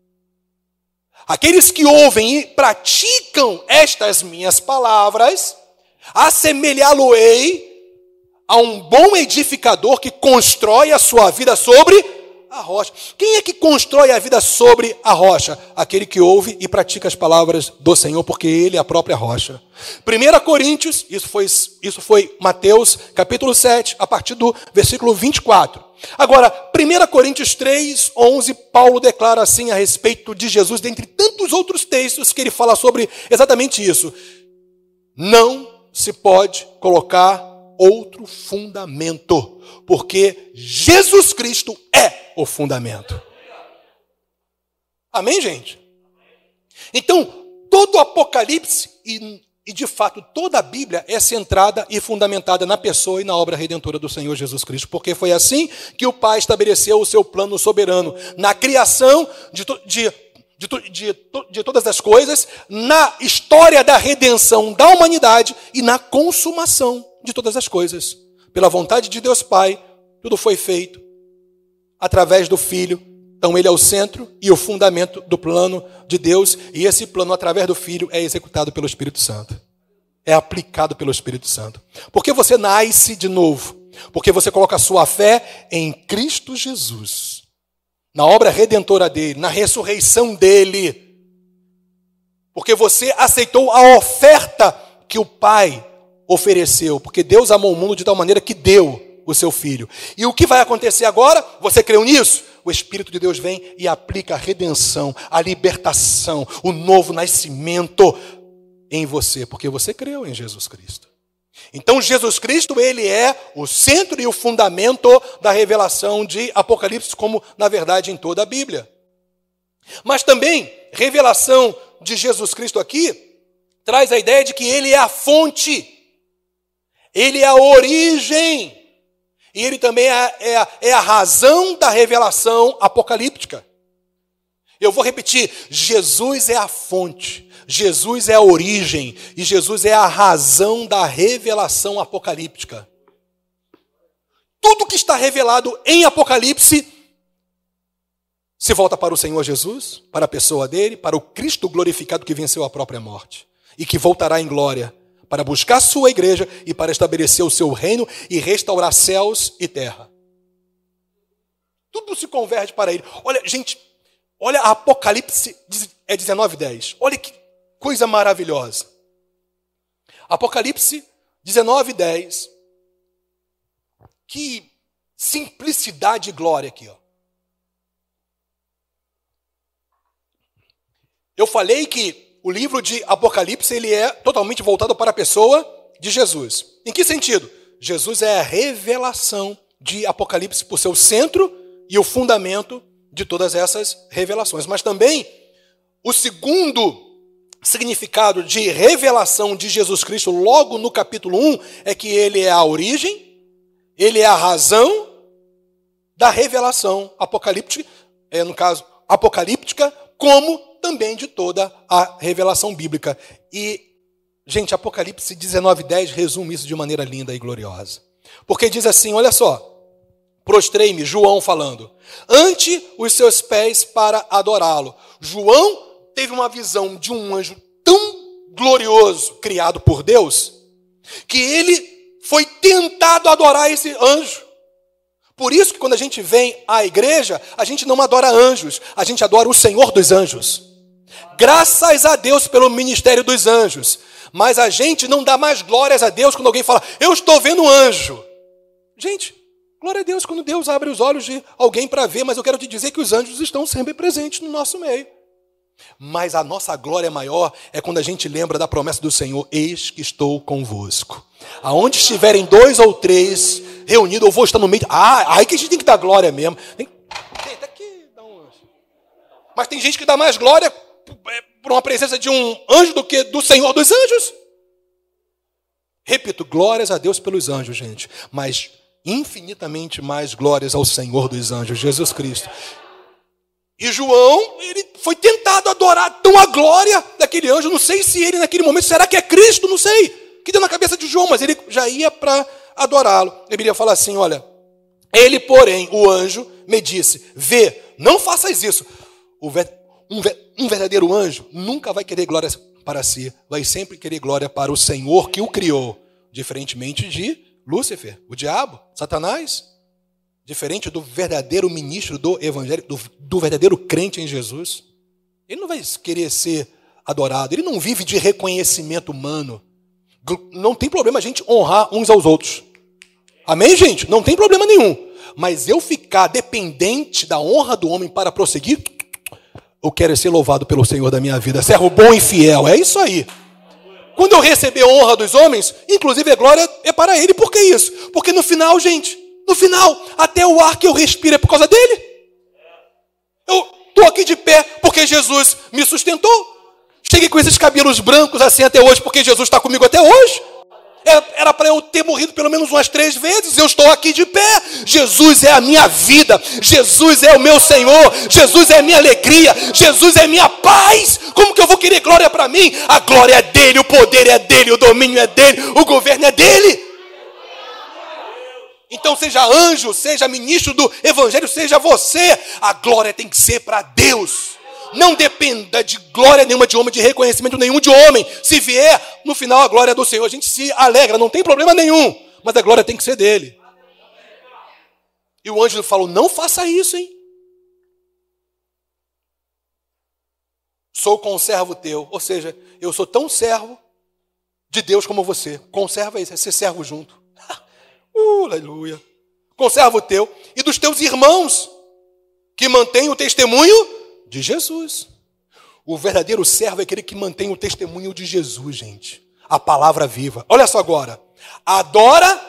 B: Aqueles que ouvem e praticam estas minhas palavras, assemelhá-lo-ei a um bom edificador que constrói a sua vida sobre a rocha. Quem é que constrói a vida sobre a rocha? Aquele que ouve e pratica as palavras do Senhor, porque ele é a própria rocha. primeira Coríntios, isso foi, isso foi Mateus, capítulo sete, a partir do versículo vinte e quatro. Agora, primeira Coríntios três, onze, Paulo declara assim a respeito de Jesus, dentre tantos outros textos que ele fala sobre exatamente isso. Não se pode colocar outro fundamento, porque Jesus Cristo é o fundamento. Amém, gente? Então, todo o Apocalipse e, e de fato toda a Bíblia é centrada e fundamentada na pessoa e na obra redentora do Senhor Jesus Cristo, porque foi assim que o Pai estabeleceu o seu plano soberano, na criação de, de, de, de, de todas as coisas, na história da redenção da humanidade e na consumação de todas as coisas. Pela vontade de Deus Pai, tudo foi feito através do Filho. Então ele é o centro e o fundamento do plano de Deus. E esse plano, através do Filho, é executado pelo Espírito Santo. É aplicado pelo Espírito Santo. Porque você nasce de novo. Porque você coloca a sua fé em Cristo Jesus. Na obra redentora dele, na ressurreição dele. Porque você aceitou a oferta que o Pai ofereceu. Porque Deus amou o mundo de tal maneira que deu o seu Filho. E o que vai acontecer agora? Você creu nisso? O Espírito de Deus vem e aplica a redenção, a libertação, o novo nascimento em você. Porque você creu em Jesus Cristo. Então Jesus Cristo, ele é o centro e o fundamento da revelação de Apocalipse, como na verdade em toda a Bíblia. Mas também, revelação de Jesus Cristo aqui, traz a ideia de que ele é a fonte, ele é a origem, e ele também é, é, é a razão da revelação apocalíptica. Eu vou repetir, Jesus é a fonte, Jesus é a origem, e Jesus é a razão da revelação apocalíptica. Tudo que está revelado em Apocalipse se volta para o Senhor Jesus, para a pessoa dele, para o Cristo glorificado que venceu a própria morte e que voltará em glória para buscar a sua igreja e para estabelecer o seu reino e restaurar céus e terra. Tudo se converge para ele. Olha, gente, olha, Apocalipse é dezenove, dez. Olha que coisa maravilhosa. Apocalipse dezenove, dez. Que simplicidade e glória aqui, ó. Eu falei que o livro de Apocalipse ele é totalmente voltado para a pessoa de Jesus. Em que sentido? Jesus é a revelação de Apocalipse por seu centro e o fundamento de todas essas revelações. Mas também o segundo significado de revelação de Jesus Cristo logo no capítulo um é que ele é a origem, ele é a razão da revelação apocalíptica, é, no caso apocalíptica, como também de toda a revelação bíblica. E, gente, Apocalipse dezenove, dez resume isso de maneira linda e gloriosa. Porque diz assim, olha só, prostrei-me, João falando, ante os seus pés para adorá-lo. João teve uma visão de um anjo tão glorioso, criado por Deus, que ele foi tentado a adorar esse anjo. Por isso que quando a gente vem à igreja, a gente não adora anjos, a gente adora o Senhor dos anjos. Graças a Deus pelo ministério dos anjos. Mas a gente não dá mais glórias a Deus quando alguém fala, eu estou vendo um anjo. Gente, glória a Deus quando Deus abre os olhos de alguém para ver, mas eu quero te dizer que os anjos estão sempre presentes no nosso meio. Mas a nossa glória maior é quando a gente lembra da promessa do Senhor, eis que estou convosco. Aonde estiverem dois ou três reunidos, eu vou estar no meio. Ah, aí que a gente tem que dar glória mesmo. Tem, tem até que dar um anjo. Mas tem gente que dá mais glória por uma presença de um anjo do que do Senhor dos anjos. Repito, glórias a Deus pelos anjos, gente. Mas infinitamente mais glórias ao Senhor dos anjos, Jesus Cristo. E João, ele foi tentado adorar tão a glória daquele anjo. Não sei se ele naquele momento, será que é Cristo? Não sei. Que deu na cabeça de João, mas ele já ia para adorá-lo. Ele iria falar assim, olha, ele, porém, o anjo, me disse, vê, não faças isso. O ver, um, ver, um verdadeiro anjo nunca vai querer glória para si, vai sempre querer glória para o Senhor que o criou. Diferentemente de Lúcifer, o diabo, Satanás. Diferente do verdadeiro ministro do evangelho, do, do verdadeiro crente em Jesus. Ele não vai querer ser adorado, ele não vive de reconhecimento humano. Não tem problema a gente honrar uns aos outros. Amém, gente? Não tem problema nenhum. Mas eu ficar dependente da honra do homem para prosseguir, eu quero ser louvado pelo Senhor da minha vida. Servo bom e fiel, é isso aí. Quando eu receber a honra dos homens, inclusive a glória é para ele. Por que isso? Porque no final, gente, no final, até o ar que eu respiro é por causa dele. Eu estou aqui de pé porque Jesus me sustentou. Cheguei com esses cabelos brancos assim até hoje porque Jesus está comigo até hoje. Era para eu ter morrido pelo menos umas três vezes. Eu estou aqui de pé. Jesus é a minha vida. Jesus é o meu Senhor. Jesus é a minha alegria. Jesus é a minha paz. Como que eu vou querer glória para mim? A glória é dele, o poder é dele, o domínio é dele, o governo é dele. Então seja anjo, seja ministro do evangelho, seja você. A glória tem que ser para Deus. Não dependa de glória nenhuma de homem, de reconhecimento nenhum de homem. Se vier, no final a glória é do Senhor. A gente se alegra, não tem problema nenhum. Mas a glória tem que ser dele. E o anjo falou, não faça isso, hein? sou conservo teu. Ou seja, eu sou tão servo de Deus como você. Conserva isso, é ser servo junto. Uh, aleluia. Conservo teu e dos teus irmãos, que mantém o testemunho de Jesus. O verdadeiro servo é aquele que mantém o testemunho de Jesus, gente. A palavra viva. Olha só agora. Adora,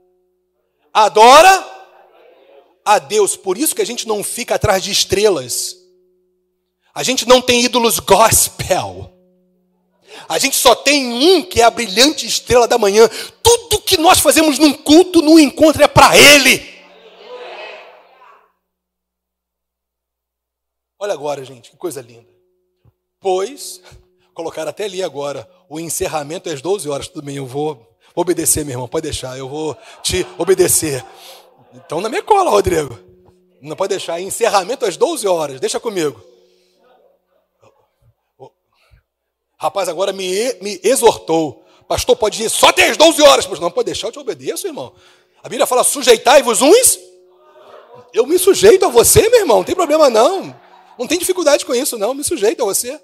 B: adora a Deus. Por isso que a gente não fica atrás de estrelas. A gente não tem ídolos gospel. A gente só tem um que é a brilhante estrela da manhã. Tudo que nós fazemos num culto, num encontro, é para Ele. Olha agora, gente, que coisa linda. Pois, colocaram até ali agora, o encerramento é às doze horas. Tudo bem, eu vou obedecer, meu irmão, pode deixar, eu vou te obedecer. Então na minha cola, Rodrigo. Não pode deixar, encerramento às doze horas, deixa comigo. Rapaz, agora me, me exortou. Pastor, pode ir só até às doze horas. Mas não, pode deixar, eu te obedeço, irmão. A Bíblia fala, sujeitai-vos uns. Eu me sujeito a você, meu irmão, não tem problema não. Não tem dificuldade com isso, não. Me sujeito a você.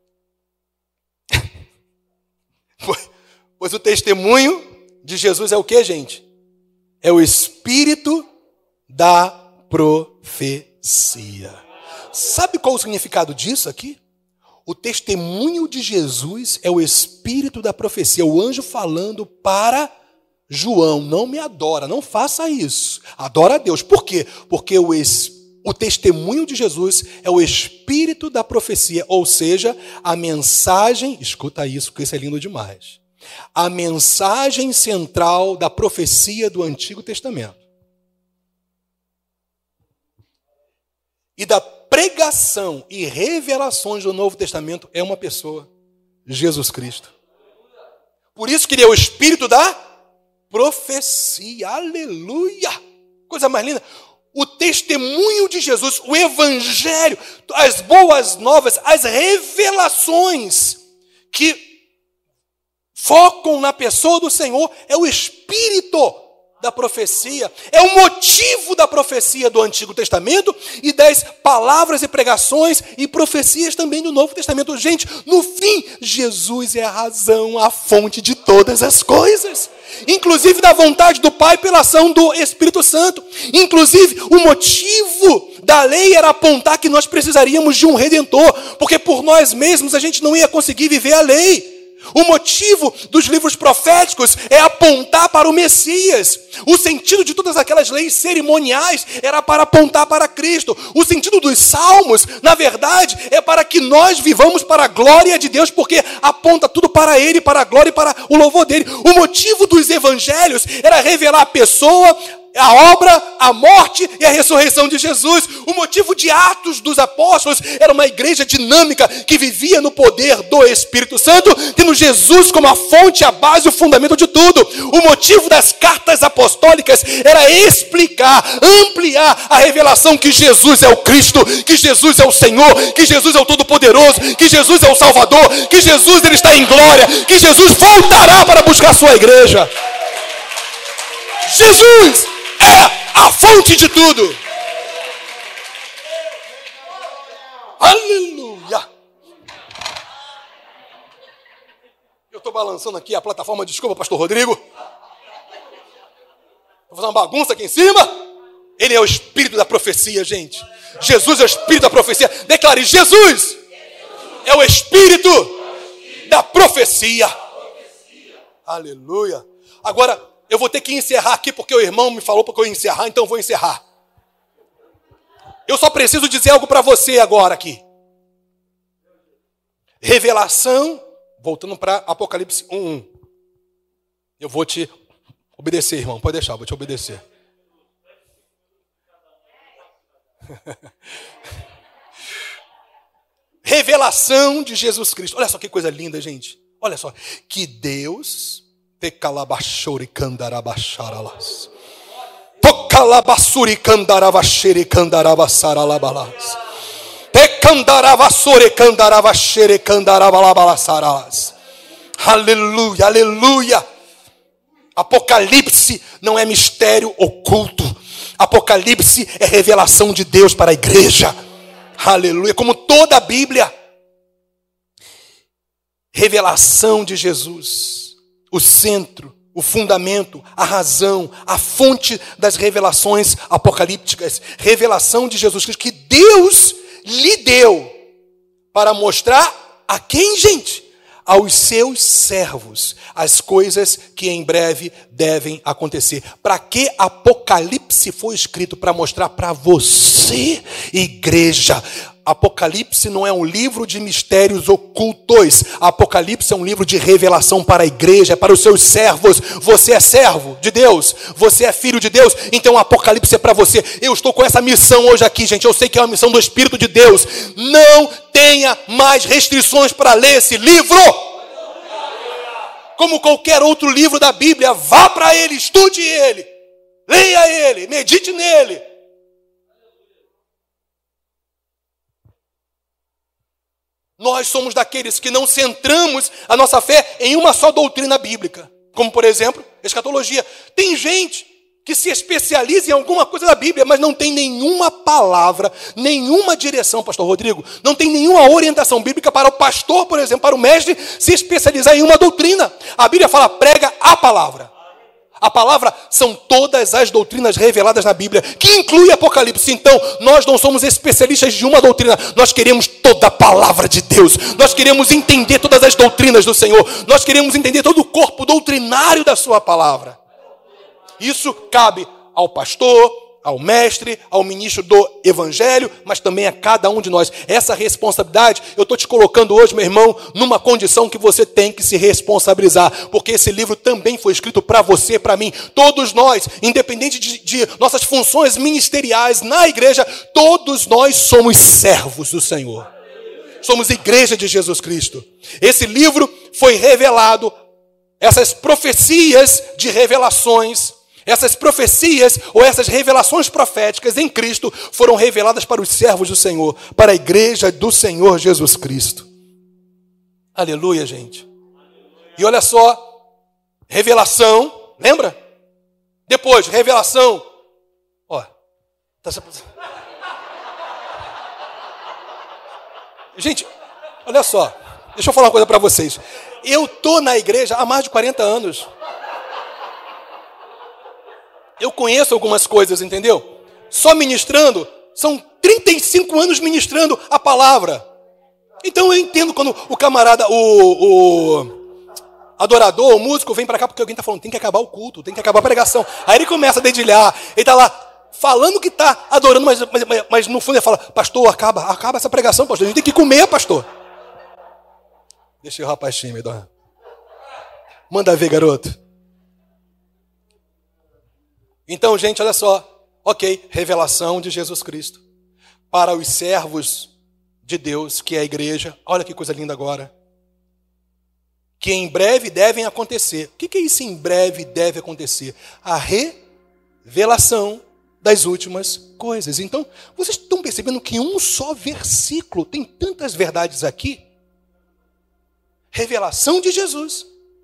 B: Pois, pois o testemunho de Jesus é o que, gente? É o espírito da profecia. Sabe qual o significado disso aqui? O testemunho de Jesus é o espírito da profecia. O anjo falando para João, não me adora, não faça isso. Adora a Deus. Por quê? Porque o espírito O testemunho de Jesus é o espírito da profecia, ou seja, a mensagem, escuta isso, porque isso é lindo demais, a mensagem central da profecia do Antigo Testamento e da pregação e revelações do Novo Testamento é uma pessoa, Jesus Cristo. Por isso que ele é o espírito da profecia, aleluia, coisa mais linda. O testemunho de Jesus, o evangelho, as boas novas, as revelações que focam na pessoa do Senhor, é o espírito da profecia, é o motivo da profecia do Antigo Testamento e das palavras e pregações e profecias também do Novo Testamento. Gente, no fim, Jesus é a razão, a fonte de todas as coisas. Inclusive da vontade do Pai pela ação do Espírito Santo. Inclusive, o motivo da lei era apontar que nós precisaríamos de um Redentor, porque por nós mesmos a gente não ia conseguir viver a lei. O motivo dos livros proféticos é apontar para o Messias. O sentido de todas aquelas leis cerimoniais era para apontar para Cristo. O sentido dos salmos, na verdade, é para que nós vivamos para a glória de Deus, porque aponta tudo para Ele, para a glória e para o louvor dEle. O motivo dos evangelhos era revelar a pessoa, a obra, a morte e a ressurreição de Jesus. O motivo de Atos dos Apóstolos era uma igreja dinâmica que vivia no poder do Espírito Santo, tendo Jesus como a fonte, a base e o fundamento de tudo. O motivo das cartas apostólicas era explicar, ampliar a revelação que Jesus é o Cristo, que Jesus é o Senhor, que Jesus é o Todo-Poderoso, que Jesus é o Salvador, que Jesus ele está em glória, que Jesus voltará para buscar a sua igreja. Jesus é a fonte de tudo. Aleluia. Eu estou balançando aqui a plataforma, desculpa, pastor Rodrigo. Vou fazer uma bagunça aqui em cima. Ele é o espírito da profecia, gente. Jesus é o espírito da profecia. Declare, Jesus é o espírito da profecia. Aleluia. Agora, eu vou ter que encerrar aqui, porque o irmão me falou para eu encerrar, então eu vou encerrar. Eu só preciso dizer algo para você agora aqui. Revelação, voltando para Apocalipse um, um. Eu vou te obedecer, irmão, pode deixar, eu vou te obedecer. Revelação de Jesus Cristo. Olha só que coisa linda, gente. Olha só, que Deus... Tecalabachore candarabacharalas. Tocalabassuri candaravachere candaravassaralabalas. Tecandaravassore candaravachere candaravalabalasaralas. Aleluia, aleluia. Apocalipse não é mistério oculto. Apocalipse é revelação de Deus para a igreja. Aleluia, como toda a Bíblia. revelação de Jesus, o centro, o fundamento, a razão, a fonte das revelações apocalípticas, revelação de Jesus Cristo que Deus lhe deu para mostrar a quem, gente? Aos seus servos, as coisas que em breve devem acontecer. Para que Apocalipse foi escrito? Para mostrar para você, igreja. Apocalipse não é um livro de mistérios ocultos. Apocalipse é um livro de revelação para a igreja, para os seus servos. Você é servo de Deus, você é filho de Deus, então Apocalipse é para você. Eu estou com essa missão hoje aqui, gente. Eu sei que é uma missão do Espírito de Deus. Não tenha mais restrições para ler esse livro. Como qualquer outro livro da Bíblia, vá para ele, estude ele, leia ele, medite nele. Nós somos daqueles que não centramos a nossa fé em uma só doutrina bíblica. Como, por exemplo, escatologia. Tem gente que se especializa em alguma coisa da Bíblia, mas não tem nenhuma palavra, nenhuma direção, pastor Rodrigo, não tem nenhuma orientação bíblica para o pastor, por exemplo, para o mestre, se especializar em uma doutrina. A Bíblia fala, prega a palavra. A palavra são todas as doutrinas reveladas na Bíblia, que inclui Apocalipse. Então, nós não somos especialistas de uma doutrina, nós queremos toda a palavra de Deus, nós queremos entender todas as doutrinas do Senhor, nós queremos entender todo o corpo doutrinário da sua palavra. Isso cabe ao pastor, ao mestre, ao ministro do evangelho, mas também a cada um de nós. Essa responsabilidade, eu estou te colocando hoje, meu irmão, numa condição que você tem que se responsabilizar, porque esse livro também foi escrito para você, para mim. Todos nós, independente de, de nossas funções ministeriais na igreja, todos nós somos servos do Senhor. Somos igreja de Jesus Cristo. Esse livro foi revelado, essas profecias de revelações, essas profecias ou essas revelações proféticas em Cristo foram reveladas para os servos do Senhor, para a igreja do Senhor Jesus Cristo. Aleluia, gente. E olha só, revelação, lembra? Depois, revelação. Ó, tá... Gente, olha só, deixa eu falar uma coisa para vocês. Eu estou na igreja há mais de quarenta anos. Eu conheço algumas coisas, entendeu? Só ministrando, são trinta e cinco anos ministrando a palavra. Então eu entendo quando o camarada, o, o adorador, o músico vem para cá porque alguém está falando, tem que acabar o culto, tem que acabar a pregação. Aí ele começa a dedilhar, ele está lá falando que está adorando, mas, mas, mas no fundo ele fala, pastor, acaba, acaba essa pregação, pastor, a gente tem que comer, pastor. Deixa o rapaz tímido. Ó. Manda ver, garoto. Então, gente, olha só. Ok, revelação de Jesus Cristo. Para os servos de Deus, que é a igreja. Olha que coisa linda agora. Que em breve devem acontecer. O que é isso em breve deve acontecer? A revelação das últimas coisas. Então, vocês estão percebendo que um só versículo tem tantas verdades aqui? Revelação de Jesus.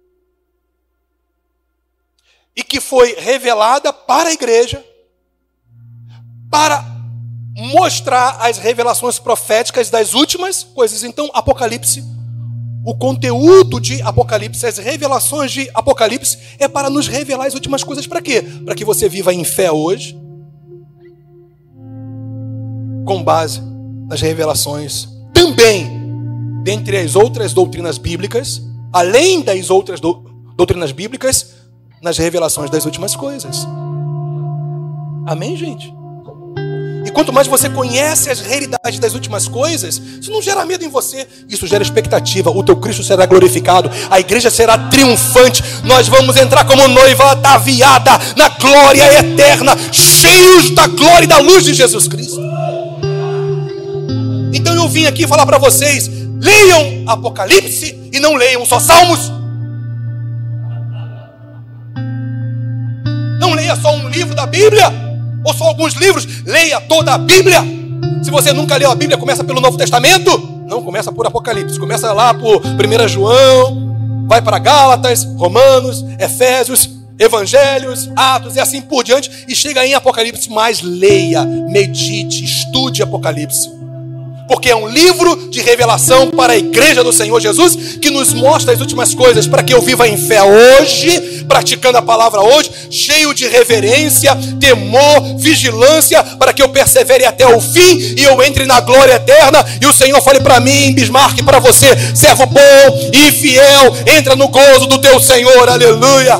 B: E que foi revelada para a igreja, para mostrar as revelações proféticas das últimas coisas. Então, Apocalipse, o conteúdo de Apocalipse, as revelações de Apocalipse, é para nos revelar as últimas coisas. Para quê? Para que você viva em fé hoje, com base nas revelações também, dentre as outras doutrinas bíblicas, além das outras do, doutrinas bíblicas, nas revelações das últimas coisas. Amém, gente? E quanto mais você conhece as realidades das últimas coisas, isso não gera medo em você, isso gera expectativa. O teu Cristo será glorificado, a igreja será triunfante, nós vamos entrar como noiva ataviada na glória eterna, cheios da glória e da luz de Jesus Cristo. Então eu vim aqui falar para vocês, leiam Apocalipse e não leiam só Salmos. Não leia só um livro da Bíblia, ou só alguns livros, leia toda a Bíblia. Se você nunca leu a Bíblia, começa pelo Novo Testamento. Não, começa por Apocalipse, começa lá por primeiro João, vai para Gálatas, Romanos, Efésios, Evangelhos, Atos e assim por diante, e chega em Apocalipse. Mas leia, medite, estude Apocalipse. Porque é um livro de revelação para a igreja do Senhor Jesus, que nos mostra as últimas coisas, para que eu viva em fé hoje, praticando a palavra hoje, cheio de reverência, temor, vigilância, para que eu persevere até o fim e eu entre na glória eterna. E o Senhor fale para mim, Bismarck, para você: servo bom e fiel, entra no gozo do teu Senhor, aleluia.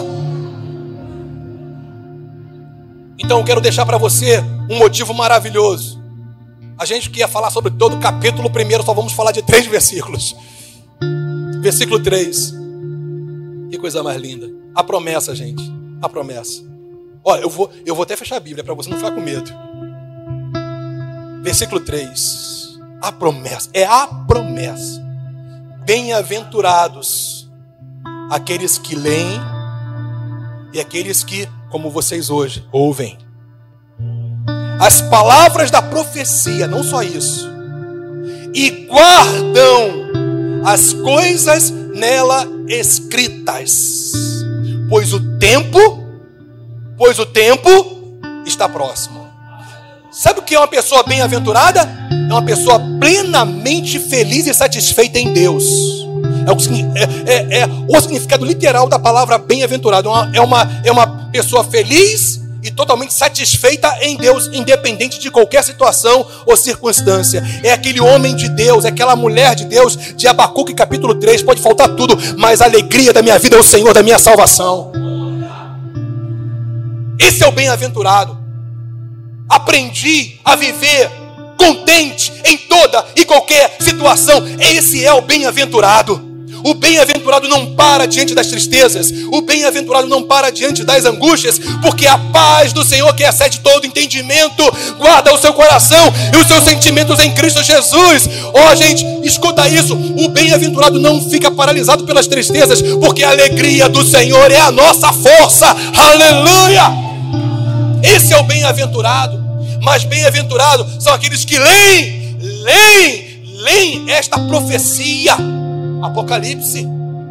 B: Então eu quero deixar para você um motivo maravilhoso. A gente que ia falar sobre todo o capítulo primeiro, só vamos falar de três versículos. Versículo três. Que coisa mais linda. A promessa, gente. A promessa. Olha, eu vou, eu vou até fechar a Bíblia para você não ficar com medo. Versículo três. A promessa. É a promessa. Bem-aventurados aqueles que leem e aqueles que, como vocês hoje, ouvem as palavras da profecia, não só isso, e guardam as coisas nela escritas, pois o tempo, pois o tempo está próximo. Sabe o que é uma pessoa bem-aventurada? É uma pessoa plenamente feliz e satisfeita em Deus. É o, é, é, é o significado literal da palavra bem-aventurado. É uma, é, uma, é uma pessoa feliz e totalmente satisfeita em Deus, independente de qualquer situação ou circunstância. É aquele homem de Deus, é aquela mulher de Deus, de Abacuque capítulo três, pode faltar tudo, mas a alegria da minha vida é o Senhor da minha salvação. Esse é o bem-aventurado. Aprendi a viver contente em toda e qualquer situação. Esse é o bem-aventurado. O bem-aventurado não para diante das tristezas. O bem-aventurado não para diante das angústias, porque a paz do Senhor, que excede todo entendimento, guarda o seu coração e os seus sentimentos em Cristo Jesus. Ó, oh, gente, escuta isso. O bem-aventurado não fica paralisado pelas tristezas, porque a alegria do Senhor é a nossa força. Aleluia! Esse é o bem-aventurado. Mas bem-aventurado são aqueles que leem, leem, leem esta profecia. Apocalipse.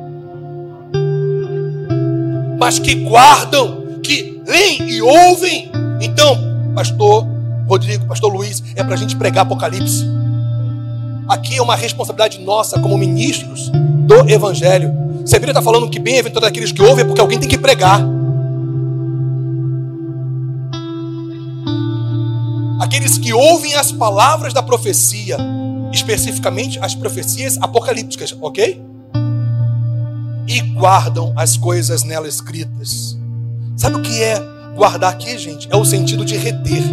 B: Mas que guardam, que leem e ouvem. Então, pastor Rodrigo, pastor Luiz, é para a gente pregar Apocalipse. Aqui é uma responsabilidade nossa como ministros do Evangelho. Se a Bíblia está falando que bem-aventurado aqueles que ouvem, é porque alguém tem que pregar. Aqueles que ouvem as palavras da profecia, especificamente as profecias apocalípticas, ok? E guardam as coisas nela escritas. Sabe o que é guardar aqui, gente? É o sentido de reter.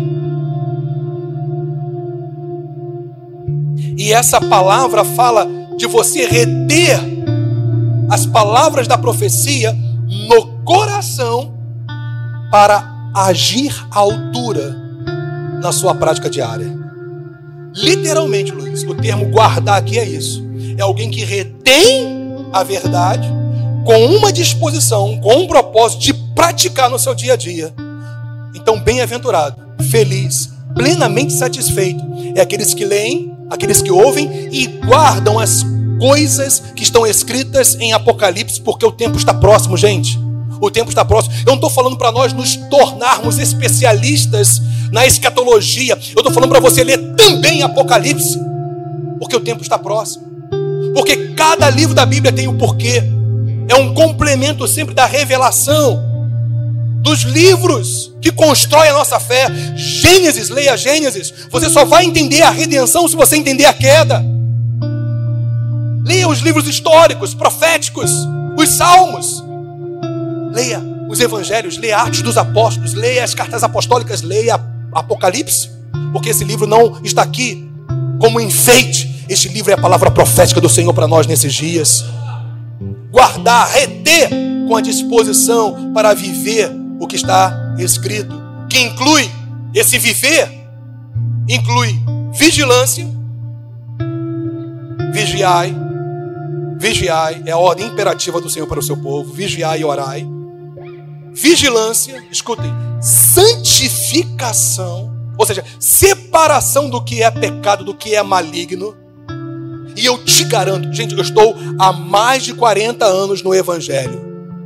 B: E essa palavra fala de você reter as palavras da profecia no coração para agir à altura na sua prática diária. Literalmente, Luiz, o termo guardar aqui é isso. É alguém que retém a verdade com uma disposição, com um propósito de praticar no seu dia a dia. Então, bem-aventurado, feliz, plenamente satisfeito é aqueles que leem, aqueles que ouvem e guardam as coisas que estão escritas em Apocalipse, porque o tempo está próximo, gente. O tempo está próximo. Eu não estou falando para nós nos tornarmos especialistas na escatologia. Eu estou falando para você ler também Apocalipse, porque o tempo está próximo. Porque cada livro da Bíblia tem um porquê. É um complemento sempre da revelação dos livros que constroem a nossa fé. Gênesis, leia Gênesis. Você só vai entender a redenção se você entender a queda. Leia os livros históricos, proféticos, os salmos. Leia os evangelhos, leia Atos dos Apóstolos, leia as cartas apostólicas, leia Apocalipse, porque esse livro não está aqui como enfeite. Este livro é a palavra profética do Senhor para nós nesses dias. Guardar, reter com a disposição para viver o que está escrito, que inclui esse viver, inclui vigilância, vigiai, vigiai, é a ordem imperativa do Senhor para o seu povo, vigiai e orai. Vigilância, escutem, santificação, ou seja, separação do que é pecado, do que é maligno. E eu te garanto, gente, eu estou há mais de quarenta anos no Evangelho.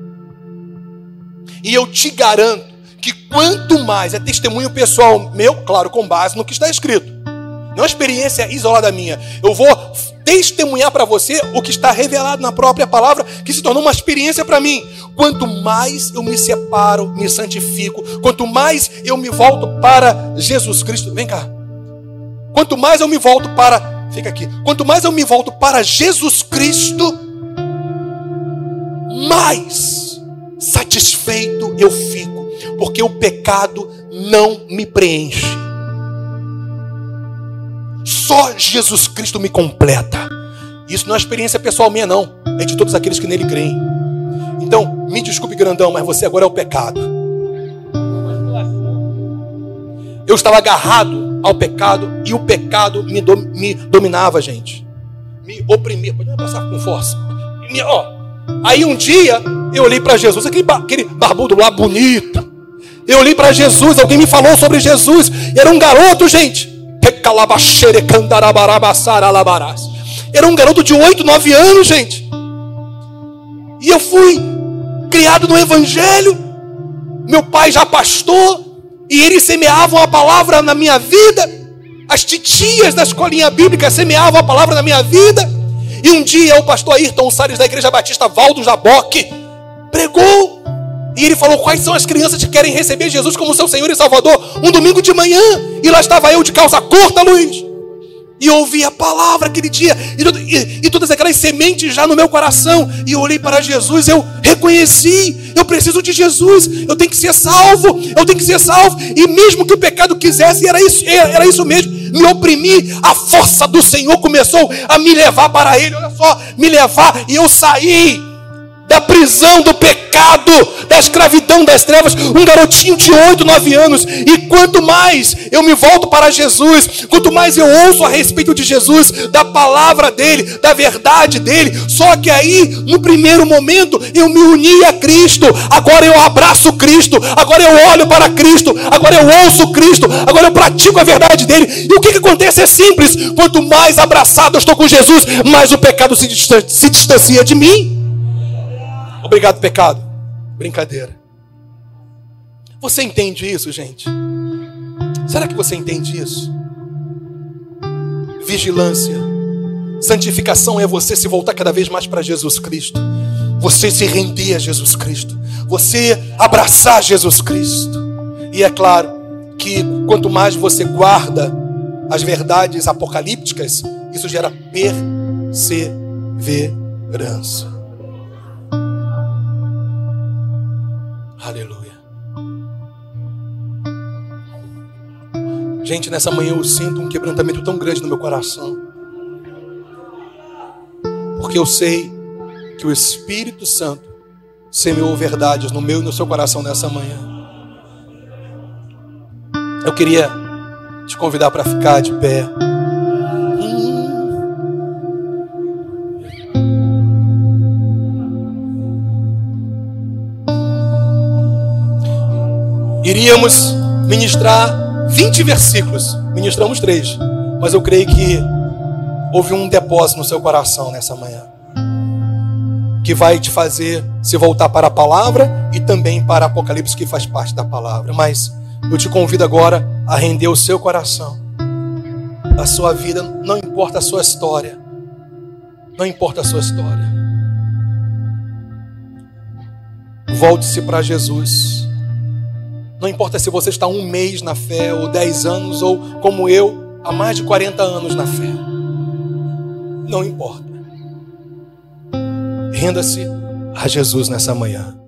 B: E eu te garanto que quanto mais, é testemunho pessoal meu, claro, com base no que está escrito, Não é uma experiência isolada minha. Eu vou testemunhar para você o que está revelado na própria palavra, que se tornou uma experiência para mim. Quanto mais eu me separo, me santifico, quanto mais eu me volto para Jesus Cristo, vem cá. Quanto mais eu me volto para, fica aqui. Quanto mais eu me volto para Jesus Cristo, mais satisfeito eu fico, porque o pecado não me preenche. Só Jesus Cristo me completa. Isso não é experiência pessoal minha, não. É de todos aqueles que nele creem. Então, me desculpe, grandão, mas você agora é o pecado. Eu estava agarrado ao pecado e o pecado me, dom, me dominava, gente. Me oprimia. Pode me passar com força. Me, ó. Aí um dia eu olhei para Jesus, aquele, aquele barbudo lá bonito. Eu olhei para Jesus, alguém me falou sobre Jesus. Era um garoto, gente. Era um garoto de oito, nove anos, gente. E eu fui criado no Evangelho. Meu pai já pastor. E eles semeavam a palavra na minha vida. As titias da escolinha bíblica semeavam a palavra na minha vida. E um dia o pastor Ayrton Salles da Igreja Batista Valdo Jaboque pregou. E ele falou quais são as crianças que querem receber Jesus como seu Senhor e Salvador. Um domingo de manhã. E lá estava eu de calça curta, Luiz. E eu ouvi a palavra aquele dia. E, e, e todas aquelas sementes já no meu coração. E eu olhei para Jesus. Eu reconheci. Eu preciso de Jesus. Eu tenho que ser salvo. Eu tenho que ser salvo. E mesmo que o pecado quisesse, era isso, era isso mesmo. Me oprimir. A força do Senhor começou a me levar para Ele. Olha só. Me levar. E eu saí da prisão do pecado, da escravidão das trevas, um garotinho de oito, nove anos, e quanto mais eu me volto para Jesus, quanto mais eu ouço a respeito de Jesus, da palavra dele, da verdade dele, só que aí, no primeiro momento, eu me uni a Cristo, agora eu abraço Cristo, agora eu olho para Cristo, agora eu ouço Cristo, agora eu pratico a verdade dele, e o que, que acontece é simples, quanto mais abraçado eu estou com Jesus, mais o pecado se, distan- se distancia de mim. Obrigado, pecado. Brincadeira. Você entende isso, gente? Será que você entende isso? Vigilância. Santificação é você se voltar cada vez mais para Jesus Cristo. Você se render a Jesus Cristo. Você abraçar Jesus Cristo. E é claro que quanto mais você guarda as verdades apocalípticas, isso gera perseverança. Aleluia. Gente, nessa manhã eu sinto um quebrantamento tão grande no meu coração. Porque eu sei que o Espírito Santo semeou verdades no meu e no seu coração nessa manhã. Eu queria te convidar para ficar de pé. Iríamos ministrar vinte versículos. Ministramos três. Mas eu creio que houve um depósito no seu coração nessa manhã, que vai te fazer se voltar para a palavra e também para Apocalipse, que faz parte da palavra. Mas eu te convido agora a render o seu coração, a sua vida, não importa a sua história. Não importa a sua história. Volte-se para Jesus. Não importa se você está um mês na fé, ou dez anos, ou como eu, há mais de quarenta anos na fé. Não importa. Renda-se a Jesus nessa manhã.